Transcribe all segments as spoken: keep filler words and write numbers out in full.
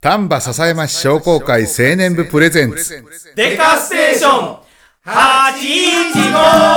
丹波篠山市商工会青年部プレゼンツデカステーションはちいちご。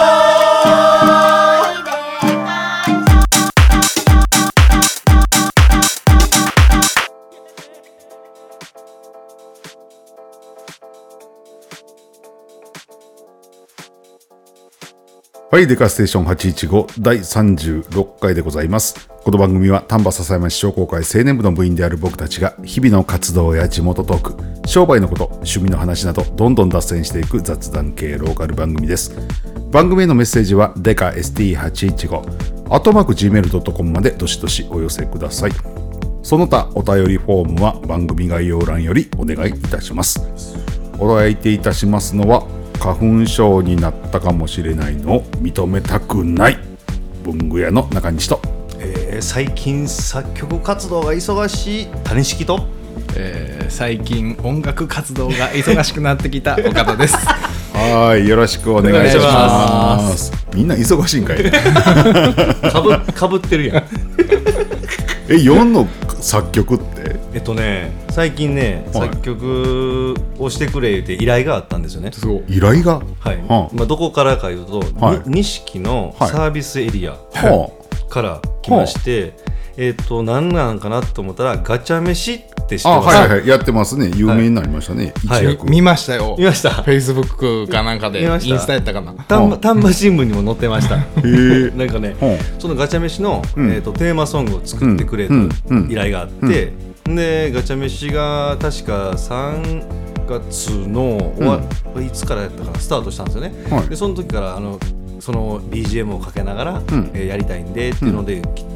はい、デカステーションはちいちごだいさんじゅうろっかいでございます。この番組は丹波篠山市商工会青年部の部員である僕たちが日々の活動や地元トーク、商売のこと、趣味の話などどんどん脱線していく雑談系ローカル番組です。番組へのメッセージはデカ エスティーはちいちご アットマーク ジーメールドットコム までどしどしお寄せください。その他お便りフォームは番組概要欄よりお願いいたします。お相手いたしますのは花粉症になったかもしれないのを認めたくない文具屋の中西と、 えー、最近作曲活動が忙しい谷敷と、 えー、最近音楽活動が忙しくなってきた岡田です。 はい、よろしくお願いします。みんな忙しいんかいね。 かぶ、かぶってるやん。 え、よんの作曲ってえっとね最近ね、はい、作曲をしてくれ言って依頼があったんですよね。 依頼が、 はい、はあ、まあ、どこからかいうと、はい、錦のサービスエリアから来まして、はい、えっと何なんかなと思ったらガチャ飯って知ってます？あ、 はいはい、やってますね。有名になりましたね、 はい、見ましたよ。 見ました。 Facebook かなんかでインスタやったかな。 丹波新聞にも載ってました。 へなんかね、そのガチャ飯の、うん、えーと、テーマソングを作ってくれと依頼があって、うん、でガチャ飯が確かさんがつの、うん、いつからやったかなスタートしたんですよね、はい、でその時からあのその ビージーエム をかけながら、うん、えー、やりたいんでっていうので切って、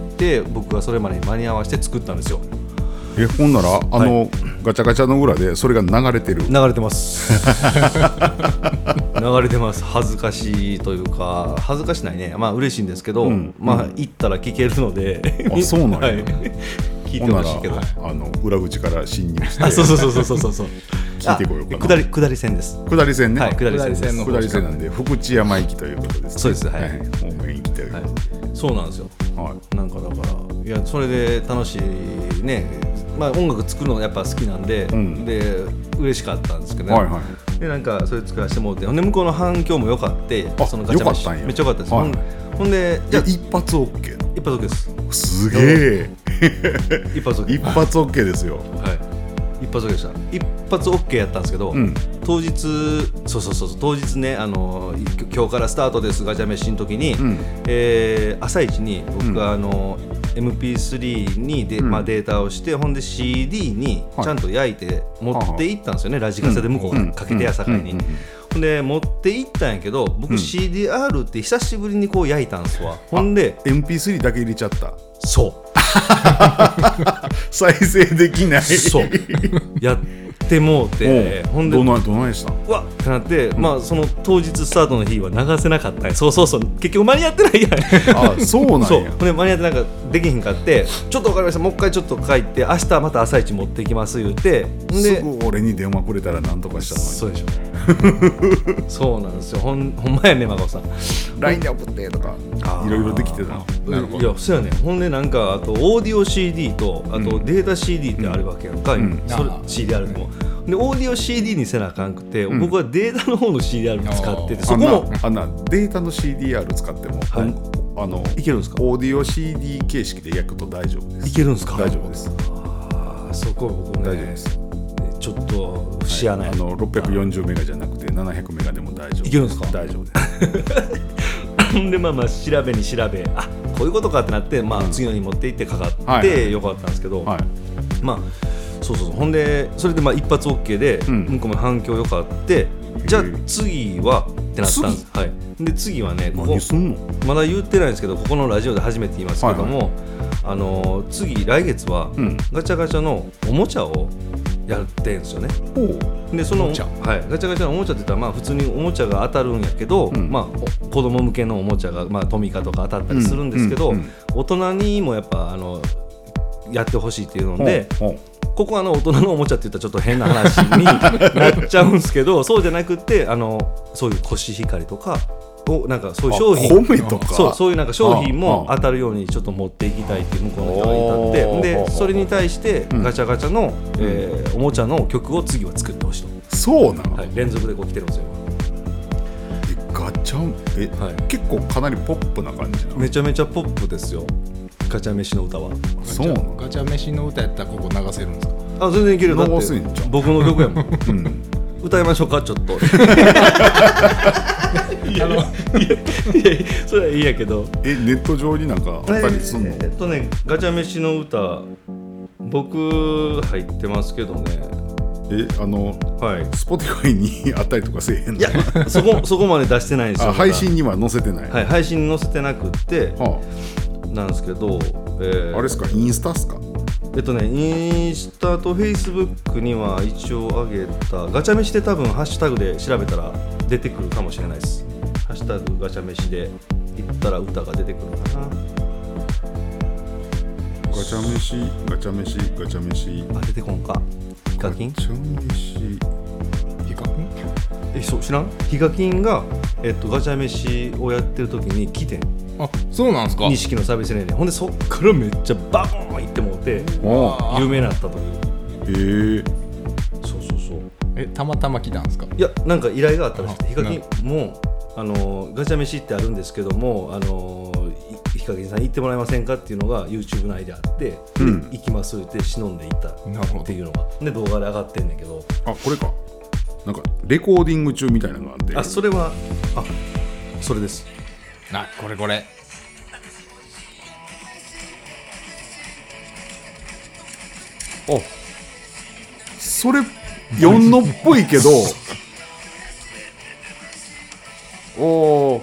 うん、僕がそれまでに間に合わせて作ったんですよ。 え、ほんならあの、はい、ガチャガチャの裏でそれが流れてる。 流れてます流れてます。恥ずかしいというか恥ずかしないね。まあ嬉しいんですけど、うん、まあ、うん、行ったら聞けるのであ、そうなんや、はい、 聞いてほしいけど、はい、 あの裏口から侵入してあ、そうそうそうそうそうそう聞いてこようかな。 下り、下り線です。 下り線ね、 はい、下り線です。 下り線なんで福知山行きということですね。 そうです、はい、はい、 方面行きということで、はい、 そうなんですよ、はい、なんかだからいやそれで楽しいね。まあ、音楽作るのがやっぱ好きなんで、うん、で嬉しかったんですけどね、はいはい、でなんかそれ作らせてもらって、ほんで向こうの反響も良かって、そのガチャ飯めっちゃ良かったです、はい、ほんでじゃあ一発 OK。 一発 OK です。 すげえ一発 OK 一発 OK ですよ。 はい、一発 OK でした。一発 OK やったんですけど、うん、当日そうそうそう当日ね、あの今日からスタートですガチャ飯の時に、うん、えー、朝一に僕があの、うんエムピースリー にで、まあ、データをして、うん、ほんで シーディー にちゃんと焼いて持っていったんですよね、はい、ラジカセで向こうがかけてやさかいに、ほんで持っていったんやけど僕、うん、シーディーアール って久しぶりにこう焼いたんですわ。ほんでエムピースリー だけ入れちゃった。 そう再生できない。 そうやってもうて、ほんでどないどないしたんうわってなって、うん、まあその当日スタートの日は流せなかったん。そうそうそう結局間に合ってないやん。 あ、そうなんや。 そうほんで間に合ってなんかできひんかって、ちょっと分かりました、もう一回ちょっと書いて明日また朝一持ってきます言うて、 ですぐ俺に電話くれたらなんとかしたのに。 そうでしょそうなんですよ。ほんほんまやね、真顔さんライン で送ってとかいろいろできてた。 なるほど。いやそうやね。ほんでなんかあとオーディオ シーディー とあとデータ シーディー ってあるわけやんか、うん、それ シーディーアール でもでオーディオ シーディー にせなあかんくて、うん、僕はデータの方の シーディーアール 使ってて、そこもあんなデータの シーディーアール 使っても、はい、あのいけるんですか？ オーディオ シーディー 形式で焼くと大丈夫です。 いけるんですか？ 大丈夫です。 あそこ僕ね大丈夫です。 ちょっと不思議ない、 はい、あのろっぴゃくよんじゅうメガじゃなくてななひゃくメガでも大丈夫。 いけるんですか？ 大丈夫ですでまあまあ調べに調べ、あこういうことかってなって、まあ、次の日持って行ってかかって、はいはい、よかったんですけど、はい、まあそうそうそう、ほんでそれでまあ一発 OK で、うん、向こうも反響よかって、じゃあ次はってなったんです。はい、で次はね、ここ何すんのまだ言ってないんですけど、ここのラジオで初めて言いますけども、はいはい、あの次来月は、うん、ガチャガチャのおもちゃをやってんですよね。でそのはい、ガチャガチャのおもちゃって言ったら、まあ普通におもちゃが当たるんやけど、うん、まあ子供向けのおもちゃが、まあ、トミカとか当たったりするんですけど、うんうんうん、大人にもやっぱあのやってほしいっていうので、ここはあの大人のおもちゃって言ったらちょっと変な話になっちゃうんですけどそうじゃなくて、あのそういうコシヒカリとかをなんかそういう商品米とかそうそういうなんか商品も当たるようにちょっと持っていきたいっていう向こうの人がいたってでそれに対してガチャガチャの、うんえー、おもちゃの曲を次は作ってほしいとそうなの、 はい、連続でこう来てるんですよえガチャえ、はい、結構かなりポップな感じなめちゃめちゃポップですよガチャ飯の歌はそうなのガチャ飯の歌やったらここ流せるんですかあ全然いけるだって流せんじゃん僕の曲やもん、うん歌いましょうかちょっといやあのいやいやそれはいいやけどえネット上になんかあったりすんの、 えー、えっとねガチャ飯の歌僕入ってますけどねえあの、はい、Spotify にあったりとかせえへんのいやそこそこまで出してないんですよ配信には載せてない、 はい、配信に載せてなくって、はあ、なんですけど、えー、 あれですかインスタっすかえっとね、インスタとフェイスブックには一応上げたガチャ飯で多分ハッシュタグで調べたら出てくるかもしれないですハッシュタグガチャ飯で言ったら歌が出てくるかなガチャ飯ガチャ飯ガチャ飯あ出てこんかヒカキンガチャ飯ヒカキンえそう知らんヒカキンが、えっと、ガチャ飯をやってる時に来てんあそうなんですか錦のサービスエリアでほんでそっからめっちゃバーン行ってもうて有名になったというへえー、 そうそうそうえたまたま来たんですかいやなんか依頼があったらしくてヒカキンもあのガチャ飯ってあるんですけどもあのヒカキンさん行ってもらえませんかっていうのが YouTube 内であって、うん、で行きますって忍んで行ったっていうのがで動画で上がってんねんけどあこれかなんかレコーディング中みたいなのがあってあそれはあそれですあこれこれあそれよんのっぽいけどお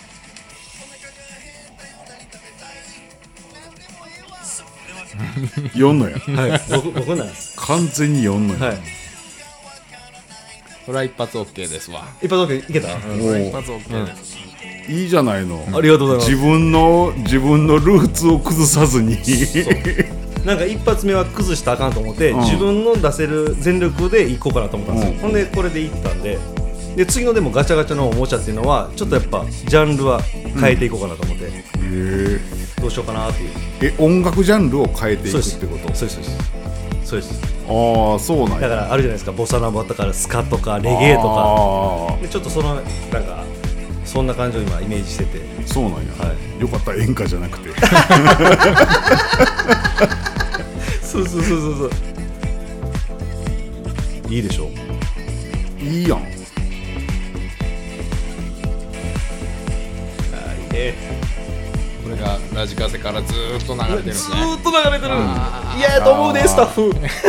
ーよんのやはい僕僕なんです完全によんのや、はいこれは一発 OK ですわ一発 OK いけた、うん、 一発 OK です、 うん、いいじゃないのありがとうございます自分の自分のルーツを崩さずになんか一発目は崩したらあかんと思って、うん、自分の出せる全力でいこうかなと思ったんですよ、うん、ほんでこれでいったんでで次のでもガチャガチャのおもちゃっていうのはちょっとやっぱジャンルは変えていこうかなと思って、うん、どうしようかなっていうえ音楽ジャンルを変えていくってことそうですそうですそうですああそうなんやだからあるじゃないですかボサノバとかスカとかレゲエとかでちょっとそのなんかそんな感じを今イメージしててそうなんや、はい、よかった演歌じゃなくてそうそうそうそうそういいでしょいいやんあいいねこれがラジカセからずーっと流れてるんですねずーっと流れてる嫌やと思うねスタッフ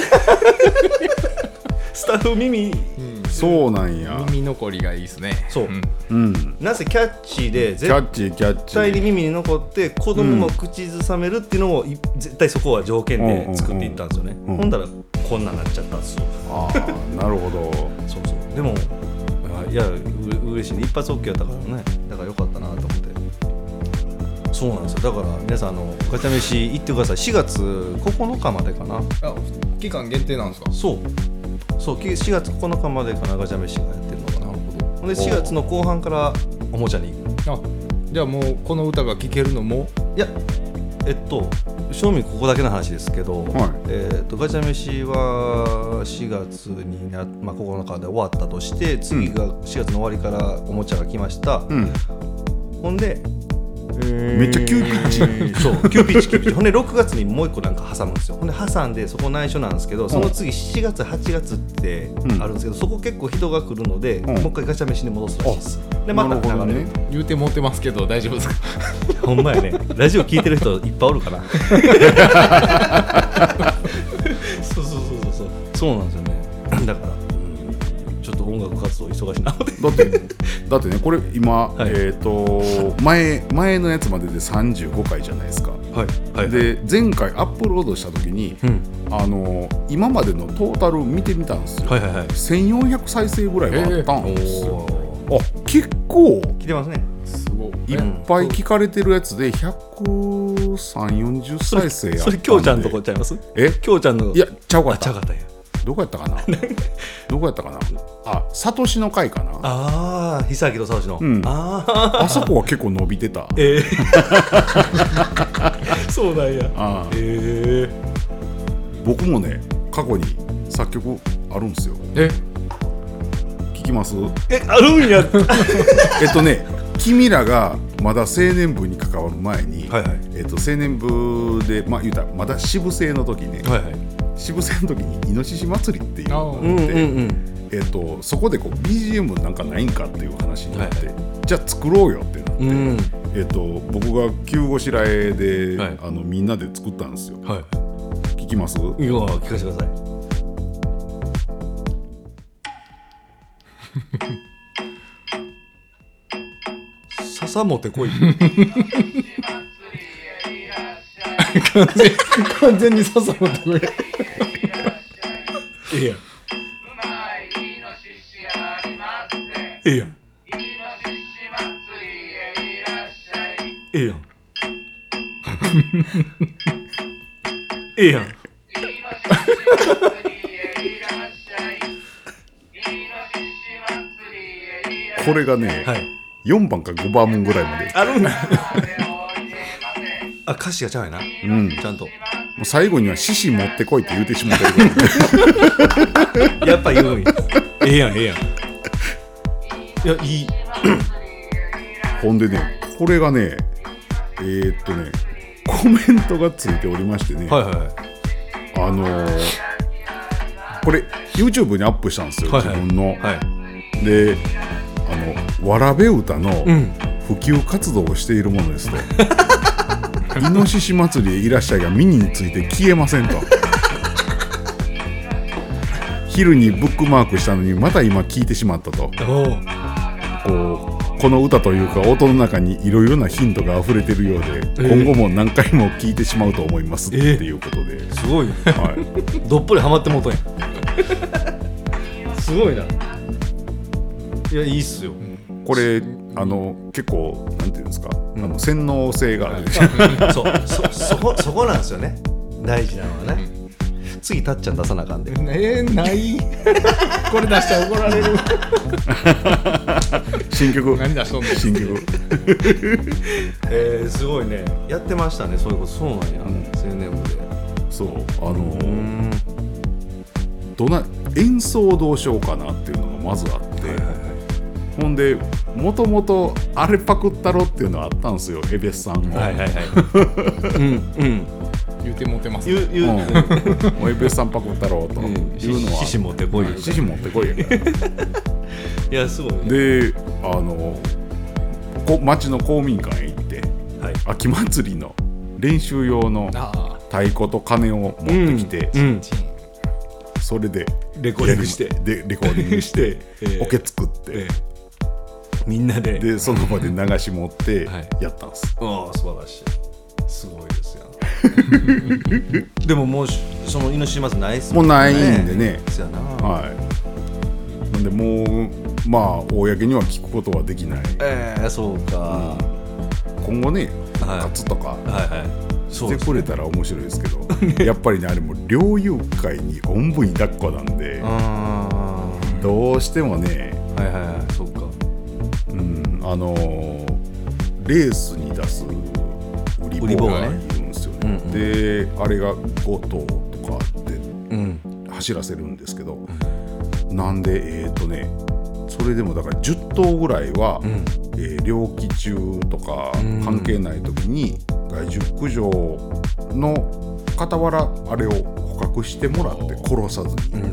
スタッフ耳、 うん、そうなんや耳残りがいいですねそう、うん、なぜキャッチーでキャッチーキャッチー絶対に耳に残って子供も口ずさめるっていうのを、うん、絶対そこは条件で作っていったんですよね、うんうんうん、ほんだらこんなんなっちゃったんですよああなるほどそうそうでもいやう嬉しいね一発 OK やったからねだからよかったなと思ってそうなんですよだから皆さんあのガチャ飯行ってくださいしがつここのかまでかなあ期間限定なんですかそうそうしがつここのかまでかなガチャ飯がやってるのかななるほどでしがつの後半からおもちゃに行くあじゃあもうこの歌が聴けるのもいやえっと正味ここだけの話ですけど、はいえー、とガチャ飯はしがつにな、まあ、ここのかで終わったとして次がしがつの終わりからおもちゃが来ました、うん、ほんでめっちゃ急ピッチそう急ピッチ急ピッチほんでろくがつにもう一個なんか挟むんですよほんで挟んでそこ内緒なんですけどその次しちがつはちがつってあるんですけど、うん、そこ結構人が来るので、うん、もう一回ガチャ飯に戻すらしいですでまた流れる、 ね、言うて持ってますけど大丈夫ですかほんまやねラジオ聞いてる人いっぱいおるかなそうそうそうそうそうそうなんですよねだから音楽活動忙しいなだってだってねこれ今、はい、えっ、ー、と前前のやつまででさんじゅうごかいじゃないですか、はいはい、で前回アップロードした時に、うん、あの今までのトータル見てみたんですよ、はいはいはい、せんよんひゃくさいせいぐらいがあったんですよ、えー、あ結構来てますねすごいいっぱい聞かれてるやつでひゃくさんじゅう、よんじゅっさいせいやったんでそれきょうちゃんとこちゃいますえきょうちゃんのいやちゃうかったあちゃうかったんやどこやったかなどこやったかなあ、サトシの会かな。 ああ、久明とサトシの、 うん、 ああそこは結構伸びてた。 えー、そうなんや。 あえー、 僕もね過去に作曲あるんですよ。 え聞きます？ え、あるんやえっとね君らがまだ青年部に関わる前に、 はいはい、 えっと、青年部で、まあ、言うたらまだ支部制の時ね、 はいはい、 支部制の時にイノシシ祭りっていうのがあって、 うんうんうん、 えっと、そこでこう ビージーエム なんかないんかっていう話になって、 はいはい、 じゃあ作ろうよってなって、うん、えっと、僕が急ごしらえで、はい、あのみんなで作ったんですよ。はい、聞きます？いや、 聞かせてください。笹持ってこい完全完全に笹持ってこいええやんええやんええやんええやんこれがね、はい、よんばんかごばんぐらいまであるんだあ、歌詞がちゃうやな、うん、ちゃんともう最後には獅子持ってこいって言うてしまったけどやっぱ言うんやええやんええやんいや、いいほんでね、これがねえー、っとねコメントがついておりましてね、はいはいはい、あのー、これ YouTube にアップしたんですよ、はいはい、自分の、はい、であのわらべ歌の普及活動をしているものですと、うん、イノシシ祭りへいらっしゃいがミニについて消えませんと昼にブックマークしたのにまた今聞いてしまったと、こうこの歌というか音の中にいろいろなヒントが溢れてるようで、えー、今後も何回も聞いてしまうと思いますっていうことで、 えー、すごい、はい、どっぷりハマってもうとんやすごいな。いや、いいっすよこれ。あの結構なんていうんですか、うん、あの洗脳性があるそう そ, そ, こそこなんですよね、大事なのはね、うん、次たっちゃん出さなあかんで、 えー、ないこれ出したら怒られる新曲何出しとんの新曲えー、すごいね、やってましたね、そういうこと。そうなんや、うん、青年部で。 そう、あのー、どな演奏をどうしようかなっていうのがまずあって、はいはいはい、ほんでもともとあれパクったろっていうのはあったんですよ、エベスさんも。はいはいはいうん、うん、 言うてもてますね。 言う、うん、もうエベスさんパクったろというのは、 獅子持ってこいよ、 獅子持ってこいよいや、すごい、ね、 で、あのこ町の公民館へ行って、はい、秋祭りの練習用の太鼓と鐘を持ってきて、うんうん、それでレコーディングしてでレコーディングしてオケ作って、えーみんなででその場で流し持ってやったんです、 はい、ああ、素晴らしい、すごいですよでももうそのイノシシ祭りないっすもんね。 もうないんでね、 そうやな、 はい、なんでもうまあ公には聞くことはできない。 ええー、そうか、 うん、今後ねカツとか、はいはいはい、してくれたら面白いですけど、ね、やっぱりねあれも猟友会におんぶに抱っこなんであどうしてもね、 はいはいはい、そうか、 うん、あのー、レースに出す売り棒がいるんですよね、うんうん、であれがごとうとかで走らせるんですけど、うん、なんでえっ、ー、とねそれでもだからじゅっとうぐらいは、うんえー、猟期中とか関係ない時に害獣駆除の傍らあれを捕獲してもらって殺さずに、うん、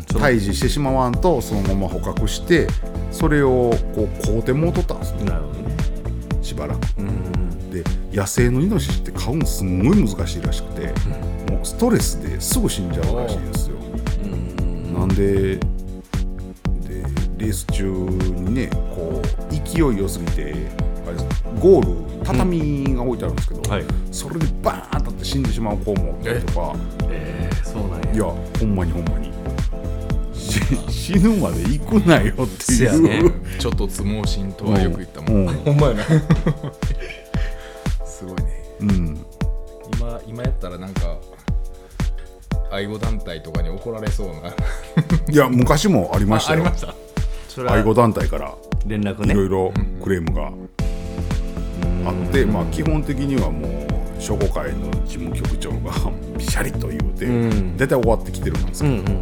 退治してしまわんとそのまま捕獲してそれをこう買うてもうとったんですね。なるほどね。しばらく。うんで野生のイノシシって飼うのすんごい難しいらしくて、うん、もうストレスですぐ死んじゃうらしいんですよ。うんなんで、でレース中にねこう勢い良すぎてあれゴール畳が置いてあるんですけど、うんはい、それでバーン当たって死んでしまう子もいたりとか。 えー、そうなんや。 いやほんまにほんまに。死ぬまで行くなよっていう、 ね、ちょっとつ盲信とはよく言ったもん、うんうん、 ほんまやなすごいね、うん、今, 今やったらなんか愛護団体とかに怒られそうな。 いや昔もありましたよ。 あ、ありました。 それは愛護団体から連絡ねいろいろクレームがあって、まあ基本的にはもう商工会の事務局長がピシャリと言うて、 うん、 大体終わってきてるんですけど、 うんうんうん、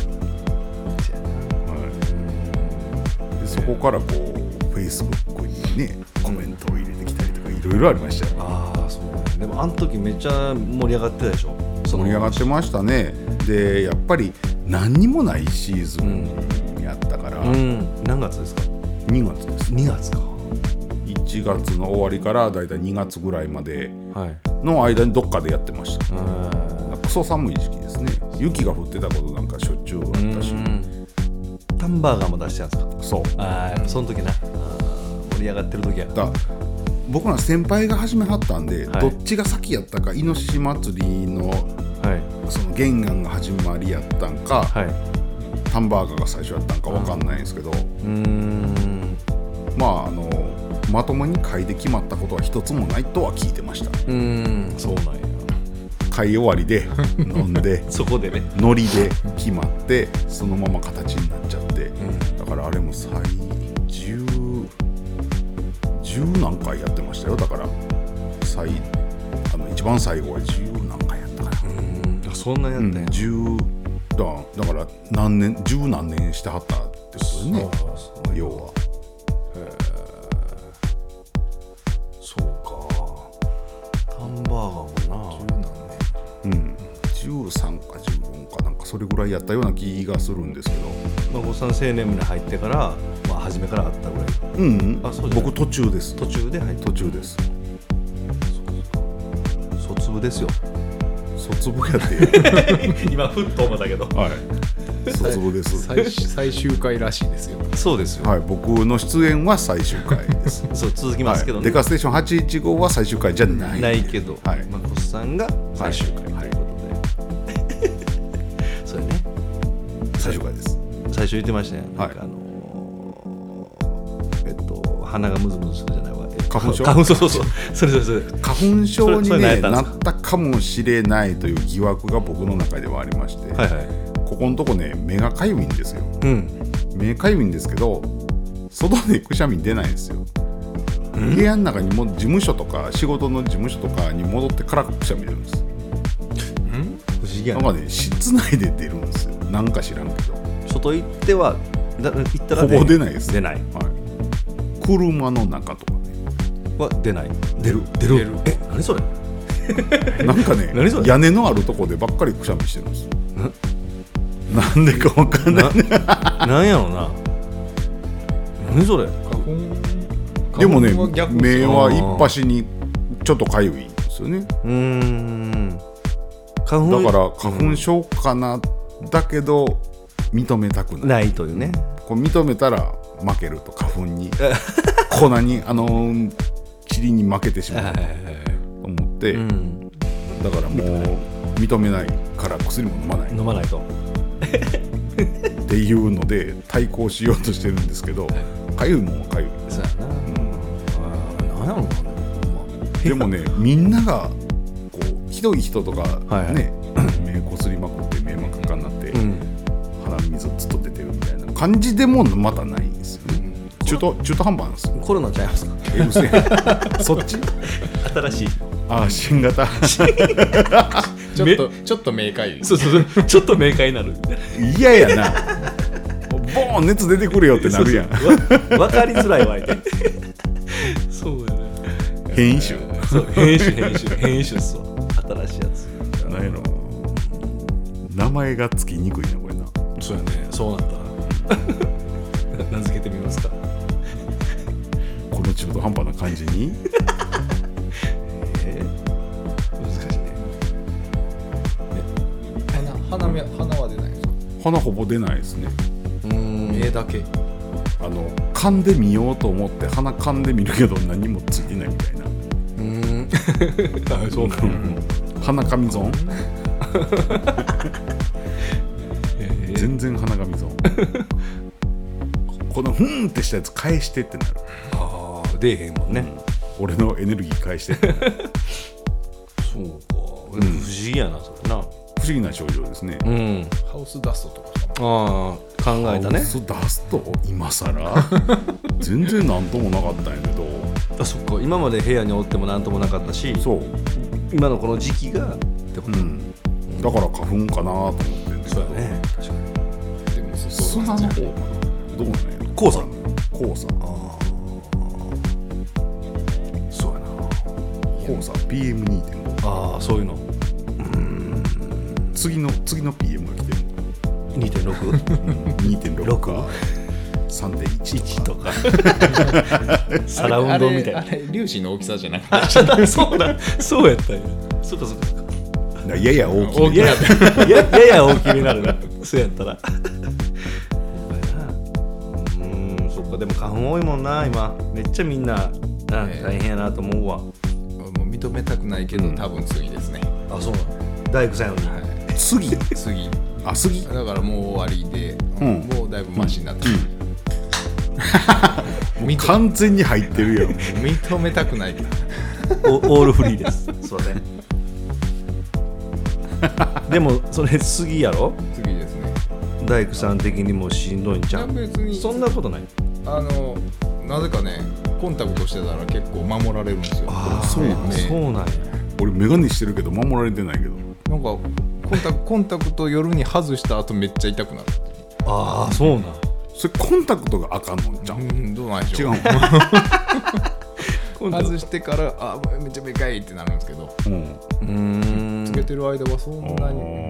はい、でそこからこうフェイスブックにねコメントを入れてきたりとかいろいろありましたよ。 ああそうね。でもあの時めっちゃ盛り上がってたでしょ。 盛り上がってましたね。でやっぱり何にもないシーズンやったから、 うん、何月ですか？ にがつです。 にがつか。 いちがつの終わりからだいたいにがつぐらいまではいの間にどっかでやってました。 うんクソ寒い時期ですね。雪が降ってたことなんかしょっちゅうあったし、 タンバーガーも出してたんですか？ そうああやっぱその時な、盛り上がってる時やだ僕ら先輩が始めはったんで、 はい、 どっちが先やったかイノシシ祭りの、 はい、 その原案が始まりやったんか、 はい、 ハンバーガーが最初やったんか分かんないんですけど、 うーんまああのまともに会で決まったことは一つもないとは聞いてました。 うーんそうなんや。 会終わりで飲んでそこでねノリで決まってそのまま形になっちゃって、 うん、 だからあれも最十十何回やってましたよ。だから最あの一番最後は十何回やったかな。 うんそんなやったんや、 うん、十だだから何年十何年してはったってことですね。要はそうか。ハンバーガーもなうん、じゅうさんかじゅうよんかなんかそれぐらいやったような気がするんですけど、 孫さん青年部に入ってから、まあ、初めからあったぐらい。 うん、うん、 あそうじゃない僕途中です。 途中で入って途中です。 卒部ですよ。 卒部やって今ふっと思ったけどはい卒部です最最終回らしいですよ。 そうですよ、 はい、僕の出演は最終回ですそう続きますけどね、 はい、デカステーションはちいちごは最終回じゃないないけど、 はい、 まこさんが最終回ということで、はい、それね最終回です。 最初言ってましたね、 はい、 なんかあのー、えっと鼻がムズムズするじゃないわ、えっと、 花粉症花粉そうそうそうそれそれそれ花粉症に、ね、 ななったかもしれないという疑惑が僕の中ではありまして、 はいはい、 ここのとこね目がかゆいんですよ、 うん、 目かゆいんですけど外でくしゃみ出ないんですよ、うん、部屋の中にも事務所とか仕事の事務所とかに戻ってからくしゃみ出るんです。 うん、不思議やな。なんかね室内で出るんですよ。なんか知らんけど外行ってはだ行ったらほぼ出ないです。 出ない、 はい、車の中とかねは出ない。 出る出る出るえ何それなんかね何それ屋根のあるとこでばっかりくしゃみしてるんですよ。ななんでかわかんないななんやろうな。何それ。 でもね目は一端にちょっとかゆいんですよね。 うーん花粉だから花粉症かな、だけど認めたくないないというね。 これ認めたら負けると花粉に粉にあのー、塵に負けてしまうと思って、うん、だからもう認めないから薬も飲まない飲まないとっていうので対抗しようとしてるんですけど、かゆいもんはかゆい。 そうやな、うん、あなんやろうな、まあ、でもねみんながこうひどい人とかね、はいはい、目こすりまくって目真っ赤になって、うん、鼻水ずっと出てるみたいな感じでもまたないんですよね。中途中途半端なんですよ。 コロナちゃいますか。 えうせえそっち新しいああ新型ちょっとちょっと明快。 そうそうそうちょっと明快になる。 嫌やなボーン熱出てくるよってなるやん。 そうそうわ分かりづらいわいてそうやね変異種そう変異種変異種変異種っすわ新しいやつ。 なんやろ名前がつきにくいなこれな。 そうやねそうなったら名付けてみますかこの中途半端な感じにえー、難しいね。 鼻鼻鼻は出ないですか。 鼻ほぼ出ないですね。 うーん目だけ。 あの噛んでみようと思って鼻噛んでみるけど何もついてないみたいな。 うーんあそうか、うん、 鼻かみ損えー、 全然鼻かみ損このふーんってしたやつ返してってなる。 ああ出えへんもんね、 うん、俺のエネルギー返してってなるそうか、うん、不思議やなそれな。 不思思議な症状ですね。 うん、 ハウスダストとかああ考えたね。 ハウスダスト今更全然なんともなかったんやけど。 あ、そっか。今まで部屋におってもなんともなかったし、 そう今のこの時期がってこと、うん、 だから花粉かなと思ってんだけど。 そうやね、確かに。 でも砂の方かな、どうなんやろ。 黄砂黄砂、ああそうやな、黄砂 ピーエムにてんご。 ああ、そういうの。うん次の次の ピーエム が来てるにてんろくにてんろく か さんてんいち とかサラウンドみたいな。 あれ粒子の大きさじゃなくてそうだ、そうやったんや。そうかそうかそうか。 やや大きめやややや大きめになるな。そうやったら。うん、そっか。でも花粉多いもんな今。めっちゃみんな、な大変やなと思うわ。 もう認めたくないけど、うん、多分次ですね。 あ、そうなの。大工さんやのに、はい、 次次あ次だからもう終わりで、うん、もうだいぶマシになってる、 うん、もう完全に入ってるよ。 認めたくないけどオールフリーです。すいません。でもそれ次やろ。 次ですね。 大工さん的にもしんどいんちゃう。 別にそんなことない。 あのなぜかね、コンタクトしてたら結構守られるんですよ。 ああ、そうなん、 ね、そうなんや。 俺メガネしてるけど守られてないけど、 なんかコンタコンタクト夜に外した後めっちゃ痛くなる。 ああ、そうなん。 それコンタクトがあかんのんちゃう。 うんどうなんでしょう。違う外してからあめっちゃでかいってなるんですけど、うん、うーんつけてる間はそんなに。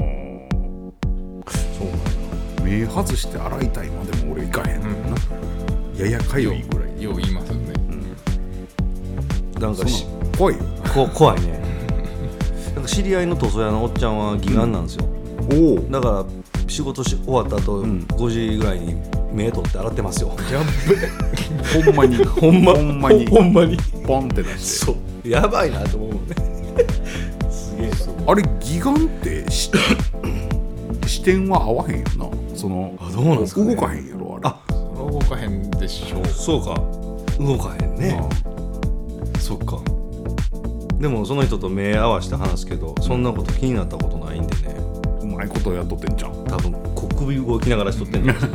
そうなんや。 目外して洗いたいまでも俺いかへんの、うん、なややかゆいぐらいよう言いますよね、 うん、なんかし怖いよ。 こ怖いね。なんか知り合いの塗装屋のおっちゃんは義眼なんですよ、うん、おだから仕事し終わった後、うん、ごじぐらいに目取って洗ってますよ。 やっべほんまにほんまほんまにほんまにポンって出して。 そうやばいなと思うもんね。すげえ。 あれ義眼って視点は合わへんよな。そのあどうなんですか、ね、 動かへんやろあれ。 あ動かへんでしょう。 そうか動かへんね。そっか。でもその人と目合わせて話すけど、そんなこと気になったことないんでね。 うまいことやっとってんじゃん。 多分小首動きながらしとってんじゃん。い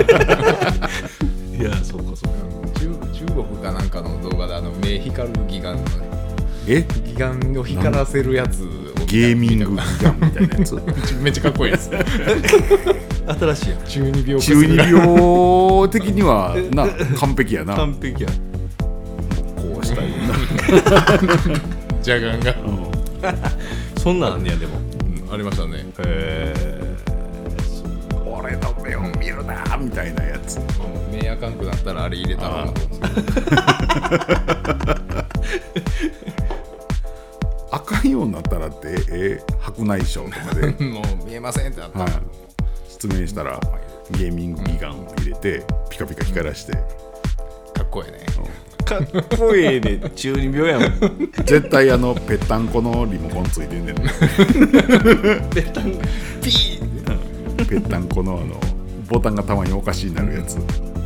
やそうかそうか。 中, 中国かなんかの動画であの目光る義眼のね。 え義眼を光らせるやつをゲーミング義眼みたいなやつ。 めっちゃかっこいいです。 新しいやん。 中二病中二病的にはな完璧やな。 完璧や。 こうしたいな。 ジャガンが、うん、 そんなんあんねや。でも、 うん、ありましたね。 へえ。 俺の目を見るなみたいなやつ。 目あかんくなったらあれ入れたらなと思うんですけど。 あかんようになったらってえ白内障とかでもう見えませんってなったら、はい、 失明したらゲーミング義眼を入れてピカピカ光らして、かっこいいね、 うん、かっこいいね。中二病やもん。 絶対あのぺったんこのリモコンついてんねん。ぺったんピーぺったんこのあのボタンがたまにおかしいになるやつ、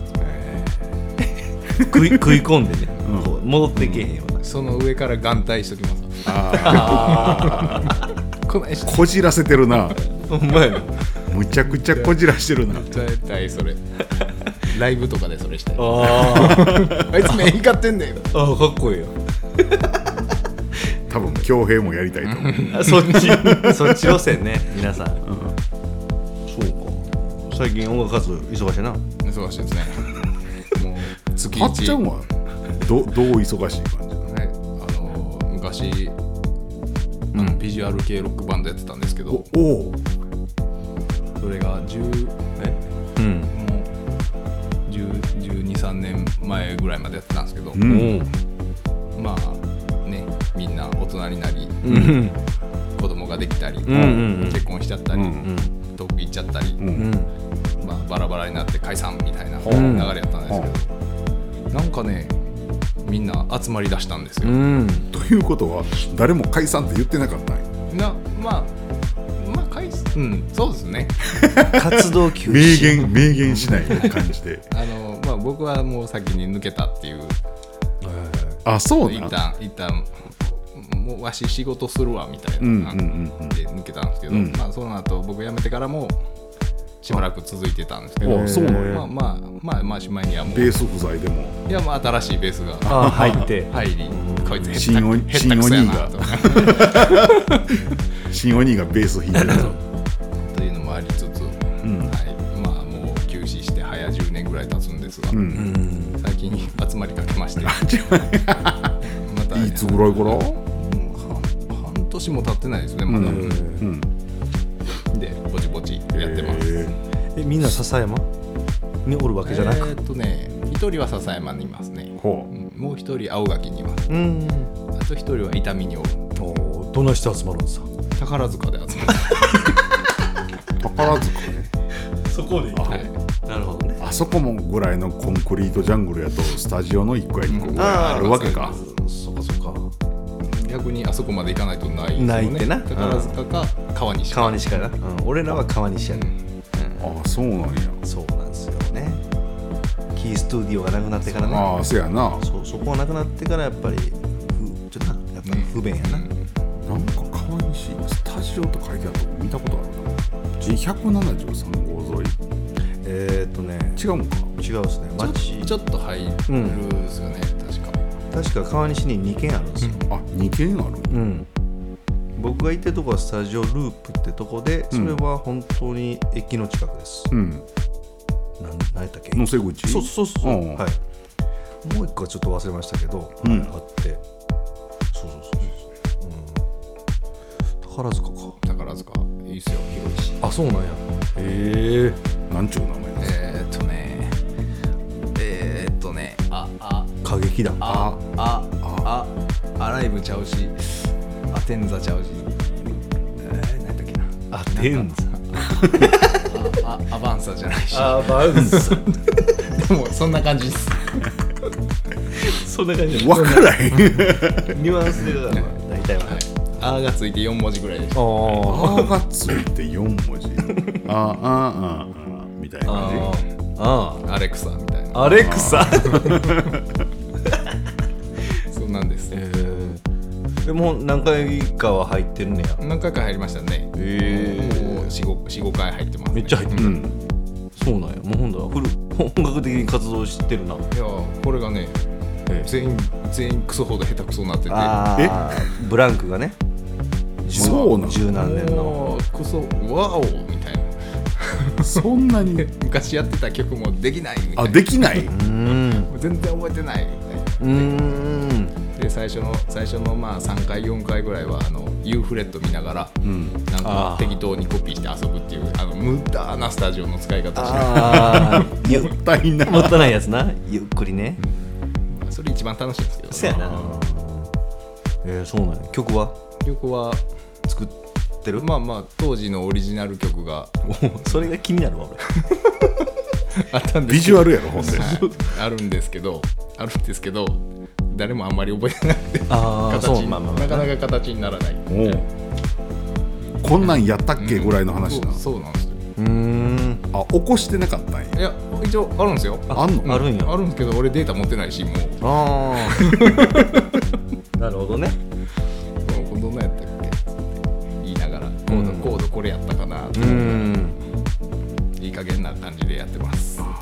食い食い込んでね、うん、戻ってけへんような。 その上から眼帯しときます。 あこ, こじらせてるな。 ほんまやな。 むちゃくちゃこじらしてるな。 絶対それライブとかでそれしたい。ああいつ目光ってんだよ。 ああかっこいいよ。 多分恭平もやりたいと思う。 そっちそっち路線ね皆さん、うん、そうか。最近音楽活動忙しいな。 忙しいですね。もう月はっちゃんは ど, どう忙しい感じ。 昔、うん、ビジュアル系ロックバンドやってたんですけど、 おおそれがじゅうえ、うん、もうじゅう、じゅうに、さんねんまえぐらいまでやってたんですけど、うん、まあねみんな大人になり、うん、子供ができたり、うん、結婚しちゃったり、うん、遠く行っちゃったり、うん、まあバラバラになって解散みたいな流れやったんですけど、うん、なんかねみんな集まりだしたんですよ、うん、 ということは誰も解散って言ってなかったんやな。まあまあ解散、うん、そうですね。 活動休止明言明言しない感じであの、まあ、僕はもう先に抜けたっていう、 あそうな一旦一旦もうわし仕事するわみたいな感じで抜けたんですけど、うんうんうん、まあ、その後僕辞めてからもしばらく続いてたんですけど、 そうなんや、まあまあまあまあしまいにはもうベース不在でもいやまあ新しいベースがあ入って入り、こいつ新お下手くそやなと新お兄がベース弾いてるというのもありつつ、うん、はい、まあもう休止して早じゅうねんぐらい経つんですが、うん、最近集まりかけましてまたいつぐらいから、うん、 半, 半年も経ってないですねまだ、うんうん、でぼちぼちやってます。 えみんな笹山におるわけじゃなく、 えーっとね一人は笹山にいますね。ほう、うん、もう一人青垣にいます。うん、あと一人は伊丹におる。 おどんな人集まるんですか？ 宝塚で集まる宝塚ねそこで、はい、なるほどね。 あそこもぐらいのコンクリートジャングルやとスタジオのいっこやにこぐらいあるわけか。 そっかそっか。 逆にあそこまで行かないとないですよね。 ないってな。 宝塚か川西か。 川西かな、うん、俺らは川西やね、 うんうん、ああそうなんや。 そうなんですよね。キーストゥディオがなくなってからね。 ああそうやな。 そそこがなくなってからやっぱりふちょっとなやっぱり不便やな、うん、 なんか川西スタジオと書いてあるとこ見たことあるな。ひゃくななじゅうさんごう沿い。 えー、っとね違うのか。 違うですね。 町ちょっと入るんですよね、うん、確か確か川西ににけんあるんですよ、 うん、あにけんある、 うん、僕が行ってるとこはスタジオループってとこで、それは本当に駅の近くです、うん、なん何やったっけ野瀬口。 そうそうそう、はい、もう一個はちょっと忘れましたけど、うん、あってそうそうそうそう、うん、宝塚か。 宝塚いいっすよ、広いし。 あそうなんや。へえー、なんちゅう名前ですか。 えー、っとねえー、っとねああ歌劇団。 ああああアライブちゃうし、アテンザちゃうし、えー、何だっけな。 アテンザああアバンサじゃないし。 アバンサでもそんな感じですそんな感じ。 分からへんニュアンスでだから大体は、はい、 あがついてよんもじぐらいでした。 あがついてよんもじああああみたいな感じ。 ああアレクサみたいな。 アレクサそうなんです、 えー、でも何回かは入ってるねや。 何回か入りましたね。えー、もう よん,ご かい入ってます、ね、 めっちゃ入ってる、うん、そうなんや。もうほんだらフル本格的に活動してるな。いやこれがね、えー、全員全員クソほど下手くそになってて、 あブランクがねそうなの十何年のクソワオみたいなそんなに昔やってた曲もできないみたいな。 あできないうん全然覚えてないみたいな。うんで最初の最初のまあさんかいよんかいぐらいはあのユーフレット見ながら、うん、なんか適当にコピーして遊ぶっていうあの無駄なスタジオの使い方してあもったいないもったいないやつな。ゆっくりね、 うん、それ一番楽しいんですけど。 そうやな。えー、そうなんや。曲は曲は作ってる。 まあまあ当時のオリジナル曲がそれが気になるわ俺あったんですビジュアルやろほんであるんですけどあるんですけど誰もあんまり覚えてなくてあ形そう、まあまあまあ、 なかなか形にならない。 おこんなんやったっけ、うん、ぐらいの話な。 そう、そうなんですよ。 うーんあ起こしてなかったんや。 いや一応あるんですよ。 あんのあるんや。 あるんですけど俺データ持ってないしもう。 ああなるほどね。 もうどんなやったっけ言いながらコード、うん、コードこれやったかなと。うんいい加減な感じでやってます。はい、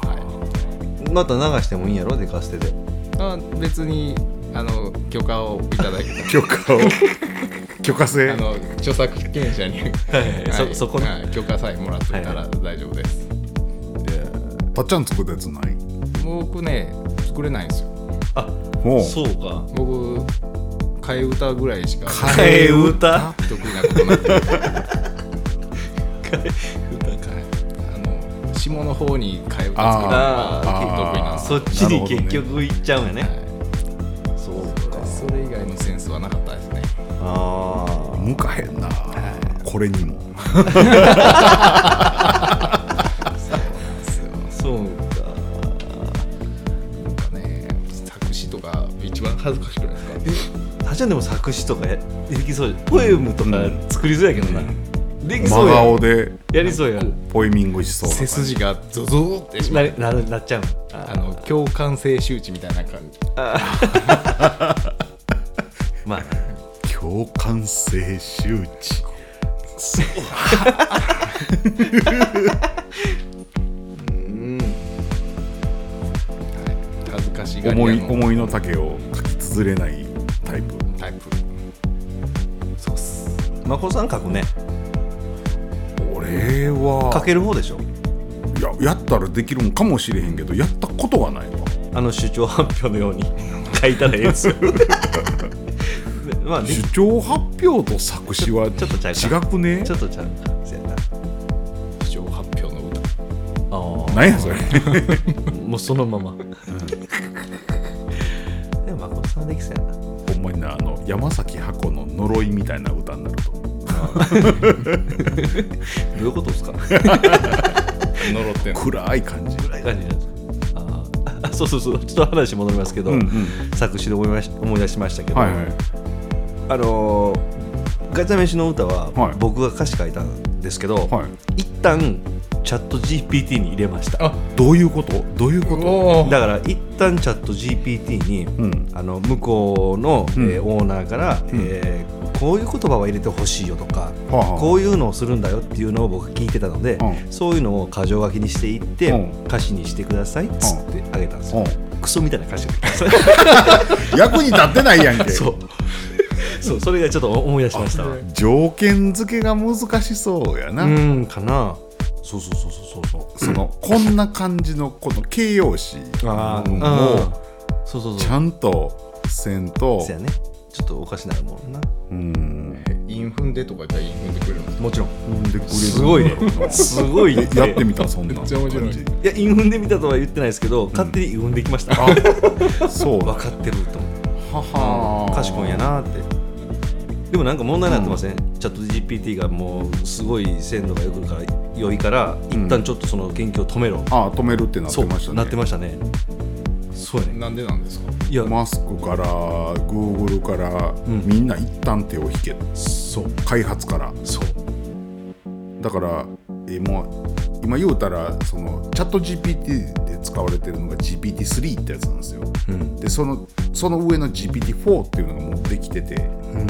また流してもいいんやろデカステで。 あ別にあの許可をいただいて許可を許可制あの著作権者にはい、 はい、そ, そこの、 はい、許可さえもらってたら大丈夫です。 たっちゃん作ったやつない？ 僕ね作れないんですよ。 あそうか。 僕替え歌ぐらいしか替え歌得意なことなくて替え歌かあの下の方に替え歌作るのが得意なんです。 そっちに結局行っちゃうんやね、はい、 そうか。それ以外のセンスはなかったですね。 ああ向かへんな、はい、これにもそうか。 なんかね作詞とか一番恥ずかしくないですか？ えたちゃんでも作詞とかできそう。ポエムとか作りそうやけどな、うん、できそうや。 真顔でやりそうや。 ポエミングしそうな背筋がゾゾーってしまうな, な, なっちゃう。 あの共感性周知みたいな感じ。 まあ超感性周知恥ずかしがり思い屋の思いの丈を書き綴れないタイプ。 タイプ。 そうっす。まこさん書くね。 俺は書ける方でしょ。 いややったらできるんかもしれへんけどやったことがないわ。 あの主張発表のように書いたらええですよ。まあ、 主張発表と作詞はちょっとちゃうか違くね。 ちょっとちゃうか。そうやな。 主張発表の歌。 ああ。 何やそれ。 もうそのまま。でもまこさんできそうやな。 ほんまになあの山崎箱の呪いみたいな歌になると。 どういうことですか。 呪ってんの。 暗い感じ。 暗い感じなんですか。ああ、そうそうそう。ちょっと話戻りますけど、 うんうん作詞で思いまし思い出しましたけど、 はいはい。 あのーガチャ飯の歌ははい僕が歌詞書いたんですけど、 はい一旦チャット ジーピーティー に入れました。 あどういうことどういうこと。 おーだから一旦チャット ジーピーティー に、 うんあの向こうの、 うんえーオーナーから、 んえーこういう言葉は入れてほしいよとか、 はあはあこういうのをするんだよっていうのを僕聞いてたので、 うんそういうのを箇条書きにしていって、 うん歌詞にしてくださいっつってあげたんですよ、 うクソみたいな歌詞が来ました役に立ってないやんけ。 そうそう、それがちょっと思い出しましたわ。 条件付けが難しそうやな。 うんかな。そうそうそうそうそうそのこんな感じのこの形容詞あーをそうそうそうちゃんとせんと。 そうやね。ちょっとおかしなるもんな。 うん。 インフンでとか言ったらインフンでくれるんですか。 もちろん。 踏んでくれるすごいね。すごいね。 やってみたそんなめっちゃ面白い感じ。 いや、インフンで見たとは言ってないですけど、勝手にインフンできました。 あ、そう。 分かってると思う。 はは。 賢いんやなって。でもなんか問題になってません、チャット ジーピーティー がもうすごい鮮度がよくから良いから一旦ちょっとその研究を止めろ、 あ、止めるってなってそうましたね。 なってましたね。そうやね。 なんでなんですか。 いや、 マスクから Google から、 んでみんな一旦手を引け。 そう開発から。 そうだからえもう今言うたらそのチャット ジーピーティー で使われてるのが ジーピーティースリー ってやつなんですよ。 うんでそのその上の ジーピーティーフォー っていうのがもうできてて、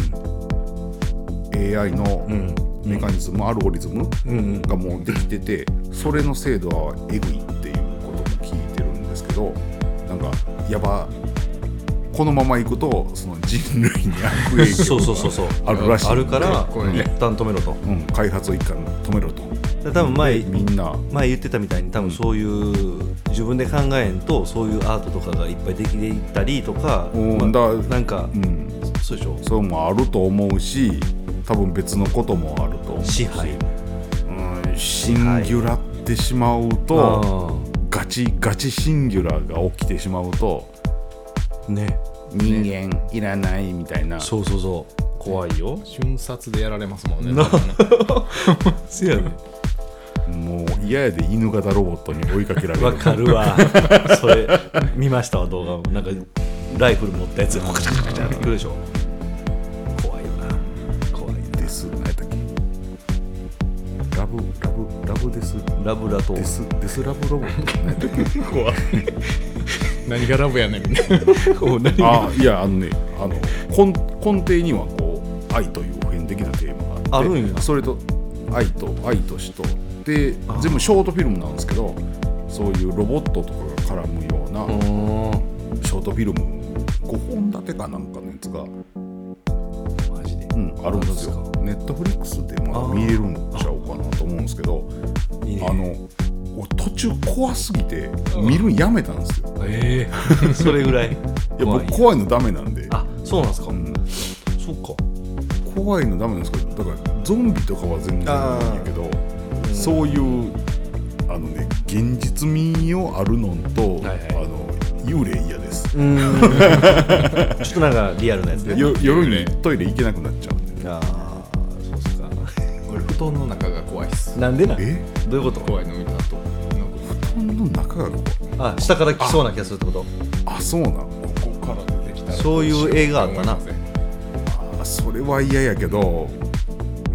エーアイ のうんメカニズム、アルゴリズムうんうんがもうできてて、それの精度はエグいっていうことも聞いてるんですけど、なんかやばこのままいくとその人類に悪影響そうそうそうそうがあるらしい。 あるからこれね一旦止めろと。 うん、開発を一回止めろと。 で多分前でみんな前言ってたみたいに多分そういう自分で考えんとそういうアートとかがいっぱいできていったりとか、まあうんだなんか、 うんそうでしょ。 それもあると思うし、多分別のこともあると思うし、 支配うん、シンギュラってしまうと、ガチガチシンギュラが起きてしまうと、 ね、 人間いらないみたいな、 そうそうそう怖いよ。 瞬殺でやられますもんね。 なせやね。 もう嫌やで犬型ロボットに追いかけられる。 わかるわ。それ見ましたわ動画も。なんかライフル持ったやつがカチャカチャカチャってくるでしょ。怖いよな。怖いな。 です。何やったっけ？ラブラブラブです。 ラブラとデスデスラブロボット何やったっけ？ 怖い。何がラブやねんみたいな。 あ、いやあのね、あの根根底にはこう愛という普遍的なテーマがあって、 あるんや。 それと愛と愛と死とで全部ショートフィルムなんですけど、そういうロボットとかが絡むようなショートフィルムごほん立てかなんかのやつが、 マジで。 うん、あるんですよ。ネットフリックスでまだ見えるんちゃうかなと思うんですけど、 いいね。 あの途中怖すぎて見るんやめたんですよ。 ええそれぐらい。 いや僕怖いのダメなんで。 あ、そうなんですか。 うん、 そっか。 怖いのダメなんですけど、だからゾンビとかは全然いいんやけど、そういうあのね現実味をあるのと、 はいはい、 あの幽霊嫌です。 うーんちょっとなんかリアルなやつね。 よ夜にトイレ行けなくなっちゃうんで。 ああ、そうっすか。 俺布団の中が怖いっす。 なんでなん？ え？ どういうこと？ 怖いの見た後。なんか布団の中が怖い。 あ、下から来そうな気がするってこと？ あ、そうなの。 ここから出てきたらそういう映画あったな。 あ、それは嫌やけど、うん、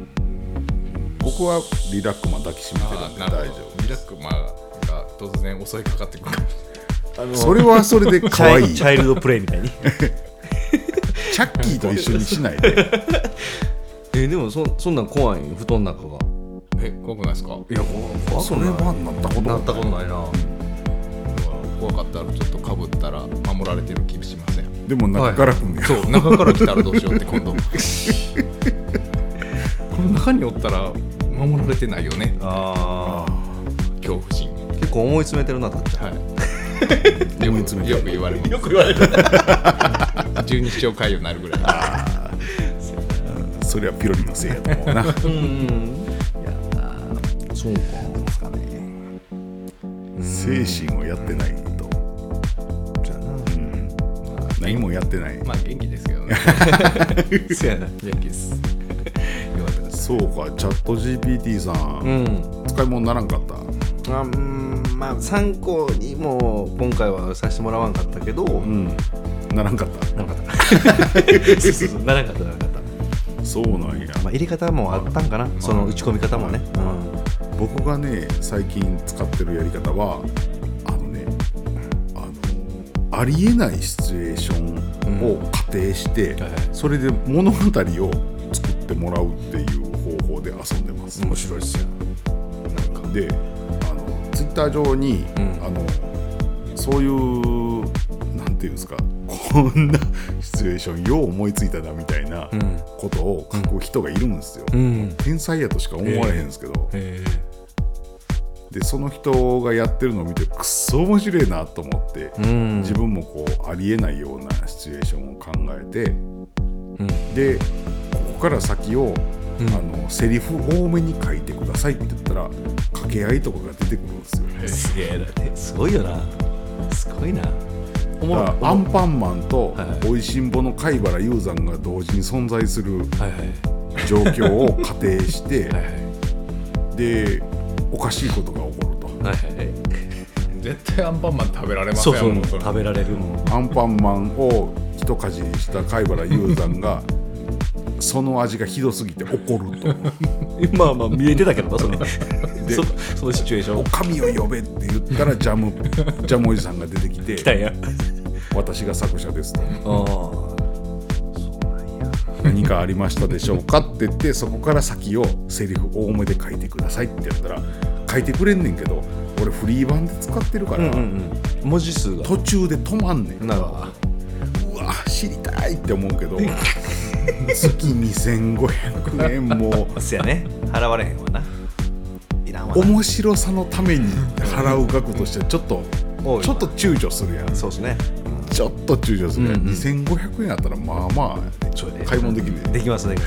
僕はリラックマ抱きしめてるんで大丈夫。 リラックマが突然襲いかかってくる。 あのそれはそれで可愛い。 チャイルドプレイみたいに。 チャッキーと一緒にしないでえでも そ, そんなん怖いん布団の中が。 え怖くないですか？ いや怖くない。 それはなったことなったことないな。 怖かったらちょっとかぶったら守られてる気しません？ でも中から来んねや、 そう中から来たらどうしようって今度この中におったら守られてないよね。 ああ恐怖心結構思い詰めてるなたっちゃん。 はい思い詰めてるよく言われる。 よく言われる十二指腸潰瘍になるぐらい。 それはピロリのせいやと思うなうんうんそうかですかね。 精神をやってないとじゃあな、 何もやってない、 まあ元気ですけどね。 せやな。 元気です。よかったです。 そうかチャット ジーピーティー さん、 うん使い物にならんかったあうんまあ参考にも今回はさせてもらわんかったけど、 うんならんかったならんかったそうそうそうならんかったならんかった。 そうなんや、 まあ入れ方もあったんかな、その打ち込み方もね、うん僕がね最近使ってるやり方はあのねあのありえないシチュエーションを仮定して、 はいはい、 それで物語を作ってもらうっていう方法で遊んでます。 面白いっすよ。 なんかであのツイッター上に、 うんあのそういうなんていうんですかこんなシチュエーションよう思いついたなみたいなうんことを書く人がいるんですよ、 うん天才やとしか思われへんですけど、 へでその人がやってるのを見てくっそ面白いなと思って、 えうん自分もこうありえないようなシチュエーションを考えて、 うんでここから先を、 うんあのセリフ多めに書いてくださいって言ったら掛け合いとかが出てくるんですよ。 すげえなすごいよなすごいな。おもろいだからアンパンマンとはいはいおいしんぼの貝原雄山が同時に存在するはいはい状況を仮定してはいはいでおかしいことが起こると。 はいはい絶対アンパンマン食べられません。 そうそうもうそれ食べられるもん。 アンパンマンを一かじりした貝原雄山がその味がひどすぎて怒ると。 まあまあ見えてたけどなそのでそそのシチュエーショおン上を呼べって言ったらジャムジャムおじさんが出てきて来たんや。 私が作者ですと。 あ何かありましたでしょうかって言ってそこから先をセリフ多めで書いてくださいってやったら書いてくれんねんけど俺フリー版で使ってるから、 うんうんうん、文字数が途中で止まんねん。 なるほど。 うわ知りたいって思うけど月にせんごひゃくえんもそやね払われへんわないらんわな。 面白さのために払う額としてはちょっと多いちょっと躊躇するやん。 そうですね。 ちょっと躊躇するやん、 うんうんにせんごひゃくえんあったらまあまあそれで買い物できるで、 できますね。い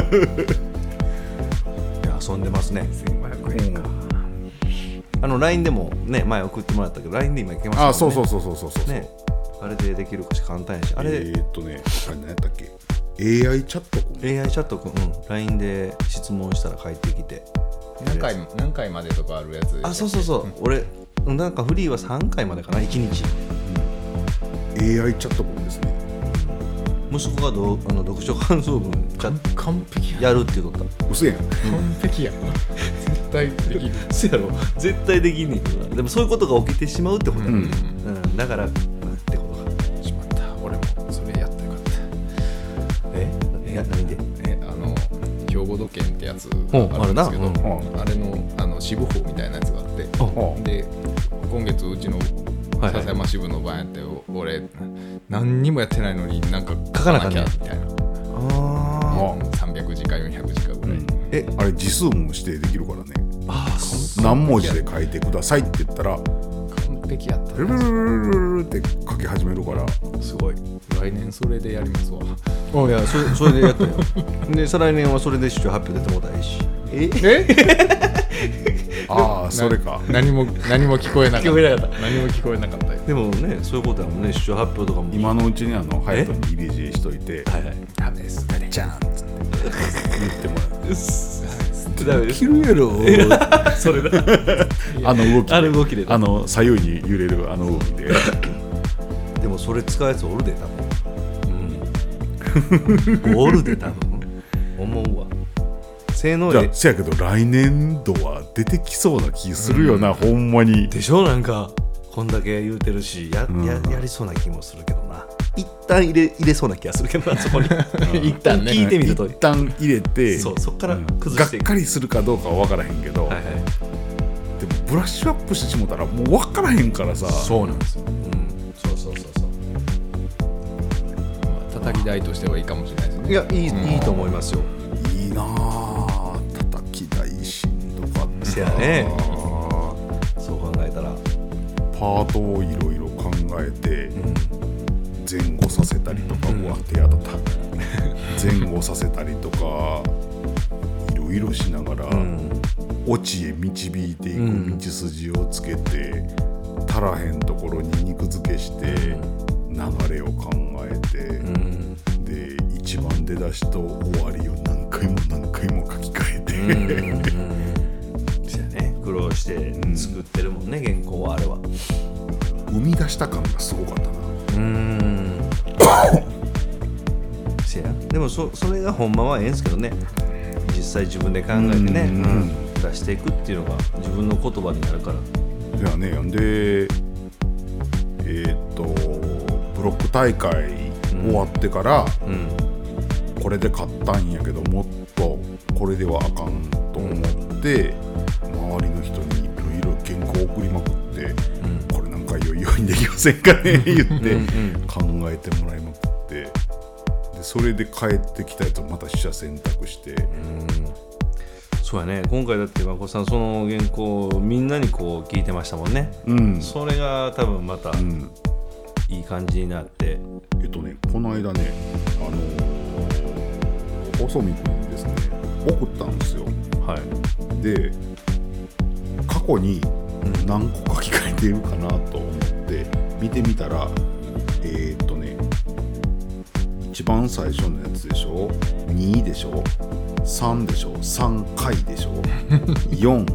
や遊んでますね。 せんごひゃくえんか。 あの ライン でもね前送ってもらったけど ライン で今いけますからね。 あそうそうそうそうそうそう、 ね。あれでできるかし簡単やしあれ、 えー、っとねあれ何やったっけ エーアイ チャットくんエーアイ チャットくん、うん、ライン で質問したら返ってきて何回何回までとかあるやつでしたっけ？ あそうそうそう、俺なんかフリーはさんかいまでかないちにちエーアイ チャットくんですね。 息子がどあの読書感想文ちゃん完璧ややるって言うとった嘘やん。 完璧や絶対できる。 そうやろ絶対できんねんけどな。でもそういうことが起きてしまうってことだ、 うんうんだからってことか。 しまった俺もそれやったらよかった。 えいや何でえあの兵庫土建ってやつがうんあるんですけど、 あるなあれのあの支部法みたいなやつがあって、 うんで今月うちのはいはい笹山支部の番やって俺何にもやってないのになんか書かなきゃみたいなああさんびゃくじかよんひゃくじかぐらい、 えあれ字数も指定できるからね。 あ何文字で書いてくださいって言ったら完璧やったルルルルルルルって書き始めるからすごい。 来年それでやりますわ。 おいやそれそれでやったよで再来年はそれで出張発表出てもらったらいいしえああそれか。 何も何も聞こえなかった聞こえなかっ何も聞こえなかったよ。 でもねそういうことやもんね出張発表とかも今のうちにあのハヤトに入れ知恵しといてはいはいダメですダメじゃんっつって言ってもらう。 ダメです切るやろそれだあの動きあの動きであの左右に揺れるあの動きででもそれ使うやつおるで多分、うん、おるで多分思うわ性能じゃあえせやけど来年度は出てきそうな気するよな、ほんまに。 でしょなんかこんだけ言うてるし や,、 うんや, やりそうな気もするけどな一旦入れ入れそうな気がするけどなそこに一旦ね聞いてみると一旦入れてそうそっからうん崩していく、 がっかりするかどうかは分からへんけど、 はいはい、 でもブラッシュアップしてしもたらもう分からへんからさそうなんですよ、 うん、そうそうそうそうまあ、叩き台としてはいいかもしれないですね。 いやいい、 うんいいと思いますよ。 いいなあ叩き台しんどかったせやねそう考えたら、 パートをいろいろ考えてうん前後させたりとか、 うんうわ手当たった前後させたりとかいろいろしながら、 うんオチへ導いていく道筋をつけて、足らへんところに肉付けして流れを考えて、 うんで一番出だしと終わりを何回も何回も書き換えて、 うんそうやね、苦労して作ってるもんね、原稿はあれは。 生み出した感がすごかったな。 うーんせやでも そ, それがほんまはええんすけどね、実際自分で考えてね、 うんうん出していくっていうのが自分の言葉になるから。 じゃあね、でえーっとブロック大会終わってから、 うんこれで勝ったんやけどもっとこれではあかんと思って、周りの人にいろいろ原稿を送りまくって、 うんこれなんか良いようにできませんかね言ってうんうん考えてもらいまくって、でそれで帰ってきたやつをまた取捨選択して、 うんそうやね、今回だってまこさんその原稿をみんなにこう聞いてましたもんね、 うんそれが多分またうんいい感じになって、 えっとねこの間ねあのー、細見君にですね送ったんですよ。 はいで過去に何個書き換えてるかなと思って見てみたら、えー、っとね一番最初のやつでしょ、にでしょ、さんでしょ、さんかいでしょよんで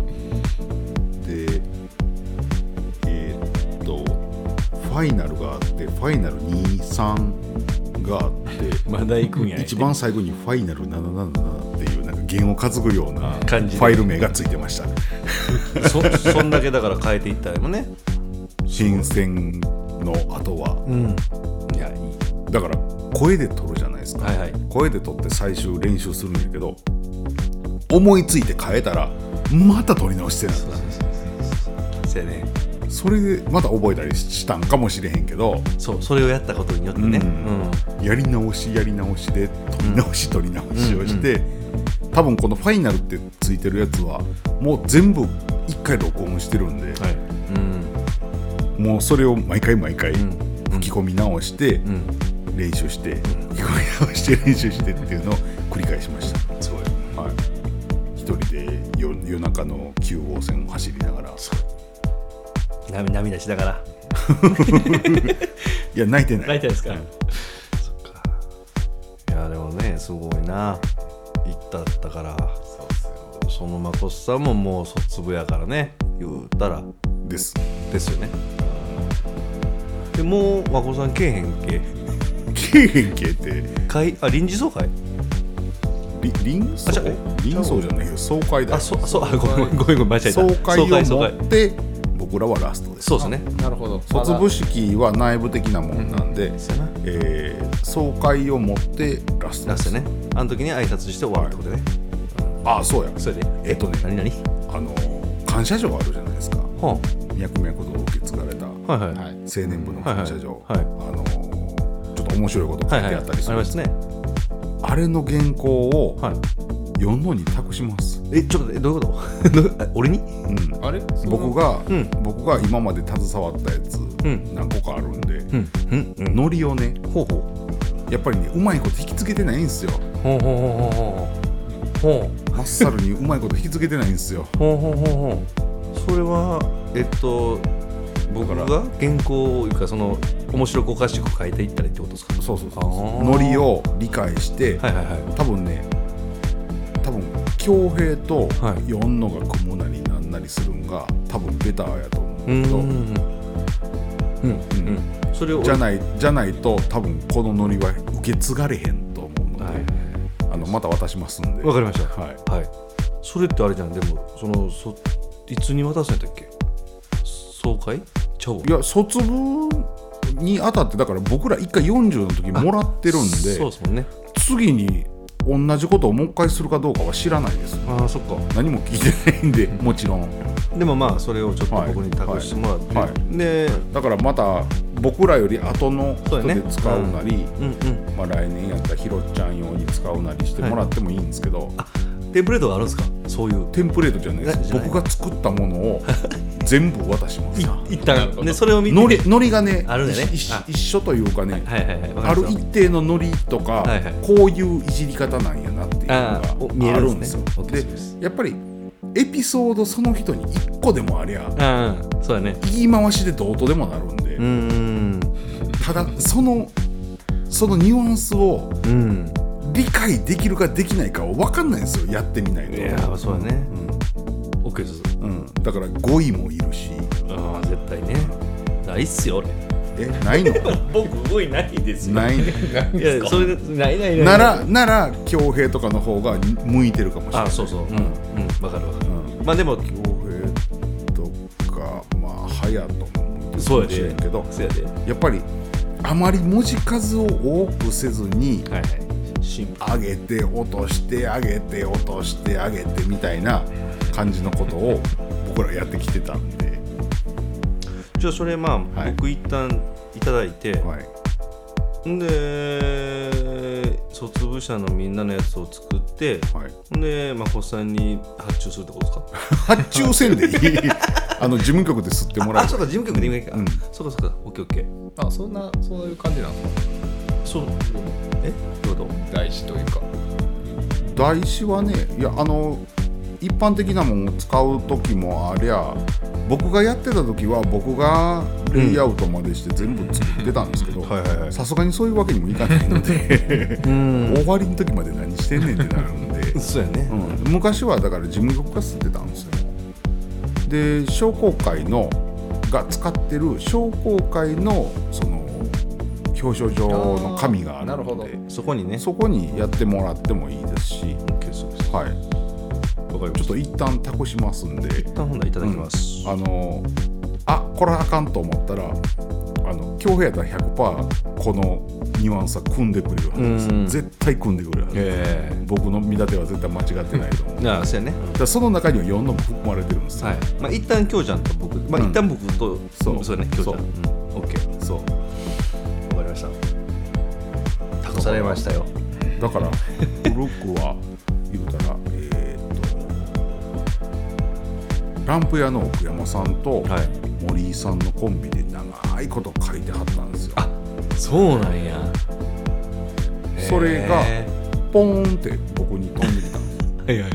えー、っとファイナルがあって、ファイナルに、さんがあってまだ行くんやね一番最後にファイナルななななっていうなんか弦を担ぐようなフ感じでァイル名がついてました。 そ, そんだけだから変えていったらもね、 新鮮の後はうんいやいい、 だから声で撮るじゃないですか、 はいはい、 声で撮って最終練習するんやけど、思いついて変えたらまた撮り直してなかった。 そうやね、 それでまた覚えたりしたんかもしれへんけど、 そうそれをやったことによってね、 うんやり直しやり直しで撮り直し撮り直しをして、多分このファイナルってついてるやつはもう全部一回録音してるんで、 はいうんもうそれを毎回毎回うん吹き込み直してうん練習して、吹き込み直して練習してっていうのを繰り返しました。 すごい、 はい、一人で 夜, 夜中のきゅう号線を走りながら、 な涙しながらいや泣いてない泣いてないですか、 うんそっか、いやでもねすごいな、行ったったから、 そうっすよ。 そのまこさんももう卒部やからね、言うたらですですよね。でもうまこさんけえへんけけえへんけって会あ臨時総会り臨あちゃ総臨総じゃないよ、総会だよ。 あそそうあごめんごめんごめんごめん間違えた総会を総会持って僕らはラストです。 そうですね、 なるほど。 卒部式は内部的なもんなんで、 そうやなえー総会を持ってラストです。 ラストね、あの時に挨拶して終わるってことでね、 ああそうや、 それでえっとね何何あの感謝状あるじゃないですか、 は脈々と受け継がれたあ、はいはいはい。 青年部の感謝状、 はいはいあのちょっと面白いこと書いてあったりする、 ありますね。 あれの原稿をはい。 読んのに託します、 え、ちょっと待って、どういうことどうあ俺にうん、 あれ僕が、 うん僕が今まで携わったやつ、 ん何個かあるんで、 うん。うん。うん。 ノリをねほうほやっぱりねうまいこと引き継げてないんですよ。 う。ほうほうほうほうほう。 まっさるにうまいこと引き継げてないんですよ。 ほうほうほうほう。それは、えっと、僕が原稿をいうか、その、面白くおかしく書いていったらいいってことですか？ そうそうそうあーノリを理解して、 はいはいはい。 多分ね多分恭平とはい読んのが組むなりなんなりするんが多分ベターやと思ううけど、 んうんうん。うんうん。それを、 じゃないじゃないと多分このノリは受け継がれへんと思うので、 はい。 あのまた渡しますんで。 わかりました。 はい、 はい。それってあれじゃん、でも、その、そいつに渡すんやったっけ？総会ちゃうわいや卒部にあたってだから僕らいっかいよんじゅうの時もらってるんで、 そうですもんね。 次に同じことをもう一回するかどうかは知らないです。 ああそっか。 何も聞いてないんでもちろん。 でもまあそれをちょっと僕に託してもらって、 はいはいはい、 でだからまた僕らより後の人で使うなり、 うんうん、 まあ、来年やったらひろちゃん用に使うなりしてもらってもいいんですけど、 はい、テンプレートがあるんですか？そういうテンプレートじゃないです。僕が作ったものを全部渡します。 一旦でそれを見てノリノリがね、 あるね一緒というかね、 はいはいはい、 ある一定のノリとか、はいはい、こういういじり方なんやなっていうのがあるんですよ。で、やっぱりエピソードその人にいっこでもありゃ、 あそうだね、 言い回しでどうとでもなるんで、 うん、 ただそのそのニュアンスを理解できるかできないかは分かんないんですよ、やってみないと。 いやそうだね、うん、OK です、 うん、だから語彙もいるし、 あ絶対ね、ないっすよ俺。 え、ないの？ 僕語彙ないですよ。 ないね。 いやそれでないないない。 ならなら恭平とかの方が向いてるかもしれない。 あそうそう、うんうん、分かる分かる、うん、まあでも恭平とかまあ隼人も向いてるかもしれんけど、 そうやでやっぱりあまり文字数を多くせずに、はいはい、上げて落として上げて落として上げてみたいな感じのことを僕らやってきてたんで、 じゃあそれまあ、はい、僕一旦いただいて、はい、で卒部者のみんなのやつを作って、はい、でまこさんに発注するってことですか？ 発注せんでいいあの事務局で吸ってもらう。 あ、そうか、事務局でいいか、うん、そうかそうか、オッケーオッケー。 あ、そんなそういう感じなんですか？ そう、え、どういうこと？ 台紙というか。 台紙はね、いやあの一般的なものを使う時もありゃ、僕がやってた時は僕がレイアウトまでして全部作ってたんですけど、さすがにそういうわけにもいかないので終わりの時まで何してんねんってなるんでそうやね、 うん、昔はだから事務局が吸ってたんですよ。で商工会のが使ってる商工会のその表彰状の紙があるので、 そこにね、 そこにやってもらってもいいですし、はい、ちょっと一旦託しますんで、 一旦ほんならいただきます、 うん、あのあこれあかんと思ったらあの恭平やったら ひゃくパーセント このニュアンスは組んでくれるはずです、うん、絶対組んでくれるはずです、えー、僕の見立ては絶対間違ってないと思う。 ああそうやね、 だからその中にはよんのも含まれてるんですよ、はい、 まあ、一旦京ちゃんと僕、まあ、一旦僕と、うん、そうそうね、京ちゃん、うん、OK、そうわかりました、託されましたよ。 だから古くは言うたらランプ屋の奥山さんと森井さんのコンビで長いこと書いてはったんですよ。 あ、そうなんや。 それがポーンって僕に飛んできたんですはいはいはい。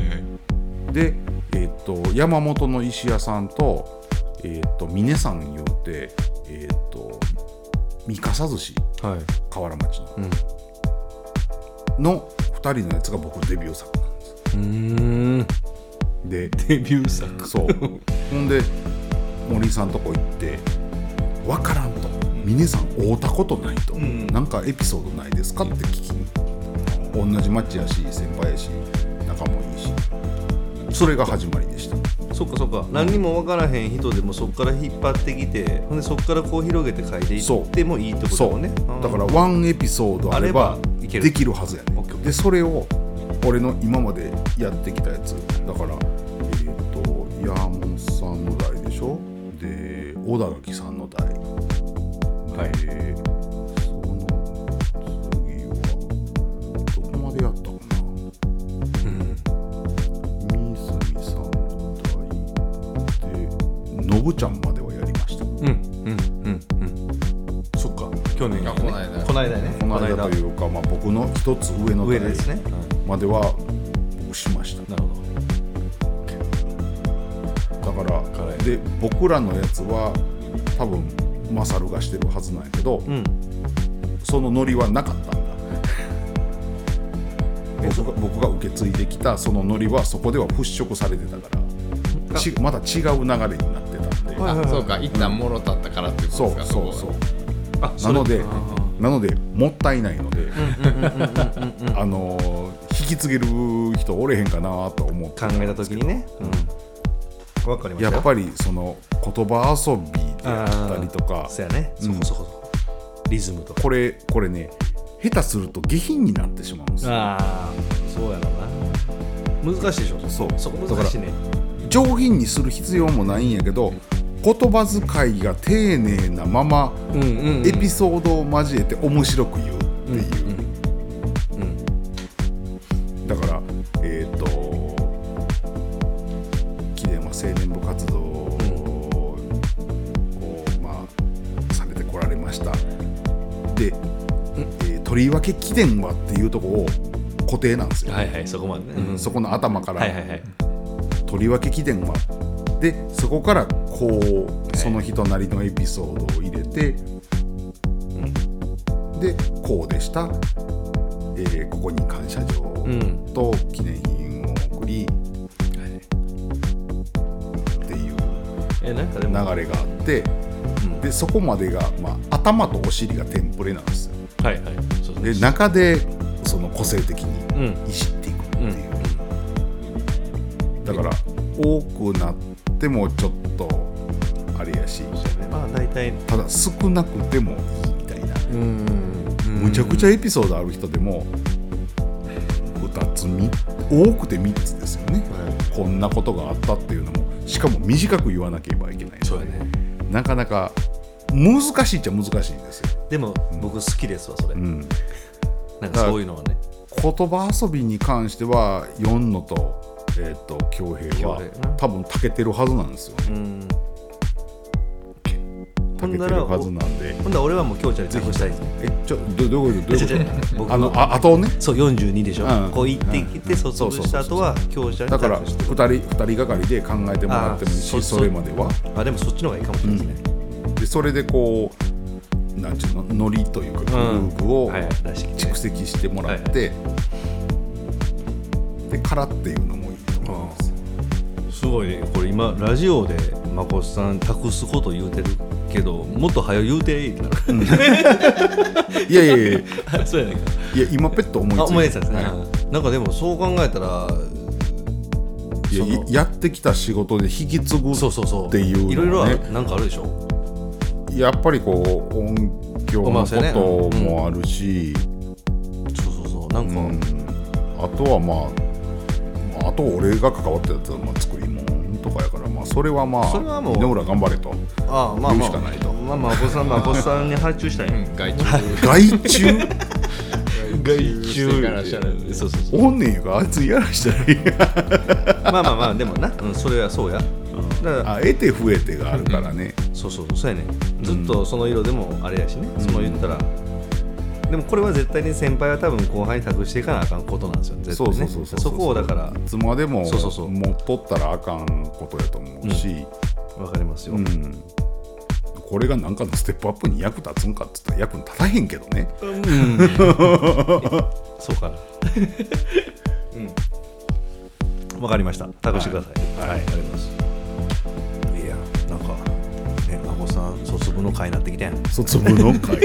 で、えー、と山本の石屋さんと、えー、と峰さん言うて、えー、と三笠寿司、はい、河原町の、うん、のふたりのやつが僕デビュー作なんです。 うーんでデビュー作そうほんで森さんとこ行って分からんと、峰さん会うたことないと、うん、なんかエピソードないですかって聞きに、同じ町やし先輩やし仲もいいし、それが始まりでした。 そっかそっか、何にも分からへん人でもそっから引っ張ってきて、ほんでそっからこう広げて書いていってもいいってことだもんね。 だからワンエピソードあればできるはずやね。でそれを俺の今までやってきたやつだから、えー、と山本さんの代でしょ、で小田垣さんの代、はい、でその次はどこまでやったかな、うん、三角さんの代でのぶちゃんまではやりました。うんうんうんうん。そっか、去年、 ね、この間この間ねこの間というか、まあ、僕の一つ上の代ですねまでは僕しました。 なるほど。だからで僕らのやつは多分マサルがしてるはずなんやけど、うん、そのノリはなかったんだ僕が、僕が受け継いできたそのノリはそこでは払拭されてたからちまた違う流れになってたんで、 あ、そうか、一旦もろたったからっていうことですか。 そうそうそう。あ、なのでなのでもったいないので、あの引き継げる人おれへんかなと思って考えた時にね、うん、分かりました。 やっぱりその言葉遊びであったりとか、 そうやね、そこそこリズムとか。 これこれね下手すると下品になってしまうんですよ。 ああそうやろな。難しいでしょ。 そうそこ難しいね。 上品にする必要もないんやけど、言葉遣いが丁寧なまま、 うんうんうん、 エピソードを交えて面白く言うっていう、 うんうんうん、だからえっ、ー、と貴殿は青年部活動を、うんまあ、されてこられました。で、うんえー、とりわけ貴殿はっていうところを固定なんですよ。 はいはいそこまでね、 うん、そこの頭から、 はいはいはい、 とりわけ貴殿はでそこからこうその人なりのエピソードを入れて、うん、でこうでした、えー、ここに感謝状と記念品を送り、うん、っていう流れがあって、うん、でそこまでが、まあ、頭とお尻がテンプレなんですよ。 はいはい、そうそうで中でその個性的にいじっていくっていう、うん、だから多くなってもちょっとあれやし、 まあ、大体ただ少なくてもいいみたいな、うんむちゃくちゃエピソードある人でもふたつみ多くてみっつですよね、はい、こんなことがあったっていうのもしかも短く言わなければいけないので、そうやね、なかなか難しいっちゃ難しいんですよ。 でも僕好きですわそれ、うん、なんかそういうのはね。 言葉遊びに関してはよんのとえー、と恭平は多分長けてるはずなんですよね。うん長けてるはずなんで。 ほんなら俺はもう京ちゃんに託したいですね。 えちょどどういうことどういうことあのああとねそうよんじゅうにでしょ、うん、こう行ってきて卒業した後は京ちゃんにだからふたりふたりがかりで考えてもらってもいいし そ, それまではあでもそっちの方がいいかもしれないですね、 うん、でそれでこうなんちゅうのノリというかグループを蓄積してもらって、うんはいはい、でからっていうのもいいと思います。 すごいねこれ今ラジオでまこさん託すこと言うてるけどもっと早言うていいな、うん、いやいやいやそうやねんかいや今ペット思いついた思いついたですね、はい、なんかでもそう考えたらいややってきた仕事で引き継ぐっていうのは、ね、そうそうそういろいろなんかあるでしょ。 やっぱりこう音響のこともあるし、 うんうん、そうそうそうなんか、うん、 あとはまああと俺が関わってたやつはまあ作り物とかやから、まあ、それはまあそれはもう井浦頑張れとああ、まあ、言うしかないと。まあまあお子さんまあお子さんに発注したい、 うん、外注外注外注からしたらそうそうそうおんねんよかあいつやらしたらいいまあまあまあでもな、うん、それはそうや。 だからあ得て増えてがあるからね、 うん、そうそうそうやねずっとその色でもあれやしね、うん、その言ったらでもこれは絶対に先輩は多分後輩に託していかなあかんことなんですよ絶対ね。そうそうそうそうそこをだからいつまでもそうそうそう持っとったらあかんことやと思うしわ、うん、かりますよ、うん、 これが何かのステップアップに役立つんかって言ったら役に立たへんけどね、うん、 そうかなうんわかりました託してください。はい、はいはい、ありがとうございます。いやなんかね孫さん卒部の会になってきてん卒部の会い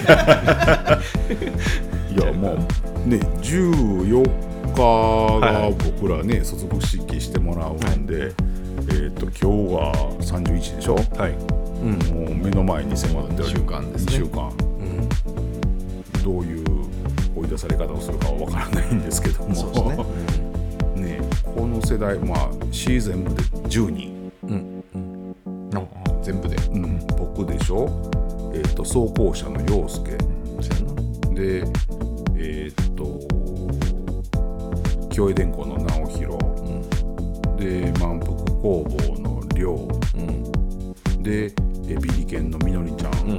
やまあねじゅうよっかが僕らね、はい、卒業式してもらうんで、はい、えー、と今日がさんじゅういちでしょ、はいうん、もう目の前に迫ってるにしゅうかんですね。 にしゅうかん、うん、どういう追い出され方をするかは分からないんですけどもそうですね、うん、ねこの世代まあシー全部でじゅうにん、うんうん、 全部で、 うん、僕でしょ、えー、と走行車の陽介でえー、っと京江電工の直弘、うん、で満腹工房の亮、うん、でビリケンのみのりちゃん、うん、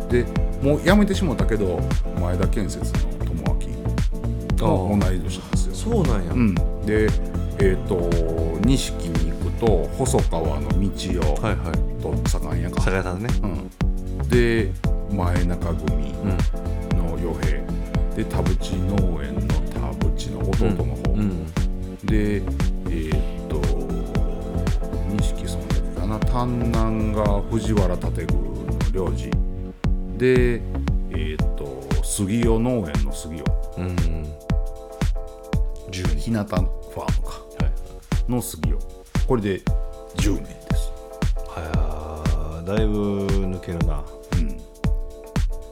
でもう辞めてしもたけど前田建設の友明が同い年なんですよ。 そうなんや、 うん、でえー、っと錦に行くと細川の道夫、はいはい、と左官屋か左官屋さんね、 うん、で前中組の与平、うん、で田淵農園の田淵の弟の方、うんうん、でえー、っと錦村だっけかな丹南が藤原建具の領事でえー、っと杉尾農園の杉尾、うん、日向ファームか、はい、の杉尾これでじゅうねんです。 はやだいぶ抜けるな、うん、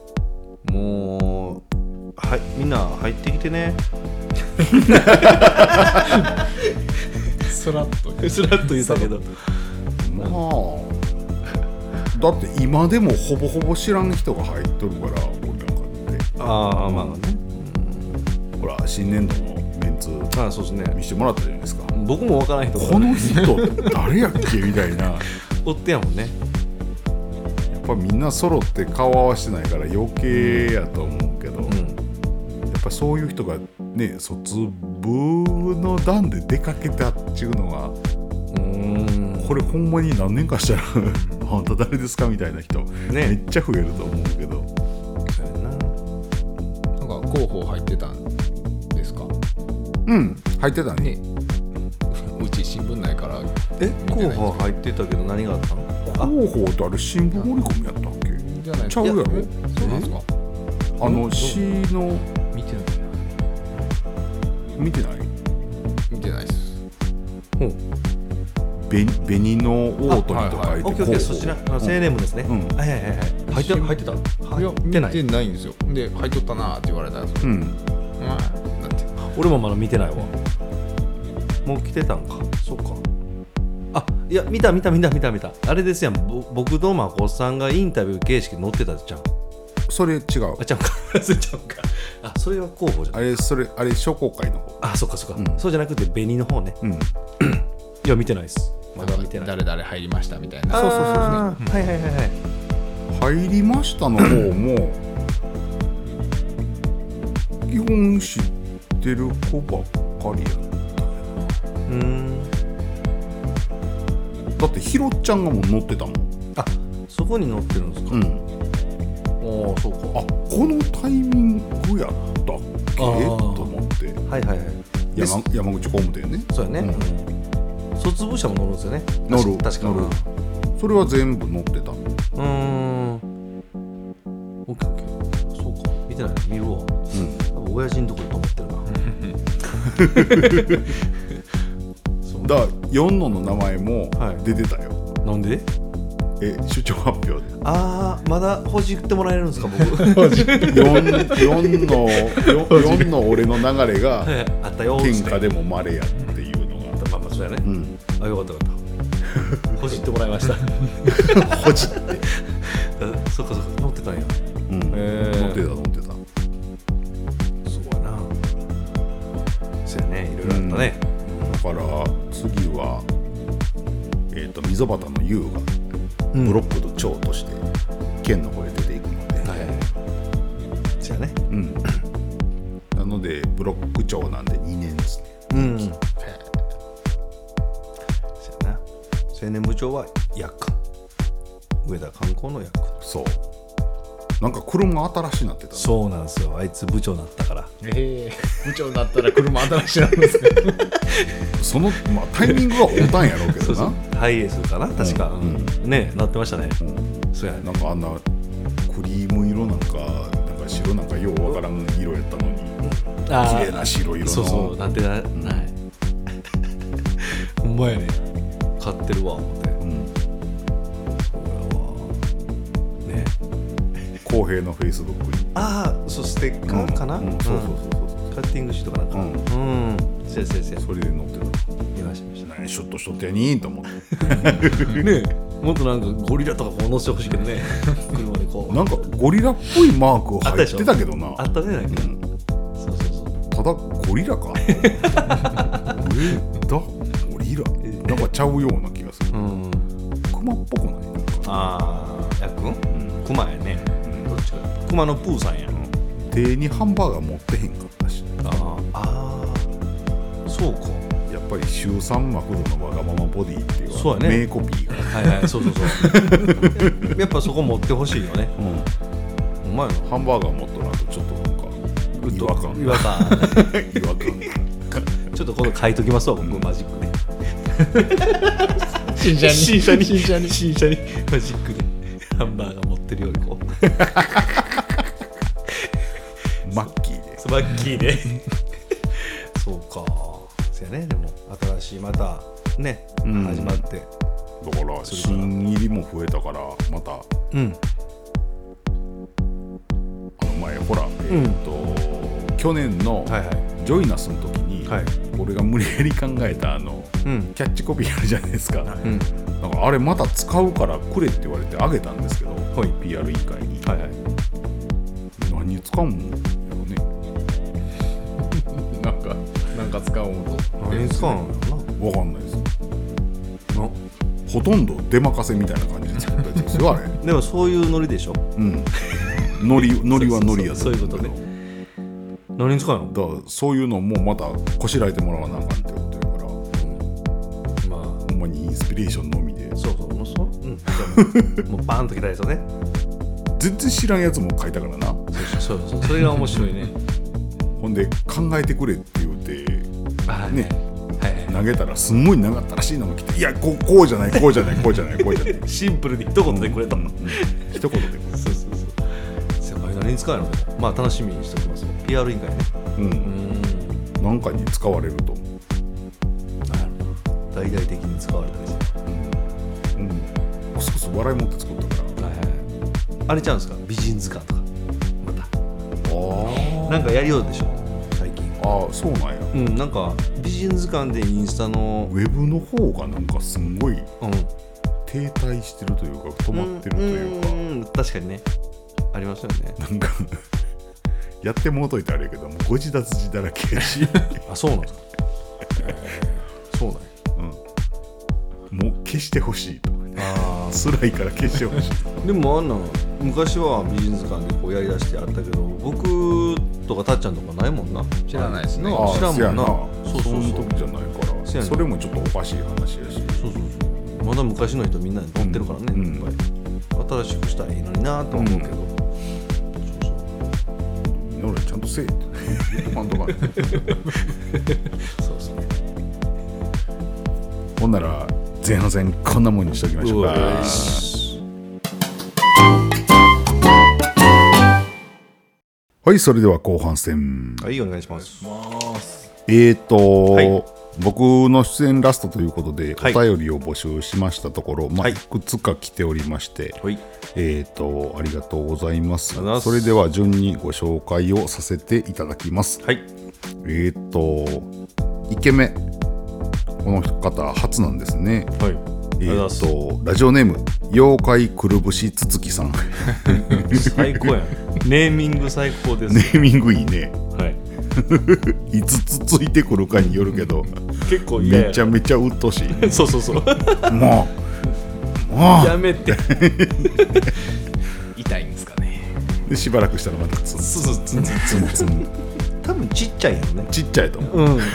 もうはいみんな入ってきてねスラッとスラッと言ったけどまあだって今でもほぼほぼ知らん人が入っとるから俺なんかってああまあね、 ほら新年度のメンツああそうですね見せてもらったじゃないですか。 僕もわからない人この人誰やっけみたいなやおってやもんね。 っぱみんな揃って顔合わせてないから余計やと思うけど、 うん、 やっぱそういう人がね卒部の段で出かけたっていうのはうーんこれほんまに何年かしたらあんた誰ですかみたいな人、 ね、 めっちゃ増えると思うけど、 そうやな。 なんか候補入ってたんですかうん入ってたね。 ねうち新聞ないからえ見てないんですけど候補入ってたけど何があったの？ 候補ってあれ新聞盛り込みやったっけ？ じゃないですちゃうやろいえそうなんですかあの詩の見てない見てない見てないですほうべ紅のオートにとか書いてオッケーオッケーそっちなあの青年部ですね。 うんはいはいはいはい入って入ってた？ いや入ってない。 見てないんですよで入っとったなーって言われたんですよ、 うんまあだって俺もまだ見てないわ。もう来てたんか。そうか。あいや見た見た見た見た見た。あれですやん。ぼ僕とまこさんがインタビュー形式載ってたじゃん。 それ違うあちゃうか。それちゃうか。あそれは候補じゃん。 あれそれあれ商工会の方。 あそっかそっか、 うんそうじゃなくて紅の方ね。 うんいや見てないです。まだ見てない。 誰々入りましたみたいなそうそうそうそうあーはいはいはいはい。 入りましたの方も基本知ってる子ばっかりや。 うーん。 だってひろっちゃんがもう乗ってたもん。 あそこに載ってるんですか。 うん。 おおそうか。 あこのタイミングやったっけとあー思ってはいはいはい。 山山口工務店ね。 そうやね、 うんうん卒部者も乗るんですよね。 乗る確か乗るそれは全部乗ってた。 うーん。オッケーオッケー。そうか。見てない。見るわ。 うん。 多分親父のところと思ってるな。そうだからよんのの名前もはい出てたよ。 なんで？ え出張発表で。 ああまだほじってもらえるんですか僕。 よん, よんのよんの俺の流れがあったよ。 喧嘩でもまれやっていうのが。 まあまあそうやね。 うん。 あよかったよかった。ほじってもらいました。 ほじって。 あそっかそっか乗ってたんや。 うん。 へー乗ってた乗ってた。 そうやな。そうやねいろいろあったね。 だから次はえっと溝端の優がうんブロックの長として県の方へ出ていくので。 はいはいはい。そうやね。 うん。なのでブロック長なんでにねんですね。 うん。そうやな。青年部長はヤックン。上田観光のヤックン。 そう。なんか車新しいなってた。 そうなんですよ。あいつ部長になったから。 ええ部長になったら車新しいなんですねその、まあ、タイミングは合うたんやろうけどな。 ハイエースかな確か。 うんうんねなってましたね。 うんそうやね。 なんかあんなクリーム色なんかなんか白なんかようわからん色やったのにあ綺麗な白色の。 そうそうなんてな、ない。ほんまやね。買ってるわ思って。 うん。 そうやわ。ね。 公平のフェイスブックに。 ああそうステッカーかな。 うんうんそうそうそうカッティングシートかなんか。 ううんん。そうやそうやそうや。 それで乗ってた。 見ました見まし何シュッとしとってやにーと思って。 た。ねもっとなんかゴリラとかこう乗せてほしいけどね。車でこう。 なんかゴリラっぽいマーク入っあったでしょてたけどな。 あったねなんか。 うんそうそうそう。 ただゴリラか上だゴリラなんかちゃうような気がする。 うん。 クマっぽくないなんか。 ああやっくん？ うんクマやね。どっちか。クマのプーさんや。 手にハンバーガー持ってへんかったし、 あーあーそうか。 やっぱり週さんマクドのわがままボディっていうそうやね名コピーが、 はいはいそうそうそう。やっぱそこ持ってほしいよね。 うん、 お前のハンバーガー持っとらんとちょっとなんか違和感違和感。 違和感ちょっと今度書いときますわ僕マジックで。 新車に新車に新車に新車にマジックでハンバーガー持ってるようにこう。 マッキーでスマッキーで。そうか。そうやねでも新しいまたね、 うん始まって。 だから新入りも増えたからまたうん。 あの前えーと去年のはいはいジョイナスの時に、 はい俺が無理やり考えたあのうんキャッチコピーあるじゃないですか、 うんなんかあれまた使うからくれって言われてあげたんですけど、 はいピーアール 委員会に、 はいはい何に使うんやろね。 なんかなんか使おうと何に使うんやろなわかんないですほとんど出任せみたいな感じで作ったやつですよあれでもそういうノリでしょうんノリノリはノリやそうそうそうそういうことね何に使うのだからそういうのもまたこしらえてもらわなあかんってことやから、 まあほんまにインスピレーションのみでそうそうもうそううんじゃあもうもうバーンときたやつをね全然知らんやつも書いたからな。 そうそうそれが面白いねほんで考えてくれって言うてはいねはいはい投げたらすんごい長ったらしいのが来て、いやこうこうじゃないこうじゃないこうじゃないこうじゃないシンプルに一言でくれたもん、 一言でこそうそうそう先輩何に使うのまあ楽しみにしておきますよ ピーアール 委員会ねう、うん、 うんなんかに使われると、 大々的に使われたりするうん、クスクス笑い持って作ったからはいはいあれちゃうんですか美人図鑑とかまたあなんかやりようでしょ最近あそうなんや、 うんなんか美人図鑑でインスタのウェブの方がなんかすんごいうん停滞してるというか止まってるというか、 んん確かにねありますよねなんかやってもうといてあれやけどもうご自立字だらけやし、 あそうなんですか、えー、そうなんやうん、もう消してほしいとあ辛いから消してほしいでもあんな昔は美人図鑑でこうやりだしてあったけど僕とかたっちゃんとかないもんな知らないですねあ知らんもんなせやなそうそうそうその時じゃないからせやなそれもちょっとおかしい話やしそうそうそうまだ昔の人みんなに乗ってるからね、 うんやっぱり新しくしたらいいのになとは思うけど、そうそうみんな俺ちゃんとせえって言っとかんとかねそうですねほんなら前半戦こんなもんにしときましょうか。 よしはいそれでは後半戦、 はいお願いしますえーと、 はい僕の出演ラストということで、 はいお便りを募集しましたところ、まあ、 はいいくつか来ておりまして、 はいえーとありがとうございますありがとうございますそれでは順にご紹介をさせていただきます。 はいえーとイケメこの方初なんですね。 はいえーありがとうございますとラジオネーム妖怪くるぶしつつきさん最高やんネーミング最高です、 ネーミングいいね。 はいいつつついてくるかによるけど結構嫌やめちゃめちゃうっとしいそうそうそうもうもやめて痛いんですかねうでしばらくしたらまたツンそうそうツンツンツンツン多分ちっちゃいやろねちっちゃいと思う。 うん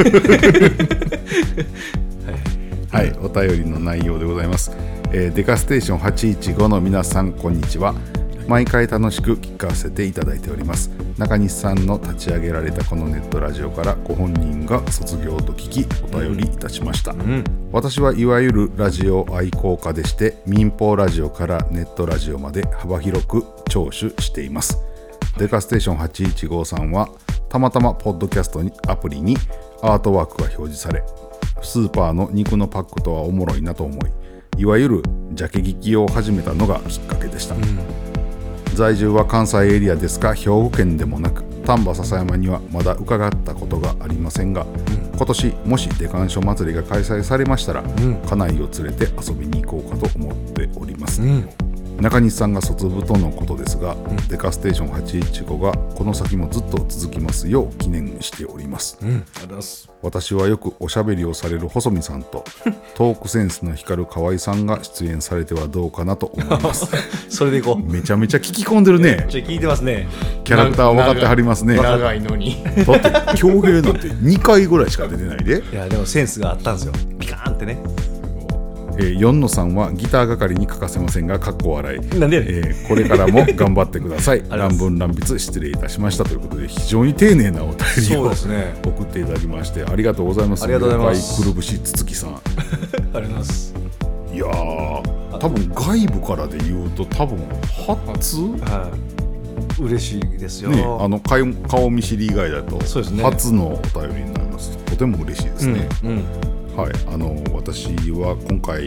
はいお便りの内容でございます、えーデカステーションはちいちごの皆さんこんにちは。毎回楽しく聞かせていただいております。中西さんの立ち上げられたこのネットラジオからご本人が卒業と聞きお便りいたしました、 うん私はいわゆるラジオ愛好家でして民放ラジオからネットラジオまで幅広く聴取しています。デカステーションはちいちごさんはたまたまポッドキャストにアプリにアートワークが表示されスーパーの肉のパックとはおもろいなと思いいわゆるジャケ聞きを始めたのがきっかけでした、うん、在住は関西エリアですが兵庫県でもなく丹波篠山にはまだ伺ったことがありませんが、うん、今年もしデカンショ祭りが開催されましたら、うん、家内を連れて遊びに行こうかと思っております、うん、中西さんが卒部とのことですが、うん、デカステーションはちいちごがこの先もずっと続きますよう記念しております、うん、ありがとうございます。私はよくおしゃべりをされる細見さんとトークセンスの光る河合さんが出演されてはどうかなと思いますそれでいこう。 めちゃめちゃ聞き込んでるね。 ちょ聞いてますね。 キャラクター分かってはりますね。 長いのにだって恭平なんてにかいぐらいしか出てないで。 いやでもセンスがあったんですよ。ピカーンってね。 えー、よんのさんはギター係に欠かせませんがかっこ笑い。 なんでやねん、 えー、これからも頑張ってください乱文乱筆失礼いたしましたということで非常に丁寧なお便りを、ね、送っていただきましてありがとうございます。 ありがとうございます。 くるぶしつつきさんありがとうございます。 いやー多分外部からで言うと多分初、 はい、嬉しいですよ、 ね、あの顔、顔見知り以外だと初のお便りになります。とても嬉しいですね、うんうん、はい、あの私は今回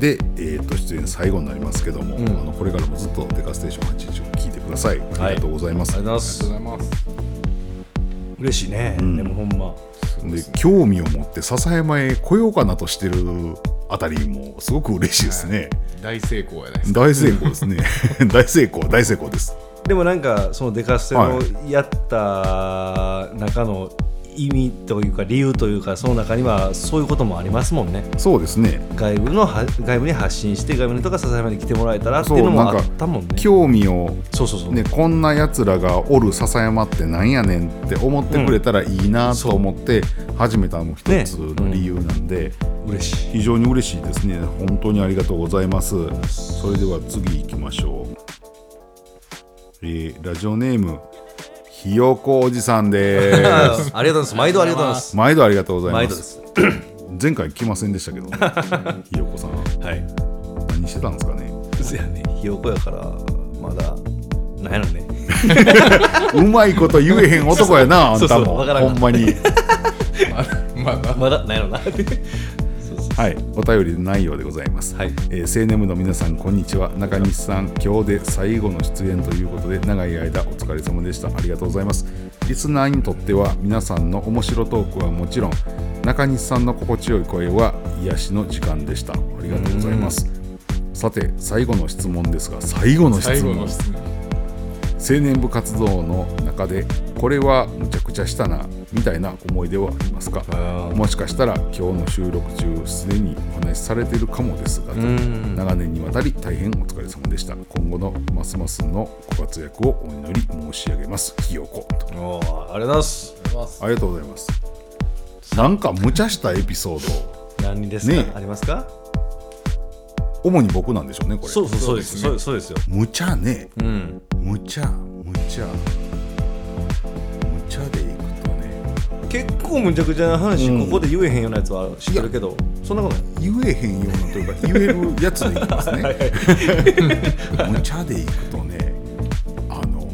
で、えー、と出演最後になりますけども、 うん、 あのこれからもずっとデカステーションはちじゅういちを聞いてください。ありがとうございます。 はい、ありがとうございます。嬉しいね、うん、でもほんまで興味を持って笹山へ来ようかなとしてるあたりもすごく嬉しいですね、 はい、大成功やないですか。 大成功ですね大成功大成功です。 でもなんかそのデカステのやった中の意味というか理由というか、その中にはそういうこともありますもんね。 そうですね。 外部の外部に発信して外部の人が笹山に来てもらえたらっていうのもあったもんね。 興味をそうそうそう、 ね、こんなやつらがおる笹山ってなんやねんって思ってくれたらいいなと思って始めたのも一つの理由なんで、ね、 うん、嬉しい、 非常に嬉しいですね。本当にありがとうございます。それでは次行きましょう。えー、ラジオネームひよこおじさんですありがとうございます。毎度ありがとうございます。 毎度ありがとうございます。 毎度です前回来ませんでしたけど、ね、ひよこさん、 はい、 何してたんですかね。 そやね、ひよこやからまだなんやろねうまいこと言えへん男やなあんたも。そうそう、ほんまにまだまだなんやろなはい、お便り内容でございます、はい。えー、青年部の皆さんこんにちは。中西さん、今日で最後の出演ということで長い間お疲れ様でした。ありがとうございます。リスナーにとっては皆さんの面白トークはもちろん、中西さんの心地よい声は癒しの時間でした。ありがとうございます。さて最後の質問ですが、最後の質問、青年部活動の中でこれはむちゃくちゃしたなみたいな思い出はありますか。もしかしたら今日の収録中すでにお話しされているかもですが、長年にわたり大変お疲れ様でした。今後のますますのご活躍をお祈り申し上げます。ひよこ。 おー、ありがとうございます。 ありがとうございます。なんか無茶したエピソード何ですか、ね、ありますか。 主に僕なんでしょうねこれ。 そうそうそうです、そうですそうですよ。 無茶ね、 うん、 無茶無茶無茶でいくとね、 結構むちゃくちゃな話、うん、ここで言えへんようなやつは知ってるけど、そんなことない。 言えへんようなというか言えるやつでいきますね無茶でいくとね、あの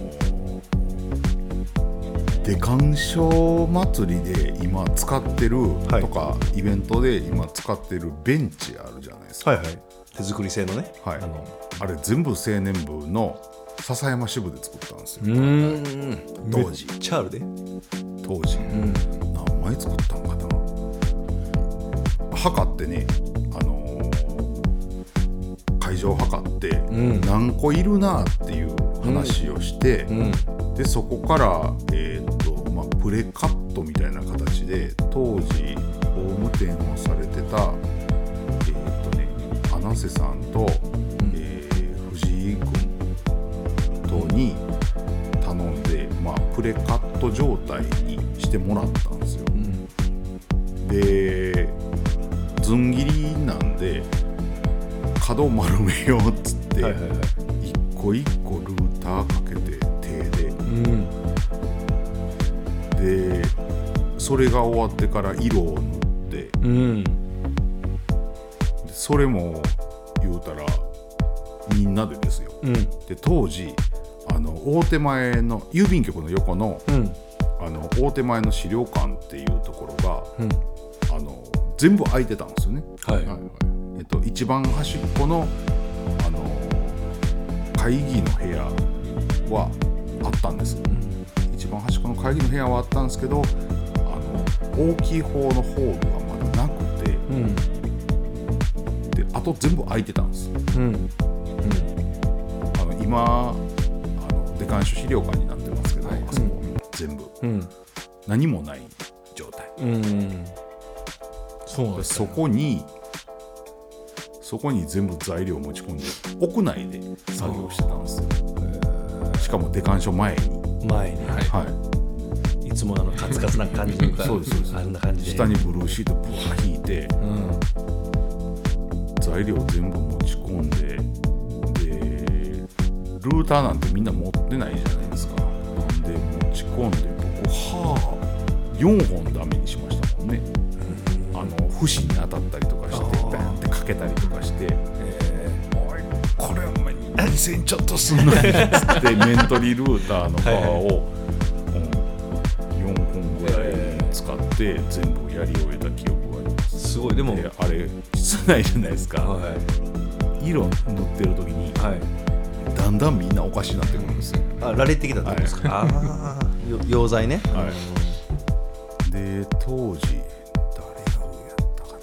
デカン賞祭りで今使ってる、はい、とかイベントで今使ってるベンチあるじゃないですか。 はいはい、手作り製のね、 はい、あのあれ全部青年部の笹山支部で作ったんですよ。 うーん、 当時めっちゃあるで当時、うん、何枚作ったんかな。測ってね、あのー、会場測って、うん、何個いるなっていう話をして、うんうん、でそこから、えーっとまあ、プレカットみたいな形で当時ホーム店をされてたえーっとね穴瀬さんと、うんえー、藤井君とに頼んで、まあ、プレカット状態にしてもらったんですよ、うん、でずん切りなんで角丸めようっつって、はいはいはい、一個一個ルーターかけて手で、うん、でそれが終わってから色を塗って、うん、それも言うたらみんなでですよ、うん、で当時あの大手前の郵便局の横の、うん、あの大手前の資料館っていうところが、うん、あの全部空いてたんですよね、はいはいはいえっと、一番端っこの、あの会議の部屋はあったんです、うん、一番端っこの会議の部屋はあったんですけど、あの大きい方のホールがまだなくて、うん、であと全部空いてたんです、うんうん、あの今あのデカンシュ資料館になってますけど、はい、あそこ全部、うん、何もない状態、うん、そうなんですね。そこにそこに全部材料を持ち込んで屋内で作業してたんですよ。しかもデカンショ前に前に、はいはい、いつもあのカツカツな感じがそうですそうですあんな感じで下にブルーシートブワー引いて、うん、材料全部持ち込んででルーターなんてみんな持ってないじゃないですか。なんで持ち込んで僕はよんほんダメにしましたもんね。あの節に当たったりとかしてバーンってかけたりとかして、えー、おいこれお前にせんちょっとすんのにっつってメントリルーターの側を、はいはいうん、よんほんぐらい使って全部やり終えた記憶があります。 すすごい。でもであれ室内じゃないですか、 は色塗ってる時にいはいだんだんみんなおかしになってくるんですよ、 あラレってきたってことですか、ああよ溶剤ね、 はい、で当時誰が上やったか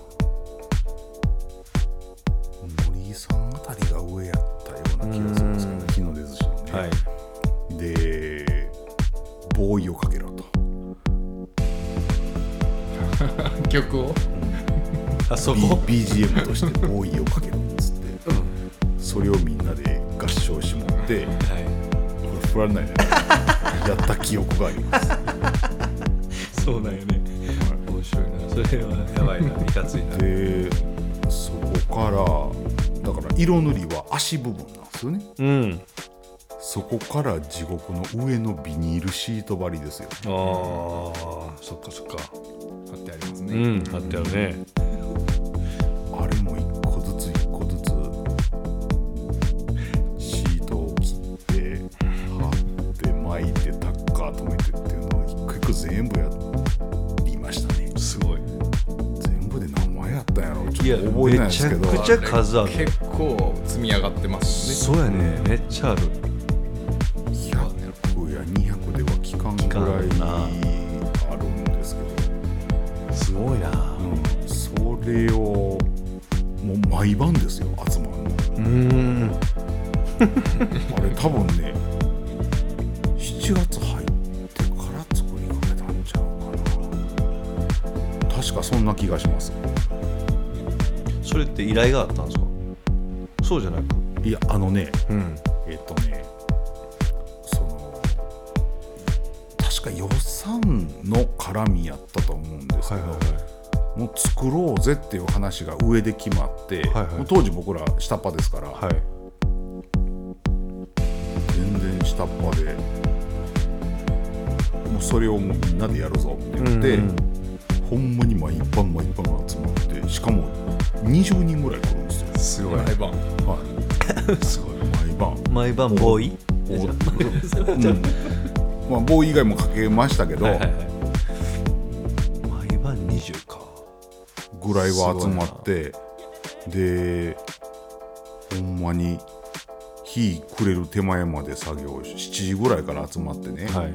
な、森井さんあたりが上やったような気がするんですけどね、日の出寿司のね、 はいでボーイをかけろと、 曲をあそ B こビージーエム としてボーイをかけろっつって、それをみんなで合唱しもって、 はこれ振られないねやった記憶があります。 いそうなんよね、面白いな、それはやばいな、いかついな。 でそこからだから色塗りは足部分なんですよね。 うん、 そこから地獄の上のビニールシート張りですよ。 ああそっかそっか、 貼ってありますね、 うん貼ってあるね。 あれも一個ずつ一個ずつシートを切って貼って巻いてタッカー止めてっていうのを一個一個全部やりましたね。 すごい。 全部で何枚やったんやろ、ちいやょっと覚えてないですけど、 めちゃくちゃ数ある。 結構積み上がってますそうやね、めっちゃある。 ひゃくやにひゃくでは期間ぐらいあるんですけど、 すごいな。 うん、それをもう毎晩ですよ集まるの。 うーんあれ多分ねしちがつ入ってから作りかけたんちゃうかな、確かそんな気がします。 それって依頼があったんですか？そうじゃなく、 いやあのねうんえっとねその確か予算の絡みやったと思うんですけど、もう作ろうぜっていう話が上で決まって、 はいはいもう当時僕ら下っ端ですから、 はい全然下っ端でもうそれをもうみんなでやるぞって言って、 うんうんほんまに毎晩毎晩集まって、しかもにじゅうにんぐらい来るんですよ。 すごい毎晩はい、すごい毎晩毎晩ボーイおうんまあ、ボーイ以外もかけましたけど、 はいはいはい、毎晩にじゅうかぐらいは集まって、でほんまに日暮れる手前まで作業ししちじぐらいから集まってね、 はい、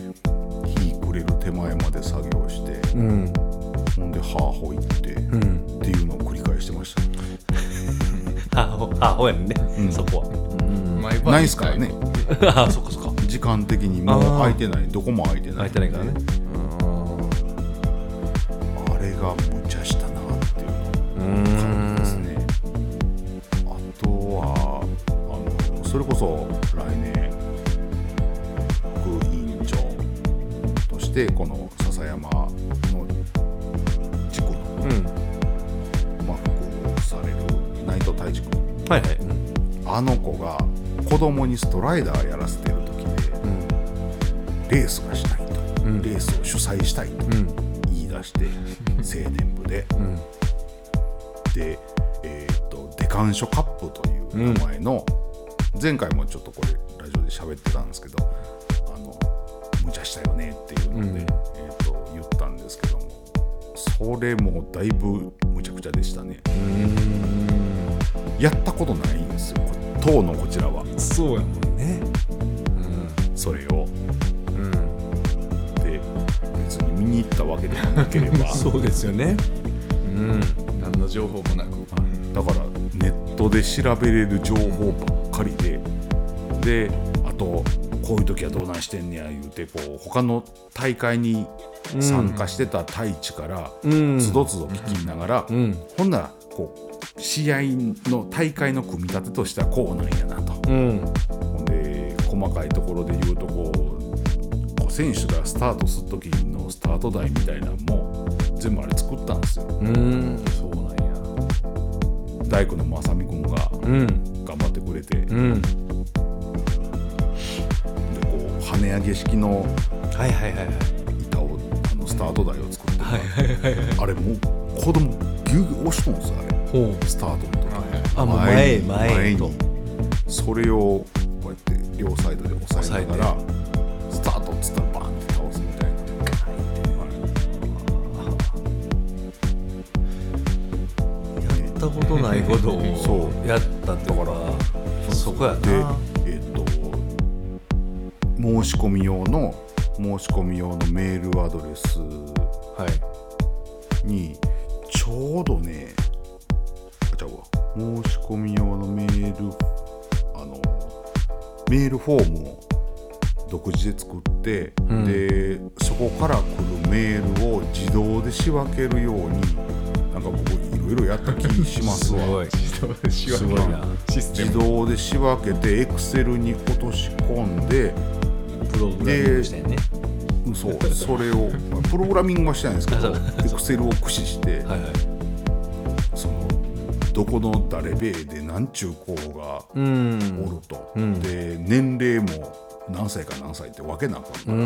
日暮れる手前まで作業して、 うんほんでハーホ行って、 うん、 っていうのを繰り返してました。 ハーホハーホやんね、うん、そこは、うん、 毎晩ないっすからねああそっかそっか、 時間的にもう空いてない、どこも空いてない空いてないからね、 あれが無茶したなっていう感じですね。あとはあのそれこそ来年副委員長としてこの笹山の地区の、 うんまあ、復興される内藤太一君、 はいはい、 あの子が子供にストライダーやらせてる時で、 うん、 レースがしたいと、 うん、 レースを主催したいと言い出して、青年部で、 うん、 で、えー、とデカンショカップという名前の、うん、前回もちょっとこれラジオで喋ってたんですけど、あの無茶したよねっていうので、うんえー、と言ったんですけども、それもだいぶ無茶苦茶でしたね。うんやったことないんですよ当のこちらは。 そうやもんね、 うん、それを、 うん、 で別に見に行ったわけでもなければそうですよね、 うん、何の情報もなく、 だからネットで調べれる情報ばっかりで、であとこういう時はどうなんしてんねや言うて、こう他の大会に参加してた太一からつどつど聞きながら、うんうん、ほんならこう試合の大会の組み立てとしてはこうなんやなと、うん、で細かいところで言うとこう、こう選手がスタートする時のスタート台みたいなのも全部あれ作ったんですよ。 うんそうなんや。 大工の正美君が頑張ってくれて、うん、でこう跳ね上げ式のはいはいはいはい板をあのスタート台を作って、 はいはいはいはい、 あれもう子供ギュウギュウ押しとんですよあれ。スタートの時、 あもう前に前前にそれをこうやって両サイドで押さえながらスタートっつったらバーンって倒すみたいな。 ことないことをそうやったってからそこやな。 でえっと申し込み用の申し込み用のメールアドレスにちょうどね、あちゃうわ申し込み用のメールあのメールフォームを独自で作って、うん、でそこから来るメールを自動で仕分けるようになんか僕いろいろやった気しますわ。 すごい自動で仕分けるシステム。 自動で仕分けてエクセルに落とし込んでプログラミングしてね。 そうそれをプログラミングはしてないんですけどエクセルを駆使して、はいはい、そのどこの誰べで何ちゅう子がおると、うん、で年齢も何歳か何歳って分けなあかんから、うん、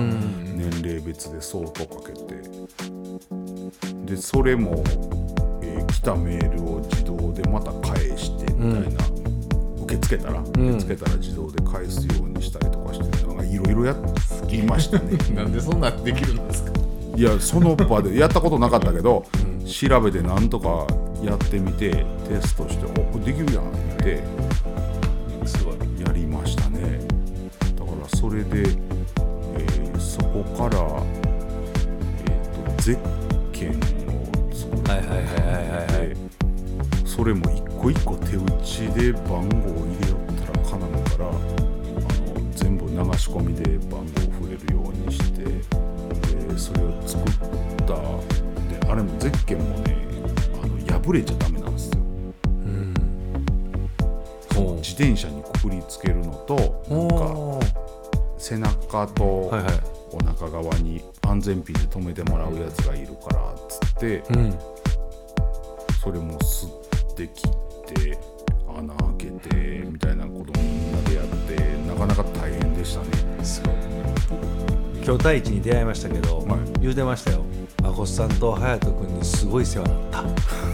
年齢別で相当かけてでそれも、えー、来たメールを自動でまた返してみたいな、うん、受け付けたら、うん、受け付けたら自動で返すようにしたりとかしてなんかいろいろやってましたね。 なんでそんなできるんですか？ いやその場でやったことなかったけど、うん、調べてなんとかやってみてテストしておこれできるやんってすごいやりましたね。だからそれで、えー、そこから、えー、とゼッケンを作って、はいはいはいはいはい、それも一個一個手打ちで番号を入れよったらかなんからあの全部流し込みで番号を振れるようにしてでそれを作ったであれもゼッケンもねあの破れちゃダメなんですよ、うん、その自転車にくくりつけるのとなんか背中とお腹側に安全ピンで留めてもらうやつがいるからっつって、うん、それも吸って切って穴開けてみたいなことをみんなでやってなかなか大変でしたね。 そう今日太一に出会いましたけど、はい、言うてましたよ。まこっさんと隼人君にすごい世話になった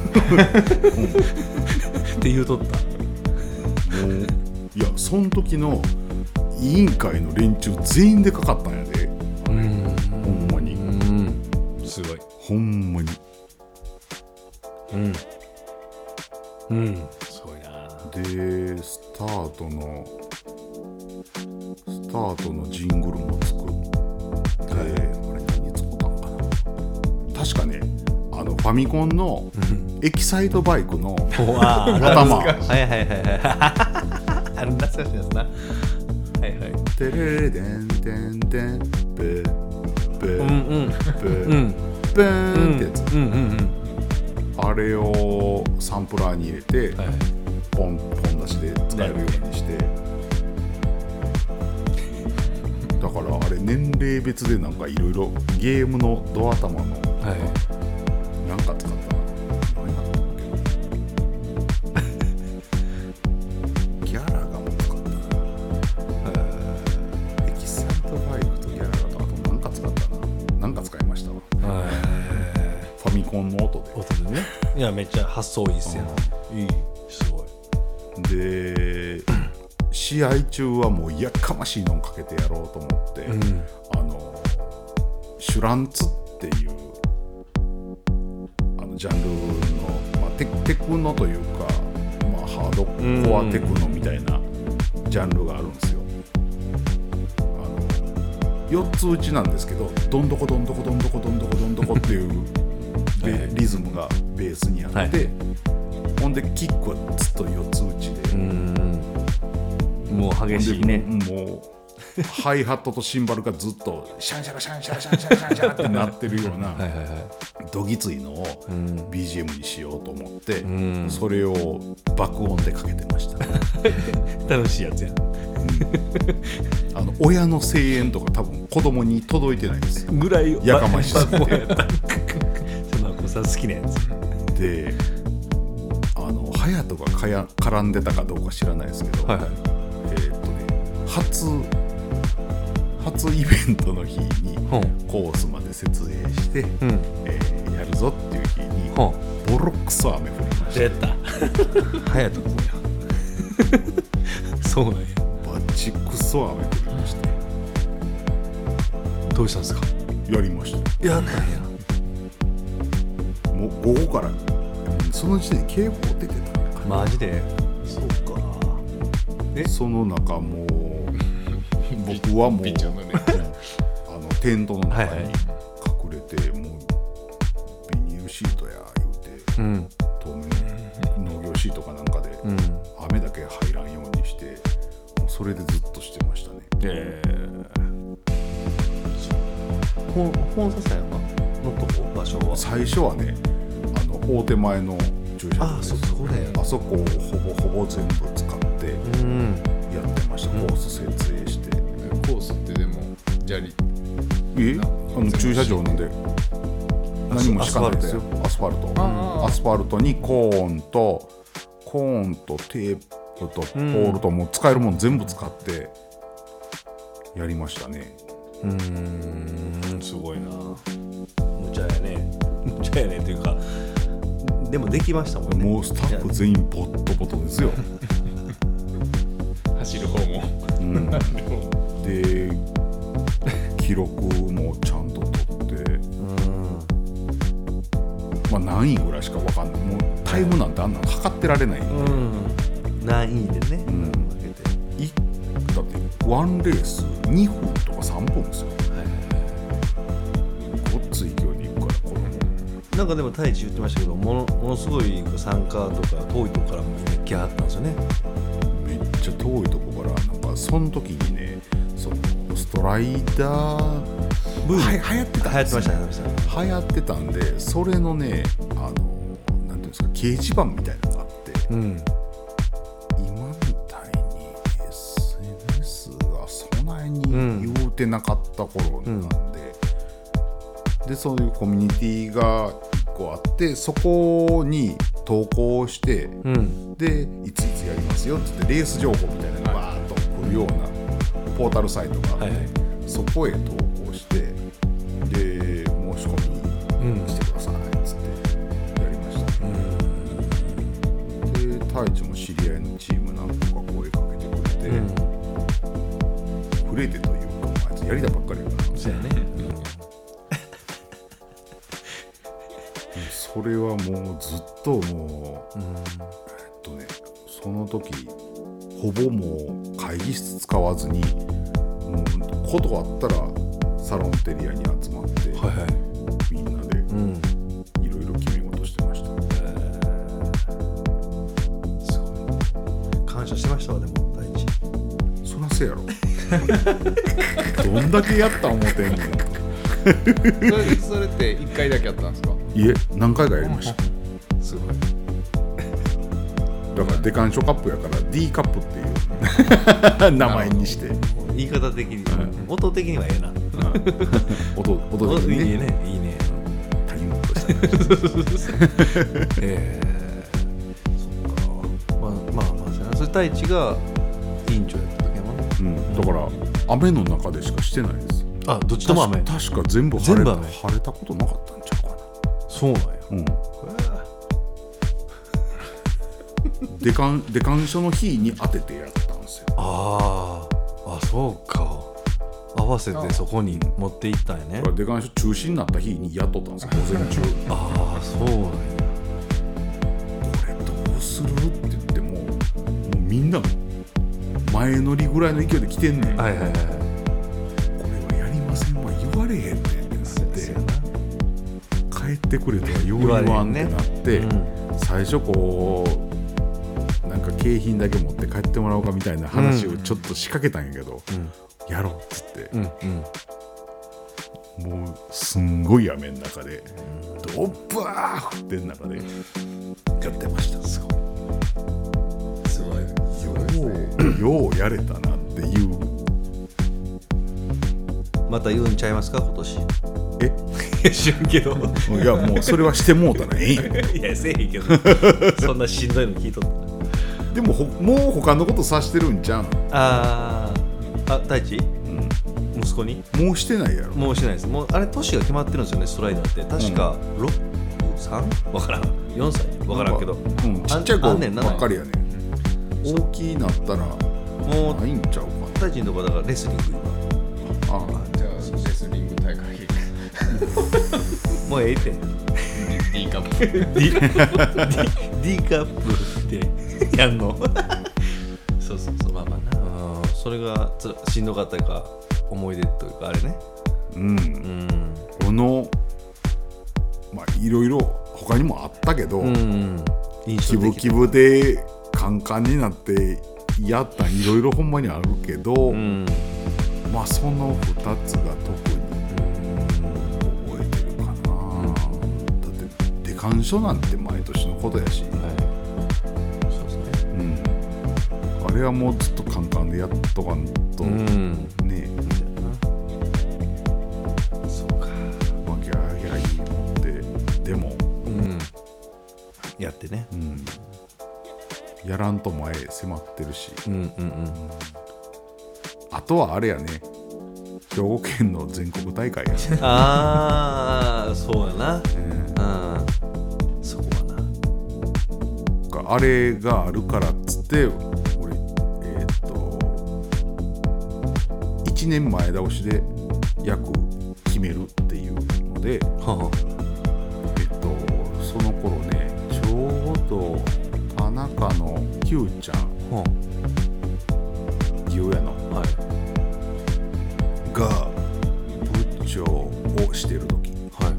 って言うとった。 もういやその時の委員会の連中全員でかかったんやで。うんほんまにうんすごいほんまにうんうんすごいな。 でスタートのスタートのジングルも作って、はい、あれ何作ったのかな。確かねあのファミコンのエキサイトバイクの頭はいはいはいはいあの懐かしいやつな。はいはい。 テレレデンデンデンブブうんうんブブーンってやつ、うんうんうん、あれをサンプラーに入れて、はい、ポンポン出しで使えるようにして、ね、だからあれ年齢別でなんかいろいろゲームのドア頭の、はい、なんか使ったな何やったっけギャラがも使ったな。エキサイトバイクとギャラがとあとなんか使ったな。なんか使いましたわ。ファミコンの音で音でね。いやめっちゃ発想いいっすよ。いいすごい。 で試合中はもうやかましいのをかけてやろうと思って、うん、あのシュランツっていうあのジャンルの、まあ、テ, テクノというか、まあ、ハードコアテクノみたいなジャンルがあるんですよ。あのよっつ打ちなんですけどどんどこどんどこどんどこどんどこどんどこっていうリズムがベースにあって、はい、ほんでキックはずっとよっつ打ちで、うんもう激しいね。 もうハイハットとシンバルがずっとシャンシャラシャンシャラシャンシャラシャンシャラってなってるようなはいはい、はい、どぎついのを ビージーエム にしようと思って、うん、それを爆音でかけてました楽しいやつやん、うん、 あの親の声援とか多分子供に届いてないですぐらいやかましすぎてその子さん好きなやつであの隼人がかや絡んでたかどうか知らないですけど、はいはいえーっとね、初初イベントの日にコースまで設営して、うんえー、やるぞっていう日にボロクソ雨降りました。 出た隼人君やそうなんや。 バチクソ雨降りました。 どうしたんですか。 やりました。 やったんや。 もう午後からその時点で警報出てたのかな。 マジでそうか。えその中もう僕はもうピッチャーのねあのテントの中にはいはい隠れて、もうビニールシートや言うて、 うん透明の農業シートかなんかで、 うん雨だけ入らんようにして、もうそれでずっとしてましたね。 えー、本本笹山のとこ場所は最初はね、あの大手前の駐車場あそです。 そこだよあそこをほぼほぼ全部使ってうんやってました。 うんコース設営して、 コースってでも砂利えあの駐車場なんで何も敷かないですよ。アスファルト、 あーアスファルトにコーンとコーンとテープとポールと、もう使えるもん全部使ってやりましたね。 うーんすごいな。無茶やね無茶やねっていうか、でもできましたもんね。 もうスタッフ全員ボットボトですよ。 走る方もうんで記録もちゃんと取って、まあ何位ぐらいしか分かんない。もうタイムなんてあんなの測ってられないんで、 うんうん何位でね、 うん負けていだってワンレースにふんとかさんぷんですよ。ごっつい勢いでいくから、これなんかでも太一言ってましたけど、ものものすごい参加とか遠いとこからみんな来はったんですよね。 めっちゃ遠いとこから、なんかその時にね、そのストライダーブームは流行ってたんですよ。 流行ってました流行ってました。 流行ってたんで、それのね、あのなんていうんですか、掲示板みたいなのがあって、 うん今みたいに エスエヌエス がそんなに言うてなかった頃なんで、うん、でそういうコミュニティがいっこあって、そこに投稿して、 うん、 でいついつやりますよってってレース情報みたいなのがバーッと来るようなポータルサイトがあって、 はいはい、 そこへ投稿して、で申し込みしてくださいっつってやりましたね。うん、で太一も知り合いのチーム何個か声かけてくれて、うん、くれてというか、あいつやりたばっかりやから、 そうやね、 それはもうずっともう、うん、えっとねその時ほぼもう会議室使わずに、もうことあったらサロンテリアに集まって、はいはい、みんなでいろいろ決め事してました。うん、 すごい感謝してましたわ。でも第一そらせやろどんだけやった思てんねんそれそれっていっかいだけやったんですか？ いえ何回かやりました。 すごい。 だからデカンショカップやから D カップっていう名前にして、 言い方的に、うん、音的にはええな、うん、 音, 音的にね、 いいねいいね、 タイムとしたええー、そっか。まあまあまあそれ太一が委員長やった時はね、 うん、だから雨の中でしかしてないです。 あ、どっちとも雨。 確か全部晴れた晴れたことなかったんちゃうかな。 そうなんや。 うん。デカンデカンショの日に当ててやったんですよ。 ああ、あ、そうか。合わせてそこに持っていったんやね。 デカンショ中止になった日にやっとったんですよ、午前中。 ああ、そうなんや。 これどうするって言っても、もうみんな前乗りぐらいの勢いで来てんねん。 はいはいはい。 これはやりませんわ言われへんねんってなって、帰ってくれとはよう言わんってなって、ね、うん、最初こうなんか景品だけ持って帰ってもらおうかみたいな話をちょっと仕掛けたんやけど、うん、やろうっつって、うんうん、もうすんごい雨の中で、うん、ドッバー降ってん中でやってました。すごいすごいすごいですね。 ようやれたなっていう。また言うんちゃいますか今年。 え知らんけどいやもうそれはしてもうたらええんやいやせえへんけどそんなしんどいの聞いとった。 でもほもう他のことさしてるんじゃん。 あーあ、太一、うん、息子にもうしてないやろ。 もうしてないです。もうあれ年が決まってるんですよね、ストライダーって確かろく、さん？わからん、よんさいわからんけど、 うん、ちっちゃい子ばっかりやね。大きいなったらもうないんちゃうかな。 太一のとこだからレスリング今。 ああ、じゃあレスリング大会もうええって D カップ D, D, D カップでやんのそうそうそう、まあまあな、うん、それがつらしんどかったか思い出というかあれね。 うん、うん、このまあいろいろ他にもあったけど、うん、キブキブでカンカンになってやったんいろいろほんまにあるけど、うん、まあそのふたつが特に覚えてるかな、うん、だってデカンショなんて毎年のことやし、はい、そうですね、うん、あれはもうずっとカンカンでやっとかんと、うん、ねえ、そうか、まあギャーギャー言い持ってでも、うん、 やってね、うん、 やらんと前迫ってるし、うんうんうん、あとはあれやね、兵庫県の全国大会やねああそうやな、えー、うん、そこはなあれがあるからっつって俺えー、っといちねんまえ倒しで役決めるっていうので、ははえっとその頃ねちょうど田中の Q ちゃん、はあ、牛屋の、はい、が部長をしてる時、はい、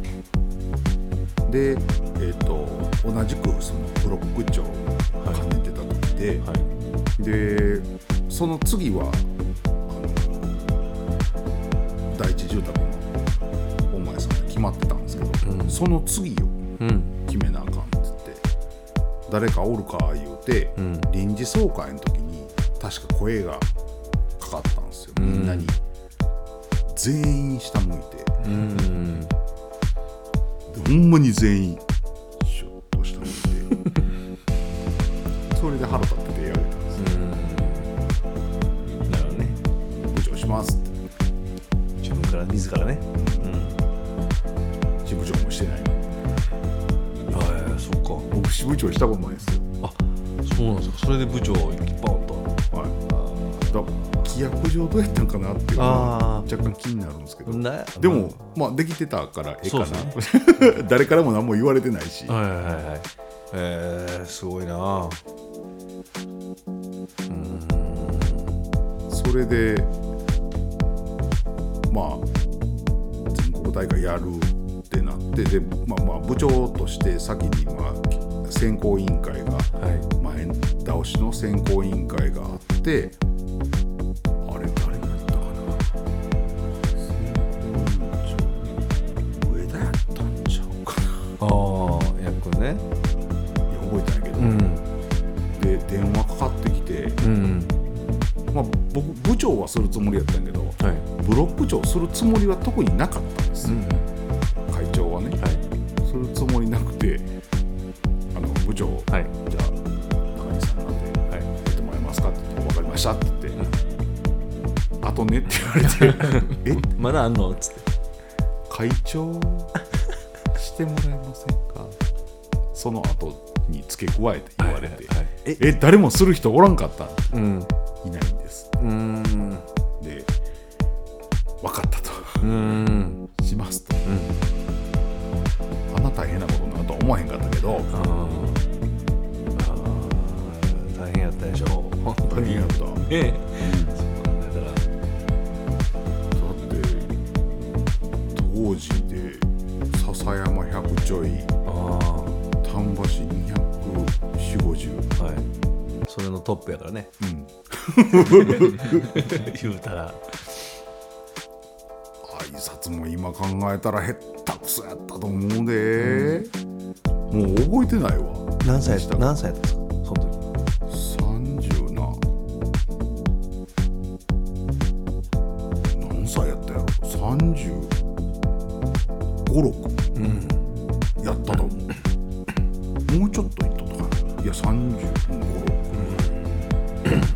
で、えー、と同じくそのブロック長を兼ねてた時で、はい、でその次はあの第一住宅の大前さんで決まってたんですけど、うん、その次を決めなあかんって言って、うん、誰かおるか言うて、うん、臨時総会の時に確か声がかかったんですよ、みんなに、うん、全員下向いて、うん、でほんまに全員シュッと下向いてそれで腹立っててやれたんですよ、 うん、なるほどね、 部長しますって自分から自らね、 うん、支部長もしてないの。 ああ、そっか、 僕支部長したことないですよ。 あ、そうなんですか。それで部長を一気ポンと、はい、 だ規約上どうやったんかなっていうのは若干気になるんですけど、でも、まあ、できてたからええかな、ね、誰からも何も言われてないし、はいはいはい、 えー、すごいな。 うん、それでまあ全国大会やるってなって、で、まあ、まあ部長として先に、まあ、選考委員会が、はい、前倒しの選考委員会があって、あれ誰がやったかな、上田やったんちゃうかな。 ああ、役ね。 いや覚えてないけど、うん、で電話かかってきて、うん、まあ、僕部長はするつもりやったんやけど、はい、ブロック長するつもりは特になかったんです、うん、会長はね、はい、するつもりなくて、あの部長、はい、じゃあ中西さんなんで、はい、やってもらえますかって言って、分かりましたって言って、うん、あとねって言われてえまだあんのっつって、 会長してもらえませんかその後に付け加えて言われて、はいはいはい、ええ誰もする人おらんかった、うん、いないんです。うーんで分かったと、うーんしますと、うん、あんな大変なことになるとは思わへんかったけど、ああ大変やったでしょ。 大変やったねえ、うん、 だからだって当時で笹山ひゃくちょい、あ丹波市にひゃくよんじゅう、ごじゅう、 はい、それのトップやからね、うん、言うたら挨拶も今考えたらへったくそやったと思うで、うん、もう覚えてないわ。 何歳やった何歳やったんですかその時。 さんじゅうな何歳やったやろ、さんじゅうご、ろく、うん、やったと思う。もうちょっといっとったかな。いやさんじゅうご、ろく、うん、ちょ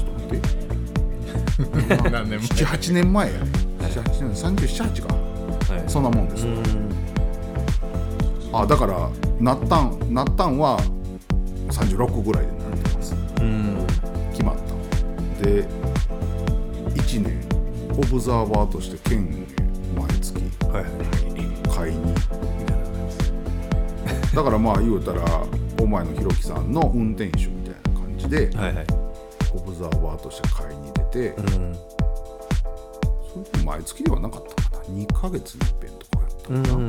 っと待って何年前なな、はちねんまえやね。なな、はちねん、さんじゅうなな、はちか、はい、そんなもんですわ。あ、だからなったんなったんはさんじゅうろくぐらいでなってます。うん、決まったでいちねんオブザーバーとして県へ毎月、はいはい、買いにみたいな感だからまあ言うたらお前のひろきさんの運転手みたいな感じで、 はいはい、 オブザーバーとして買いに出て、うん、それ毎月ではなかったかな、にかげつに一遍とかやったかな、うん、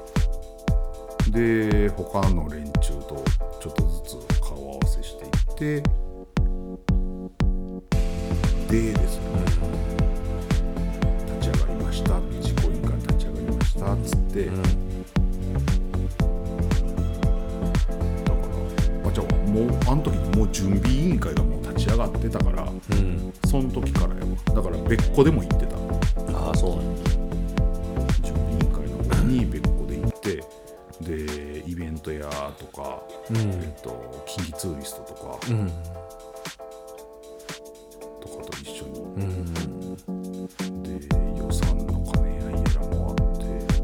で他の連中とちょっとずつ顔合わせしていってでですね、立ち上がりました、実行委員会立ち上がりましたっつって、うん、だからあじゃあもうあの時にもう準備委員会がもう立ち上がってたから、うん、その時からやわ。だから別個でも行ってた。 ああそうなんです。 準備委員会の方に別個で行ってでイベントやとか、うん、えっと近畿ツーリストとか、うん、とかと一緒に、うん、で予算の兼ね合いやらもあって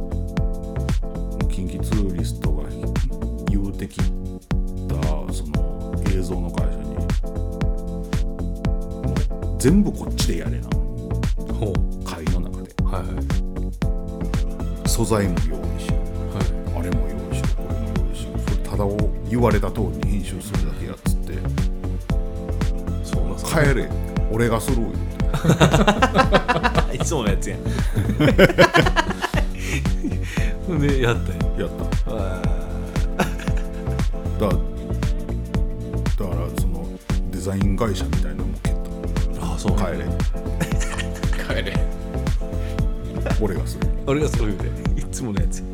近畿ツーリストが言うてきたその映像の会社にもう全部こっちでやれなほう会の中で、はいはい、素材も用意しよう、はい、あれも用意しようこれも用意しようそれただを言われた通りに編集するだけやっつってそうなん帰れ俺がするよいつものやつやんでやったよやっただだからそのデザイン会社みたいなのも蹴った。ああそう帰れ帰れ俺がする俺がそういうでいつものやつ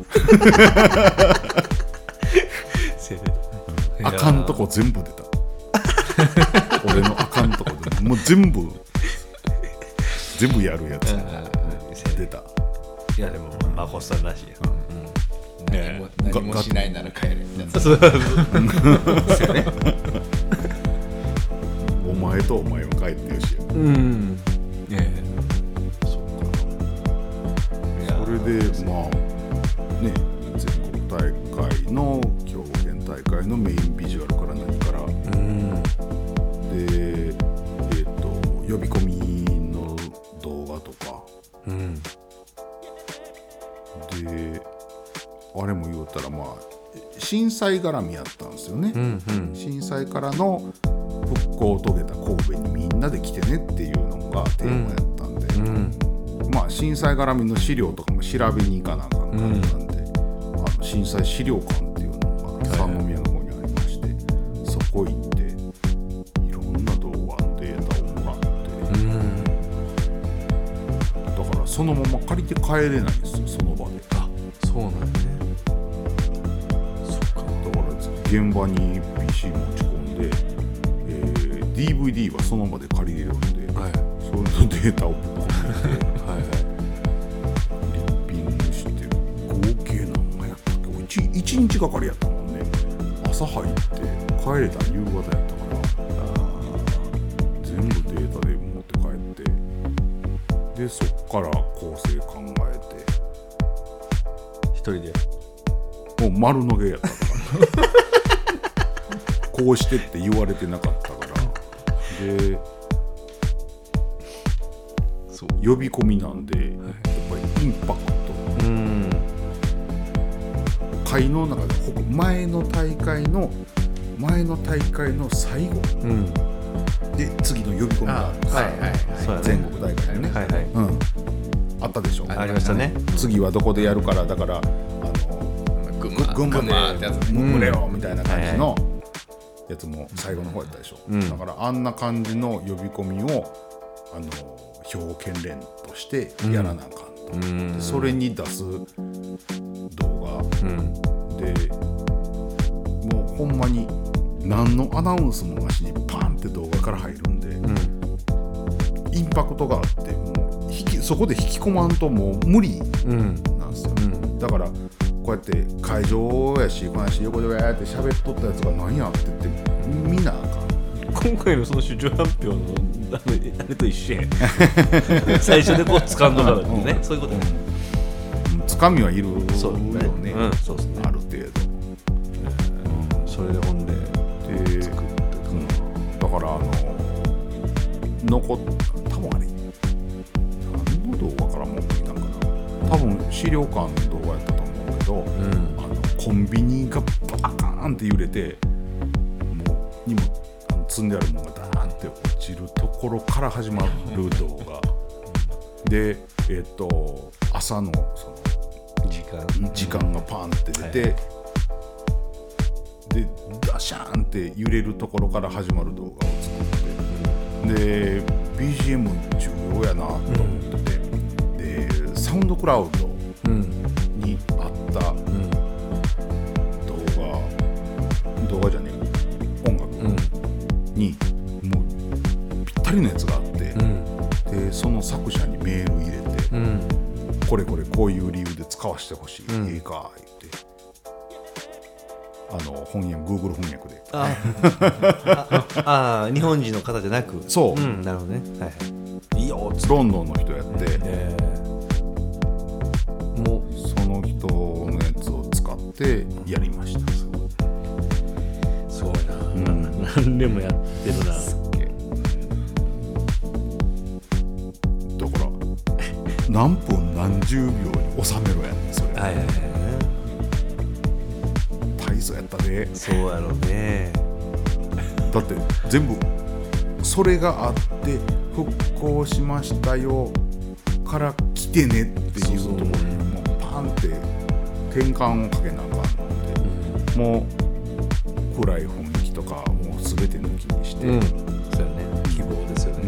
あかんとこ全部出た俺のあかんとこでもう全部全部やるやつ出た。 いやでもマコさんらしいや、 うん、何も、何もしないなら帰れみたいなそうですよねお前とお前は帰ってよしやうんいやいやそっかそれでまあね全国大会の兵庫県大会のメインビジュアルから何から、うん、でえっ、ー、と呼び込みの動画とか、うん、であれも言うたらまあ震災絡みやったんですよね、うんうん、震災からの復興を遂げた神戸にみんなで来てねっていうのがテーマやったんで、うんうん、まあ震災絡みの資料とかも調べに行かなあかんからなんで、うん、あの震災資料館っていうのが三宮の方にありまして、はい、そこ行っていろんな動画のデータをもらって、うん、だからそのまま借りて帰れないんですよその場で。 あそうなんですね。 そっかだから現場に ピーシー 持ち込んでディーブイディー はその場で借りれるんで、はい、それのデータをぶっ込んではい、はい、リッピングして合計何枚やったっけ 1, 1日がかりやったもんね。朝入って帰れた夕方やったから全部データで持って帰ってでそっから構成考えて一人でもう丸投げやったからこうしてって言われてなかったからでそう呼び込みなんで、はい、やっぱりインパクトうん会の中で前の大会の前の大会の最後、うん、で次の呼び込みがあるんです、はいはいはい、全国大会でね、はいはいうん、あったでしょ。 ありましたね。 次はどこでやるからだからあの群馬で群れよみたいな感じのやつも最後の方やったでしょ、うん、だからあんな感じの呼び込みをあの兵庫県連としてやらなあかんと、うん、でそれに出す動画、うん、でもうほんまに何のアナウンスもなしにパンって動画から入るんで、うん、インパクトがあってもう引きそこで引き込まんともう無理なんですよ、うん、だからこうやって会場やしこの話横でわーって喋っとったやつが何やって言って見なあかん。 今回のその主張発表のあれと一緒や最初でこう掴んどかなってね、うん、そういうことね、 うん、掴みはいるよね、 そうね、うん、そうですねある程度、 うん、それでほんでで作って、うん、だからあの残った多分あれ何の動画から持ってきたんかな、多分資料館の動画やったと思うけど、うん、あのコンビニがバーンって揺れてもう荷物あの積んであるものがダーンって落ちるところから始まる動画で、えっと朝のその時間時間がパーンって出て、はいでダシャーンって揺れるところから始まる動画を作って、で ビージーエム 重要やなと思ってて、うん、でサウンドクラウドにあった動画、うん、動画じゃねえ音楽にもうぴったりのやつがあって、うん、でその作者にメール入れて、うん、これこれこういう理由で使わせてほしい、うん、ええか言って。あの翻訳 Google 翻訳であああ日本人の方じゃなくそう、 うん、なるほどね、はいはい、いいよロンドンの人やって、 えー、 もうその人のやつを使ってやりました。すごいすごいな、うん、何でもやってるな。すっげえだから何分何十秒に収めろやねんそれ。 はいはいはい。 そうやったで。 そうやろうね。 だって全部それがあって復興しましたよから来てねっていうところにもうパンって転換をかけなあかんので、うん、もう暗い雰囲気とかもう全て抜きにして、 うん、そうやね、希望ですよね、うん、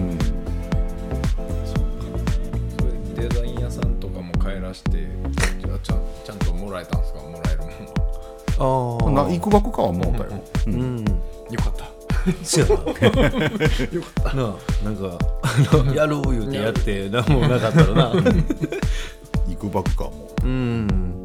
それデザイン屋さんとかも帰らしてじゃあちゃん、ちゃんともらえたんですか？もらえるものはあな幾ばくかはもうたよ、うんうんうん、 よかったそうやなよかったな、なんかやろう言うてやって何もなかったらな幾ばくかもう、 うん、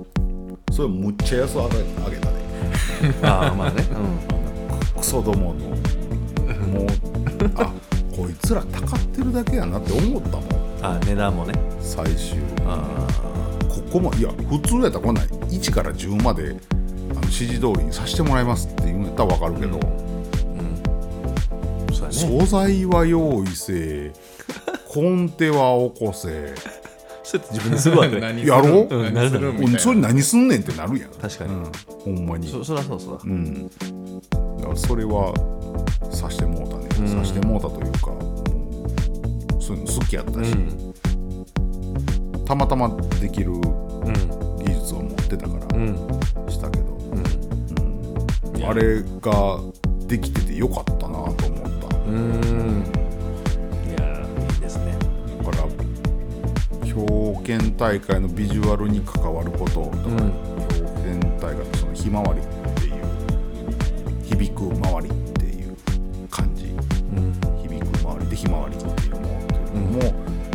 それむっちゃ安上げたねああまあね、 うん、クソどものもうあこいつらたかってるだけやなって思ったもん。 あ値段もね最終あここもいや普通やったらこんなんいちからじゅうまで指示通りにさせてもらいますって言うんやったら分かるけど、うんうんそうね、素材は用意せコンテは起こせそうやって自分でするわけやろう、 うん、なるなるうん、それ何すんねんってなるやん。 確かに、うん、 ほんまにそ, そらそうそうだ、うん、 だからそれはさしてもうたね、うん、さしてもうたというかもうそういうの好きやったし、うん、たまたまできる技術を持ってたからしたけど、うんうん、あれができててよかったなと思った。 うんいやいいですね。 だから表現大会のビジュアルに関わることとか、うん、表現大会のそのひまわりっていう響く周りっていう感じ、うん、響く周りでひまわりっていうものっていうのも、うん、あ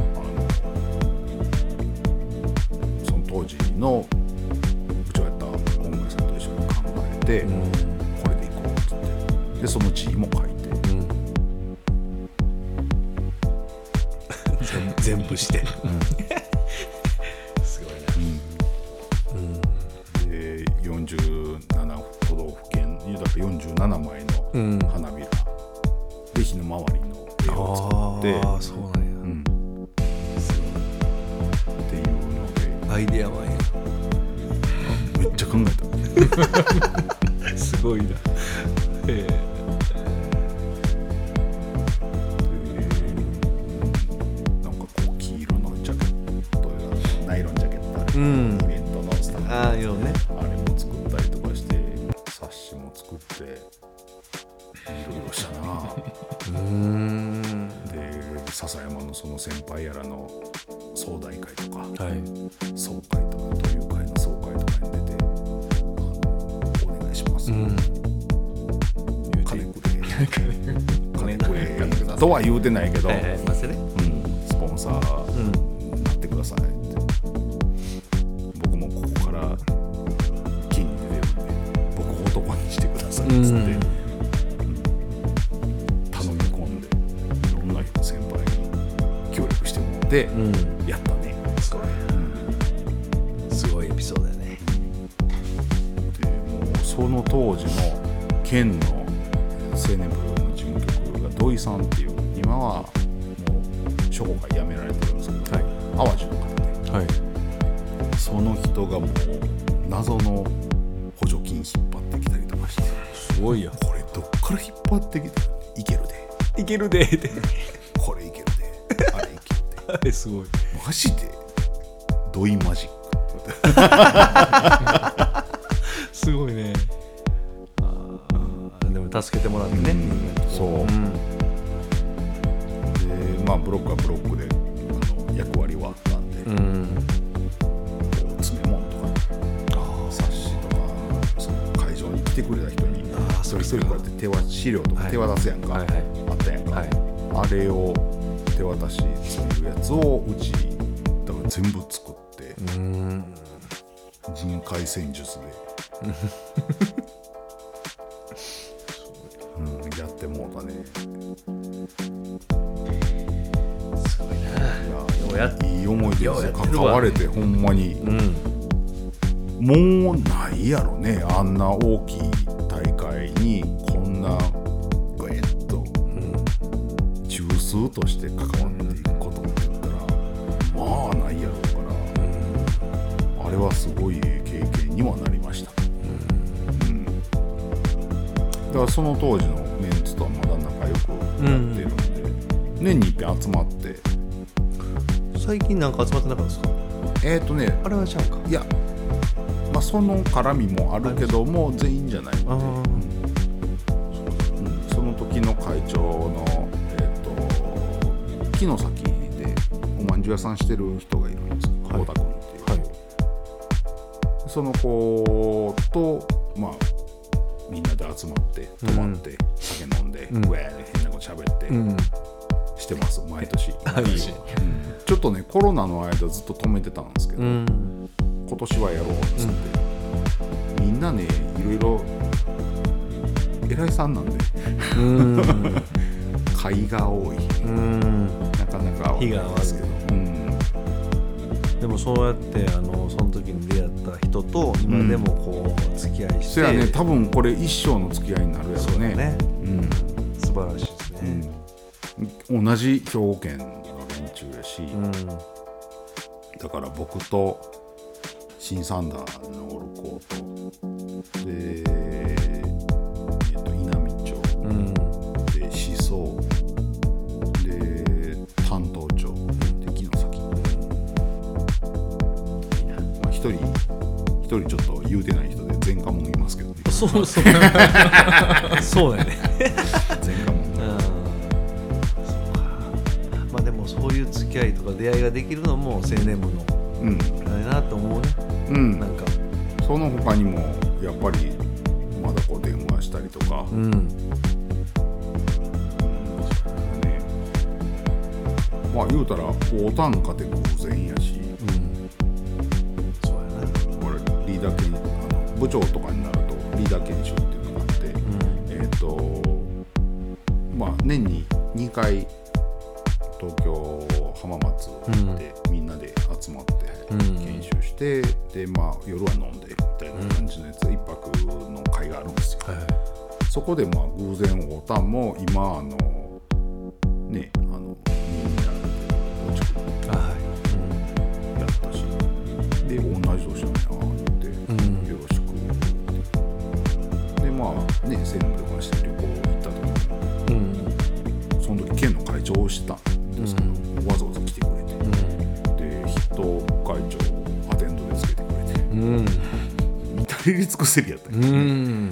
のその当時の部長やった音楽さんと一緒に考えて、うん、これでいこうっつってでその字も書いて、うん全部して、うん、すごいな、うんうん、でよんじゅうなな都道府県だからよんじゅうななまいの花びら、うん、で日の周りの絵を作ってああそうなんや、うん、 っていうのでアイデアはえめっちゃ考えたすごいなえーうん、 イベントのスタッフああよねあれも作ったりとかして冊子も作っていろいろしたなうーんで笹山のその先輩やらの総大会とか、はい、総会とかという会の総会とかに出てあのお願いします、うん、金くれ金くれとは言うてないけど、 はいはいまあねうん、スポンサー、うんなってくださいって僕もここから金に出るんで僕を男にしてくださいっつって、うんうん、頼み込んでいろんな先輩に協力してもらって、うん、やったねすごい、うん、すごいエピソードだよねでもうその当時の県の青年部の事務局が土井さんっていう今はもう諸国が辞められてるんですけど、はい淡路の方で、はい、その人がもう謎の補助ごいよ。 これどっから引っ張ってきていけるでいけるでってこれいけるであれいけるであれすごい。 マジでドイマジックすごいね。あでも助けてもらってね、 そう、 うん、 でまあブロックはブロックであの役割はあったんで、 うん、 こう詰め物とか冊子とかその会場に来てくれた人にあ一人一人こうやって手渡資料とか手渡すやんか、 はいはいはい、 あったやんか、 はい、 あれを手渡しするやつをうちだから全部作って、 うん、 人海戦術で、うん、やってもうたね。 すごいな。 いやようやいい思い出ですよ。 ようやってる関わわれてほんまに、 うん、 もうないやろね。あんな大きい大会にこんなグエッと、うん、中枢として関わっていくことって言ったら、まあないやろうから、うん、あれはすごい経験にはなりました、うんうん、だからその当時のメンツとはまだ仲良くやってるんで、うん、年に一遍集まって。 最近なんか集まってなかったですか？ えっ、ー、とねあれはちゃうか。 いや、まあ、その絡みもあるけども全員じゃないので、うん、その時の会長の、えー、と木の先でおまんじゅう屋さんしてる人がいるんですよ、久保田君っていう、はい、その子と、まあ、みんなで集まって泊まって、うん、酒飲んで、うん、ウェーで変なこと喋って、うんしてます毎年、はいうん、ちょっとねコロナの間ずっと止めてたんですけど、うん、今年はやろうっつって、うん、みんなねいろいろ偉いさんなんでうん会が多い、うん、なかなか合わないですけど、うん、 でもそうやってあのその時に出会った人と今でもこう付き合いして、 うん、そやね多分これ一生の付き合いになるやろうね、 ね、うん、素晴らしいですね、 うん、同じ兵庫県の連中やし、うん、だから僕と新三田のおる子とで、えっと、稲美町、うん、で宍粟で丹東町で木の先、まあ、一人一人ちょっと言うてない人で前科者いますけどね。 そうそうそうだよね前科者でもそういう付き合いとか出会いができるのも青年部のあれなと思うね、うん、なんかその他にもやっぱりまだこう電話したりとか、うんうんね、まあ言うたら大単価で偶然やし、うん、 そうやなこれリーダー研あの部長とかになるとリーダー研修っていうのがあって、うん、えっとまあ年ににかい東京浜松でみんなで集まって研修して、うん、でまあ夜は飲んでみたいな感じのやつ、うん、一泊の会があるんですよ、はい、そこでまあ偶然会うたんも今あのねあのみんなで構築やったし、で同じ年だねなって、うん、よろしくってでまあねセレブでこうして旅行行った時も、うん、その時県の会長をしてたですけど、うん、わざわざ来てくれて、うん、で筆頭会長アテンドでつけてくれて、うん、至れり尽くせりやったけどね、うんうん、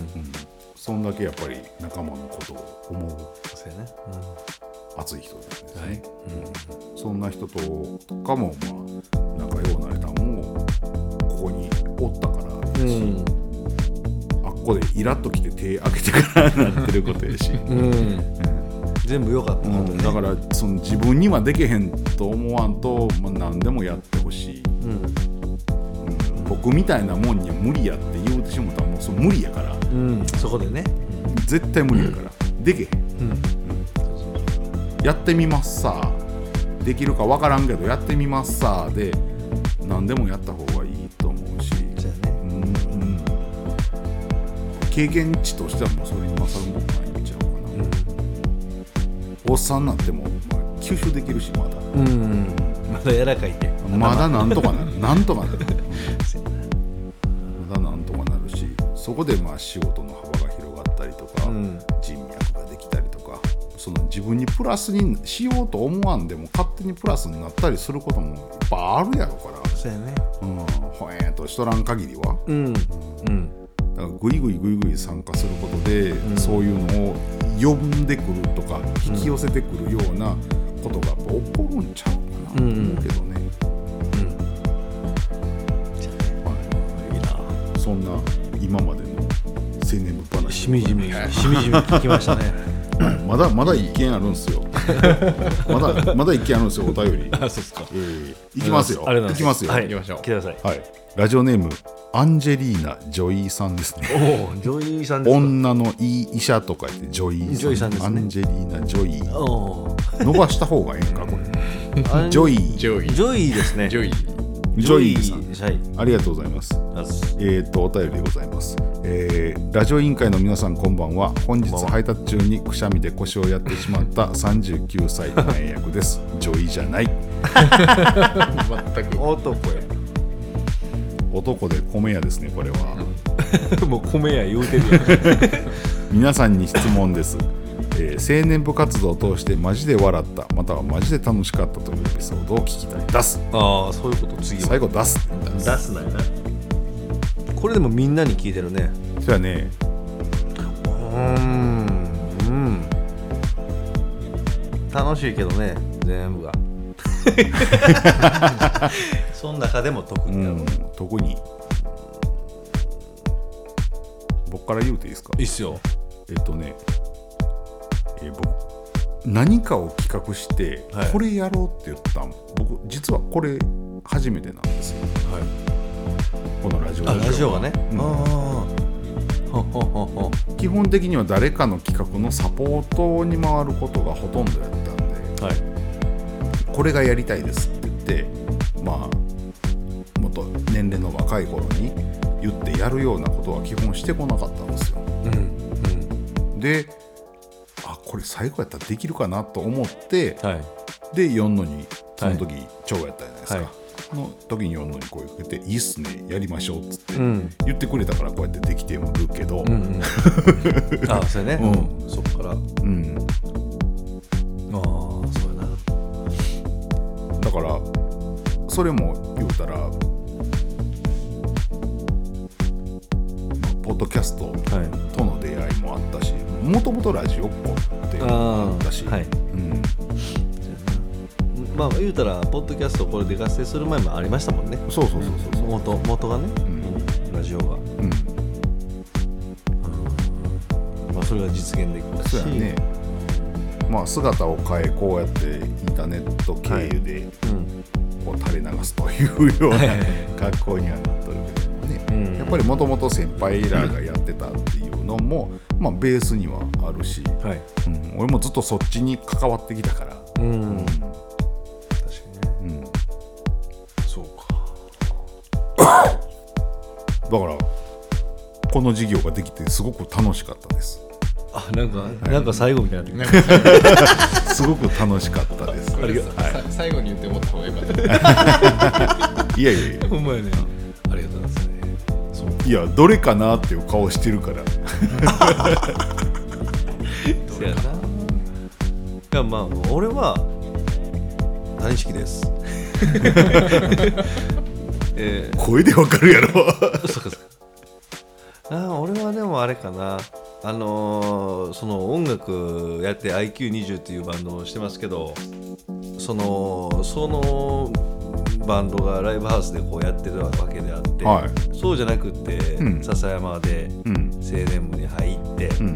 そんだけやっぱり仲間のことを思う、そうやね、うん、熱い人なんですね、はいうん、そんな人とかもまあ仲良くなれたのもここにおったからやし、うん、あっこでイラッと来て手開けてからなってることやし、うん全部良かったなと、ねうん、だからその自分にはできへんと思わんと、まあ、何でもやってほしい、うんうん、僕みたいなもんには無理やって言うてしもたらもうそ無理やから、 うん、そこでね、 絶対無理やから、うん、できへん、うんうん、やってみますさできるか分からんけどやってみますさで何でもやった方がいいと思うし、じゃあね、うんうん、経験値としてはもうそれに勝るもんないんちゃうかな、うん、おっさんになっても、まあ、吸収できるしまだ、うんうん、 まだ柔らかいね、 まだなんとかなるなんとかなるまだなんとかなるし、そこでまあ仕事の幅が広がったったりとか、 うん、 人脈ができたりとか、その自分にプラスにしようと思わんでも勝手にプラスになったりすることもいっぱいあるやろから、 そうやね、 うん、ほえーっとしとらん限りは、 うんうん、 だからグイグイグイグイ参加することで、うん、そういうのを呼んでくるとか引き寄せてくるようなことがやっぱ起こるんちゃうかなと思うけどね、うんうん、いいな。そんな今までの青年部話しみじみしみじみ聞きましたねまだまだ一件あるんですよまだまだ一件あるんですよ、お便り。 あ、そうですか。 えー、いきますよ。いきますよ。 はい、 行きましょう。 来てください。 はい。ラジオネームアンジェリーナ・ジョイーさんですね。 おお、ジョイーさんですか。 女のいい医者とか言ってジョイーさん。 ジョイさんですね。 アンジェリーナ・ジョイー。 お伸ばした方がいいんかこれ。ジョイー。 ジョイジョイですね。 ジョイジョイーさん、 はい、 ありがとうございます。えー、とお便りでございます、えー。ラジオ委員会の皆さんこんばんは。本日配達中にくしゃみで腰をやってしまったさんじゅうきゅうさいの前役です。ジョイじゃない。 全く男や。 男で米屋ですね、これは。 もう米屋言うてるやん。 皆さんに質問です。えー、青年部活動を通してマジで笑ったまたはマジで楽しかったというエピソードを聞きたい。出す。 ああ、そういうこと。次は最後出す。 出すなんやな。これでもみんなに聞いてるね。 そうやね。 うーん、うん、楽しいけどね、全部がその中でも特に、うん、 特に僕から言うていいですか。 いいっすよ。 えっとねえー、僕何かを企画して、はい、これやろうって言ったん僕実はこれ初めてなんですよ、はい、このラジオあラジオがね、うん、あほほほほ基本的には誰かの企画のサポートに回ることがほとんどやったんで、はい、これがやりたいですって言ってまあもっと年齢の若い頃に言ってやるようなことは基本してこなかったんですよ、うんうん、であこれ最後やったらできるかなと思って、はい、でよんのにその時、はい、長やったじゃないですか、はい、の時によんのに声かけていいっすねやりましょうっつって、うん、言ってくれたからこうやってできてもるけど、うんうん、 あそれね、うん、そっからうんああそうやな。だからそれも言うたらポッドキャストとの出会いもあったし、もともとラジオっ子ってあったし、はいうん、 まあ言うたらポッドキャストこれで合成する前もありましたもんね。 そうそうそうそう、 元元がね、うん、ラジオが、うんうん、まあそれが実現できたし、そうやね。 まあ姿を変えこうやってインターネット経由でこう垂れ流すというような格好にはなっとるけど。うん、やっぱりもともと先輩らがやってたっていうのも、まあ、ベースにはあるし、はいうん、俺もずっとそっちに関わってきたから、うんうん、確かにね、うん、そうかだからこの授業ができてすごく楽しかったです。 あなんか、はい、なんか最後みたいなすごく楽しかったです。 ありがとう、はい、最後に言って思った方がよかったいやいやいやほんまやね、ありがとうございます。 いやどれかなっていう顔してるからそうやな。いやまあ俺は谷敷です、 えー、声でわかるやろそうかそうか。あ俺はでもあれかな、あのー、その音楽やって アイキューにじゅう っていうバンドをしてますけど、そのそのバンドがライブハウスでこうやってるわけであって、はい、そうじゃなくて、うん、笹山で青年部に入って、うん、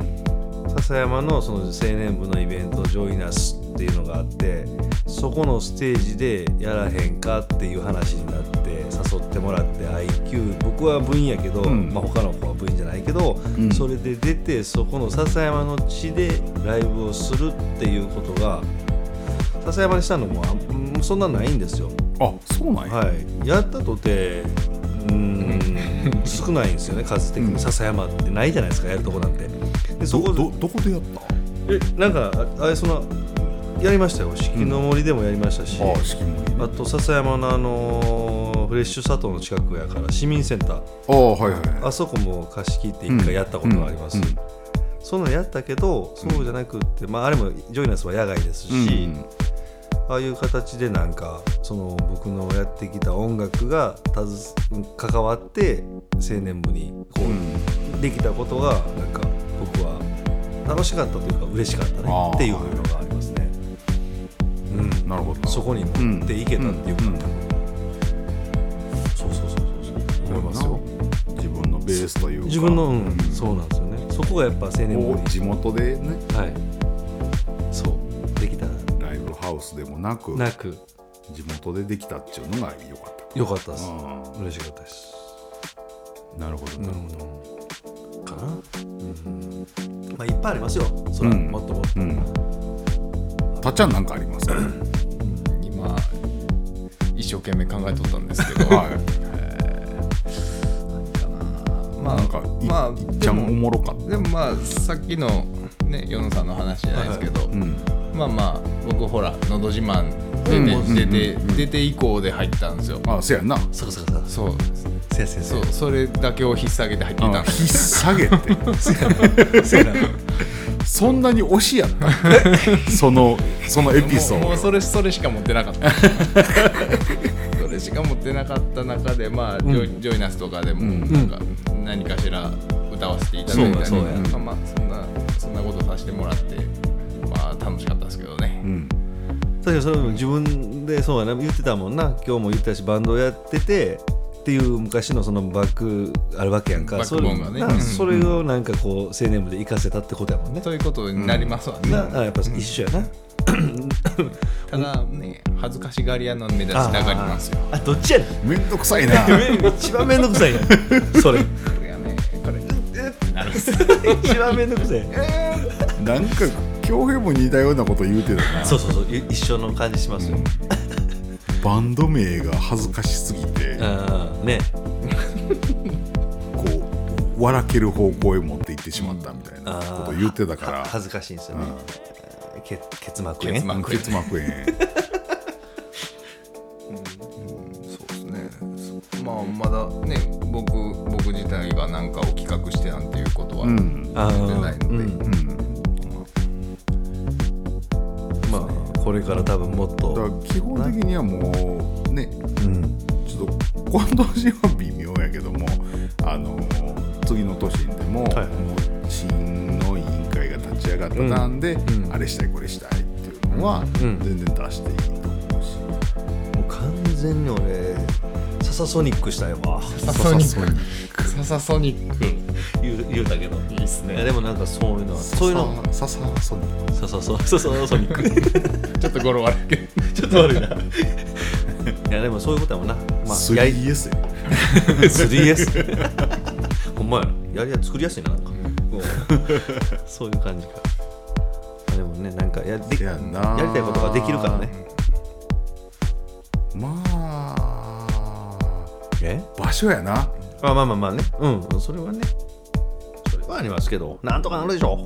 笹山のその青年部のイベントジョイナスっていうのがあって、そこのステージでやらへんかっていう話になって誘ってもらって アイキュー 僕は部員やけど、うんまあ、他の子は部員じゃないけど、うん、それで出てそこの笹山の地でライブをするっていうことが笹山にしたのもそんなないんですよ。 あ、そうなんや。 はい、やったとてうーん少ないんですよね、数的に、うん、笹山ってないじゃないですか、やるとこなんて。 でそこ ど, ど, どこでやった？ えなんか あ, あれそのやりましたよ、四季の森でもやりましたし、うん、あ, 四季森、ね、 あと笹山のあのー、フレッシュ佐藤の近くやから市民センター、 あ、はいはい、 あそこも貸し切って一回やったことがあります、うんうん、 そんなのやったけどそうじゃなくって、まあ、あれもジョイナスは野外ですし、うんああいう形でなんかその僕のやってきた音楽がたず関わって青年部にこうできたことがなんか僕は楽しかったというか嬉しかったねっていうのがありますね。 うん、なるほど。 そこに持っていけたっていうか、うんうん、そうそうそうそう思いますよ。 自分のベースというか自分の、うん、そうなんですよね。そこがやっぱ青年部に地元でね、 はい、そうできた。 ハウスでもなくなく地元でできたっていうのが良かった良かったです。嬉しかったです。 なるほどなるほど、うん、かな、うんまあいっぱいありますよそれは、うん、もっともっと、うん、 たっちゃんなんかありますか、うん、 今一生懸命考えとったんですけど、はいえー、何かなまあなんかい、まあ、いっちゃんおもろかったでもまあさっきのね与野さんの話じゃないですけど、はいはいうんまあまあ僕ほらのど自慢で、ねうん、出て、うん、出て以降で入ったんですよ。 ああそうやんな。 そうそうそうそうせやせやせやそうそれだけを引っ提げて入っていたんです。 引っ提げてせやなそんなに推しやったそのそのエピソードもう、もうそれそれしか持ってなかったそれしか持ってなかった中でまあ、うん、ジョイ、ジョイナスとかでもなんか何かしら歌わせていただいたり、そうやそうやまあまあそんなそんなことさせてもらってまあ楽しかったですけどね、うん、 確かにそれも自分でそうやな言ってたもんな今日も言ったしバンドやっててっていう昔のそのバックあるわけやんかバックボーンがねそ, れそれをなんかこう青年部で活かせたってことやもんねということになりますわね、 うん、やっぱ一緒やな、うん、 ただね恥ずかしがり屋の目立ちたがりますよあ, あどっちやねんめんどくさいな一番めんどくさいやんそれこれがねこれなる一番めんどくさいなんか恭平も似たようなこと言うてたなそうそうそう一緒の感じしますよ、うん、 バンド名が恥ずかしすぎてあねこう笑ける方向へ持っていってしまったみたいなこと言ってたから恥ずかしいんですよね、うん、け結膜炎結膜炎、結膜炎うんうん、そうですねまあまだね僕僕自体が何かを企画してなんていうことは出ないので、うんうんこれから多分もっとだから基本的にはもうね、うん、ちょっと今年は微妙やけどもあの次の年にでも、はい、もう新の委員会が立ち上がった段で、うん、あれしたいこれしたいっていうのは、うん、全然出していいと思うし、 もう完全に俺ササソニックしたいわササソニックササソニック言う、言うたけどいいっすね。 でもなんかそういうのはそういうのササソニックササソササソニックちょっと語呂悪いけどちょっと悪いないやでもそういうことやもんな、まあ、 スリーエススリーエス ほんまやなやりや作りやすいななんか、うん、そういう感じかでもねなんか や, でや, やりたいことができるからねまあえ場所やなあまあまあまあねうんそれはねそれはありますけどなんとかなるでしょ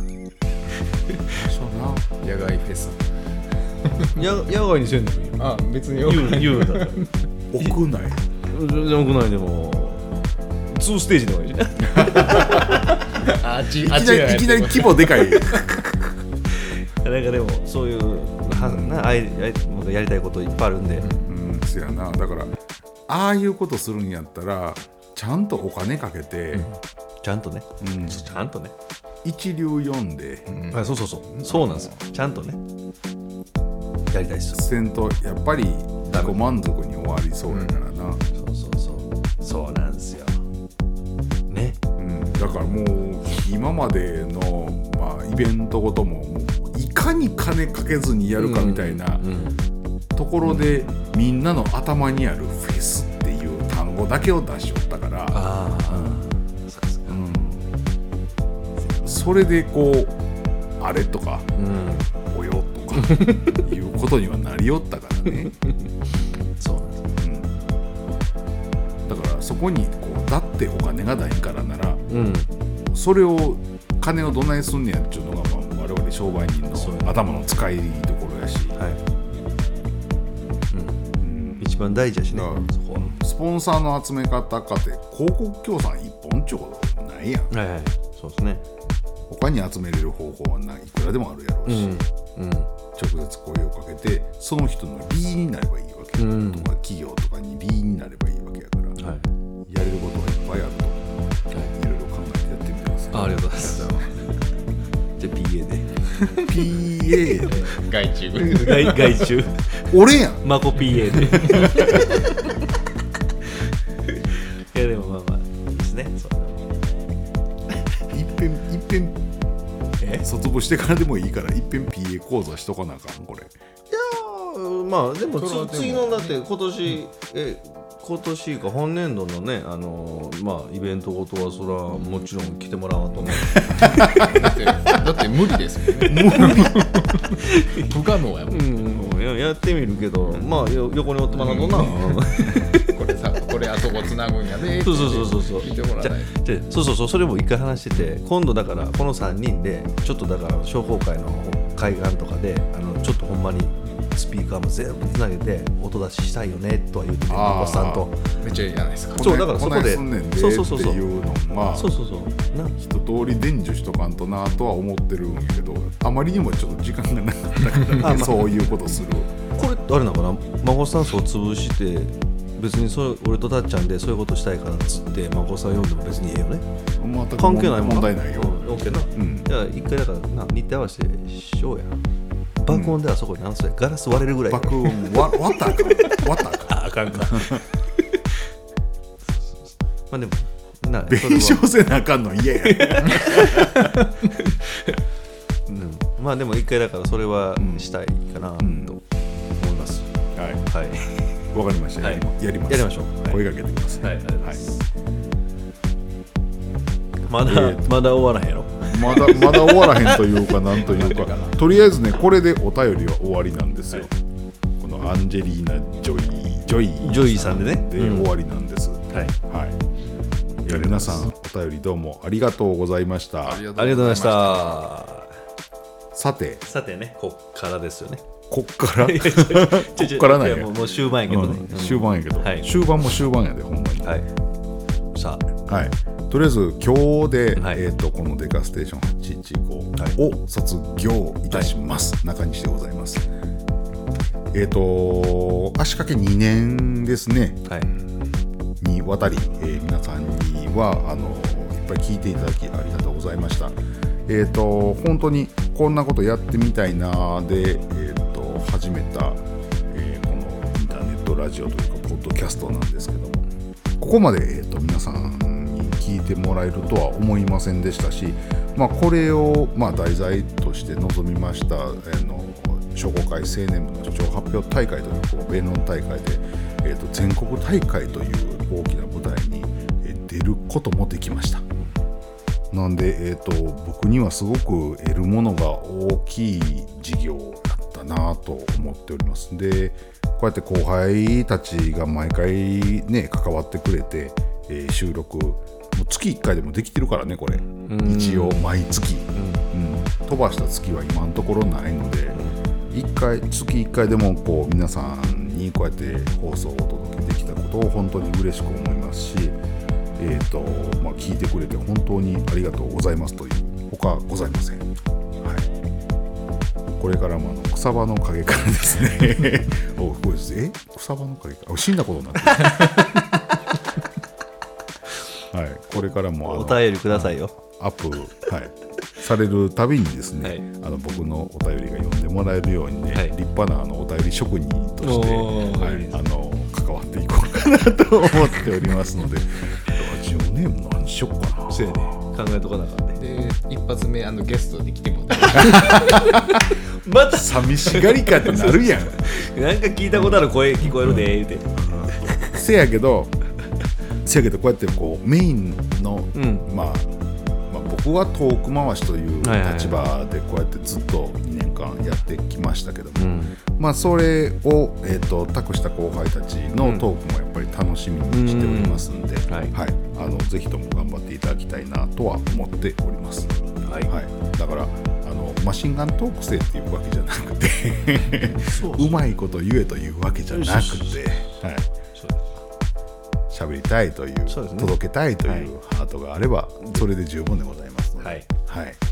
そうな野外フェスや野外にせんでもいいよあ別に屋外言うだ屋内屋内でもツーステージでもいいじゃんあちいきなりいきなり規模でかいなんかでもそういうはなあいやりたいこといっぱいあるんでうんそやなだからああいうことするんやったらちゃんとお金かけて、うん、 ちゃんとね、 うん、 ちゃんとね一流読んで、 うん、そうそうそうそうなんですよちゃんとねやりたいっすせんとやっぱり自己満足に終わりそうやからな、うん、 そうそうそうそうなんですよね、 うん、だからもう今までの、まあ、イベントごともいかに金かけずにやるかみたいな、うんうん、ところで、うん、みんなの頭にあるフェスっていう単語だけを出しよったからあ、うんうん、それでこうあれとか、うん、およとかいうことにはなりよったからねそうなんです、 うん、だからそこにこうだってお金がないからなら、うん、それを金をどないすんねやっていうのが、まあ、我々商売人の頭の使いどころやし、はいうんうん、一番大事やしねそこはスポンサーの集め方かって広告協賛一本ちょうどないやん、 はいはい、そうですねおかに集めれる方法はないくらでもあるやろうし、うんうん、直接声をかけてその人のリーになればいいわけ、うん、とか企業とかにリーになればいいわけやから、はい、やれることがいっぱいあると、はい、いろいろ考えてやってみてください。 あ、ありがとうございます。じゃあ ピーエー でピーエー で外注外, 外注俺やんマコ ピーエー でいやでもまあまあいいですね。 いっぺんいっぺんえ卒業してからでもいいからいっぺん ピーエー 講座しとかなあかんこれ。いやーまあでも次のだって今年え今年か本年度のね、あのー、まあイベントごとはそれはもちろん来てもらわんと思うだ, ってだって無理ですもんね不可能やもん、 うん、や, やってみるけど、まあ横におってもらうとな、うん、 これさこれあそこつなぐんやでそうそうそうそうそう聞いてもらわないじゃじゃそうそうそうそれも一回話してて今度だからこのさんにんでちょっとだから商工会の海岸とかであのちょっとほんまにスピーカーも全部つなげて音出ししたいよねとは言っててマコさんとめっちゃいいじゃないですか。 そうだからそこでそうそうそうそうっていうのがそうそうそうな一通り伝授しとかんとなとは思ってるんやけどあまりにもちょっと時間がなかったから、ねまあ、そういうことするこれあれなのかなマコさんそう潰して別にそれ俺とたっちゃんでそういうことしたいからっつってマコさん読んでも別にええよね。関係ないもんな問題ないよ、 うん、OK な、うん、じゃあ一回だからな日程合わせてしようや。爆音ではそこに何歳ガラス割れるぐらい爆音割ったらあかん割ったらあかんあかんかまあでもな弁償せなあかんの嫌や、 うん、まあでも一回だからそれはしたいかなと思います、 うん、はいはいわかりました、はい、やりますやりましょう、 声かけてください、 はい、ありがとうございます、はい、まだ、えー、まだ終わらへんやろまだまだ終わらへんというかなんというかとりあえずねこれでお便りは終わりなんですよ、はい、このアンジェリーナ・ジョイジョイジョイさんでねで終わりなんです、うん、はい、はい、いや皆さんお便りどうもありがとうございました。 ありがとうございました。 さてさてねこっからですよね。 こっからこっからないやもう、もう終盤やけどね、 うん、終盤やけど、はい、終盤も終盤やでほんまに、 はい、さあはいとりあえず今日で、はいえー、とこのデカステーションはちいちごを卒業いたします、はい、中西でございます。えっ、ー、と足掛けにねんですね、はい、にわたり、えー、皆さんにはあのいっぱい聞いていただきありがとうございました。えっ、ー、と本当にこんなことやってみたいなで、えー、と始めた、えー、このインターネットラジオというかポッドキャストなんですけどもここまで、えー、と皆さん聞いてもらえるとは思いませんでしたし、まあ、これを、まあ、題材として臨みましたあの商工会青年部の主張発表大会というこう弁論大会で、えー、と全国大会という大きな舞台に出ることもできました。なんで、えー、と僕にはすごく得るものが大きい事業だったなと思っております。でこうやって後輩たちが毎回ね関わってくれて、えー、収録もう月いっかいでもできてるからねこれ一応毎月、うんうん、飛ばした月は今のところないのでいっかい月いっかいでもこう皆さんにこうやって放送をお届けできたことを本当に嬉しく思いますし、えーとまあ、聞いてくれて本当にありがとうございますというほかございません、はい、これからもあの草場の陰からですねおこれえ草場の陰から死んだことになってるはい、これからもお便りくださいよ。 アップ、はい、されるたびにですね、はい、あの僕のお便りが読んでもらえるようにね、はい、立派なあのお便り職人として、はい、あの関わっていこうかなと思っておりますのでラジオネーム何しよっかな。 そうやね考えとかなかったで一発目あのゲストで来てもらってまた寂しがりかってなるやんなんか聞いたことある声聞こえるで言うてせやけどせやけどこうやってこうメインの、うんまあ、まあ僕はトーク回しという立場でこうやってずっとにねんかんやってきましたけども、うん、まあそれを、えーと、託した後輩たちのトークもやっぱり楽しみにしておりますんで、うんはいはい、あのぜひとも頑張っていただきたいなとは思っております、はいはい、だからあのマシンガントーク性っていうわけじゃなくてうまいこと言えというわけじゃなくてはい喋りたいという、ね、届けたいというハートがあればそれで十分でございますので、はいはい、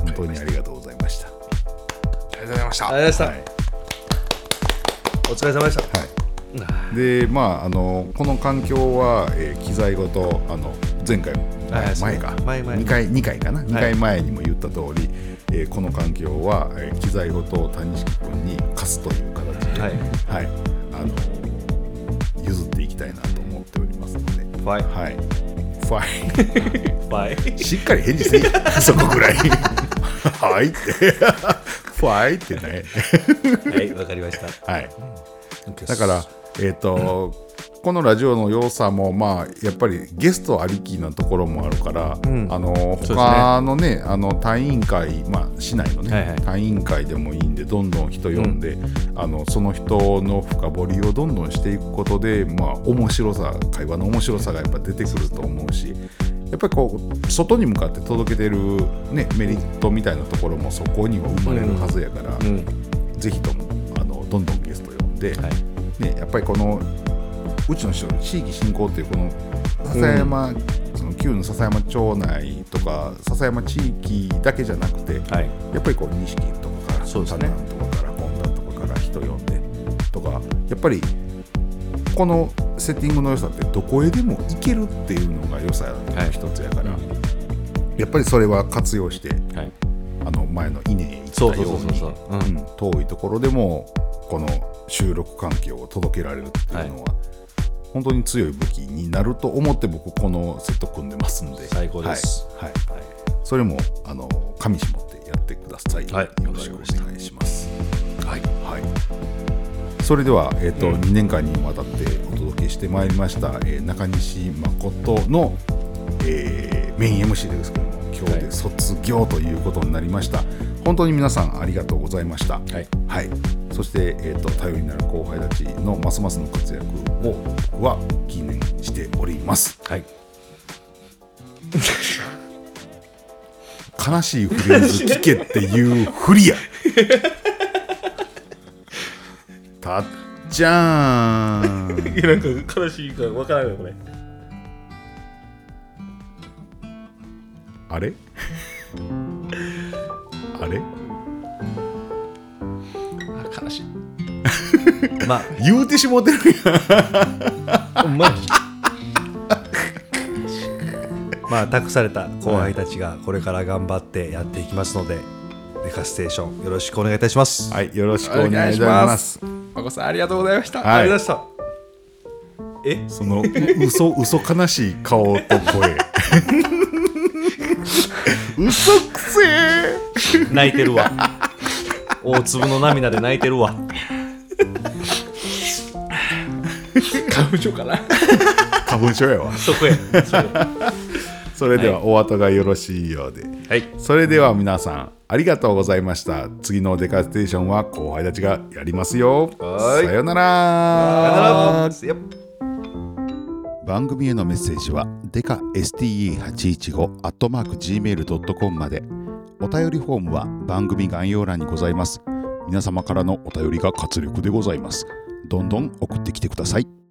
本当にありがとうございました。 ありがとうございましたありがとうございました、 はいお疲れ様でした。 はいでまあ、あのこの環境は、えー機材ごとあの前回も前,、 はい前か前前にかいにかいかな、にかいまえにも言った通り、えーこの環境は、えー機材ごと谷敷君に貸すという形で、 はいはいあの譲っていきたいなと思っておりますので、 ファイはい、ファイファイしっかり返事せいそこぐらいはいってファイってねはいわかりました。 はいだからえっ、とこのラジオの良さもまあやっぱりゲストありきなところもあるから、 うんあのそうですね他のねあの隊員会まあ市内のね、 はいはい隊員会でもいいんでどんどん人呼んで、あのその人の深掘りをどんどんしていくことでまあ面白さ会話の面白さがやっぱ出てくると思うし、やっぱりこう外に向かって届けてる、ね、メリットみたいなところもそこには生まれるはずやから、 うんぜひともあのどんどんゲスト呼んで、 はいね、やっぱりこのうちの人地域振興っていうこの笹山、その旧の笹山町内とか笹山地域だけじゃなくて、 はいやっぱりこう錦とかからそうですね丹南とかから本田とかから人呼んでとかやっぱりこのセッティングの良さってどこへでも行けるっていうのが良さの一つやから、やっぱりそれは活用してはいあの前の稲へ行ったそうよにそううそうそうそう、うんうん遠いところでもこの収録環境を届けられるっていうのは、本当に強い武器になると思って僕このセット組んでますんで最高ですはいはいそれもあの紙絞ってやってください、 はいよろしくお願いしますはい、はい、それでは、えーとうんにねんかんにわたってお届けしてまいりました、えー中西誠の、えーメイン エムシー ですけども今日で卒業ということになりました、本当に皆さんありがとうございました。 はい、 はい、そして、えーと、頼りになる後輩たちのますますの活躍を僕は記念しております。 はい、 悲しいフレーズ聞けっていうフリや。たっちゃーん。 いやなんか悲しいから分からないよこれ。 あれあれあ悲しいま言うてしもてるあうまい。まあ託された後輩たちがこれから頑張ってやっていきますので、デカステーションよろしくお願いいたします。 やん。はい、よろしくお願いします。 まこさんありがとうございました、 はいありがとうございました。えその嘘嘘悲しい顔と声。嘘くせえ。 泣いてるわ。大粒の涙で泣いてるわ。 花粉症かな花粉症やわ。 そこへ。それそれではお後がよろしいようで、 はい。 それでは皆さんありがとうございました。次のデカステーションは後輩たちがやりますよ。 はいさよなさよなら。 ら。やっ番組へのメッセージはデカ エスティーイーはちいちご アットマーク ジーメールドットコム まで。お便りフォームは番組概要欄にございます。皆様からのお便りが活力でございます。どんどん送ってきてください。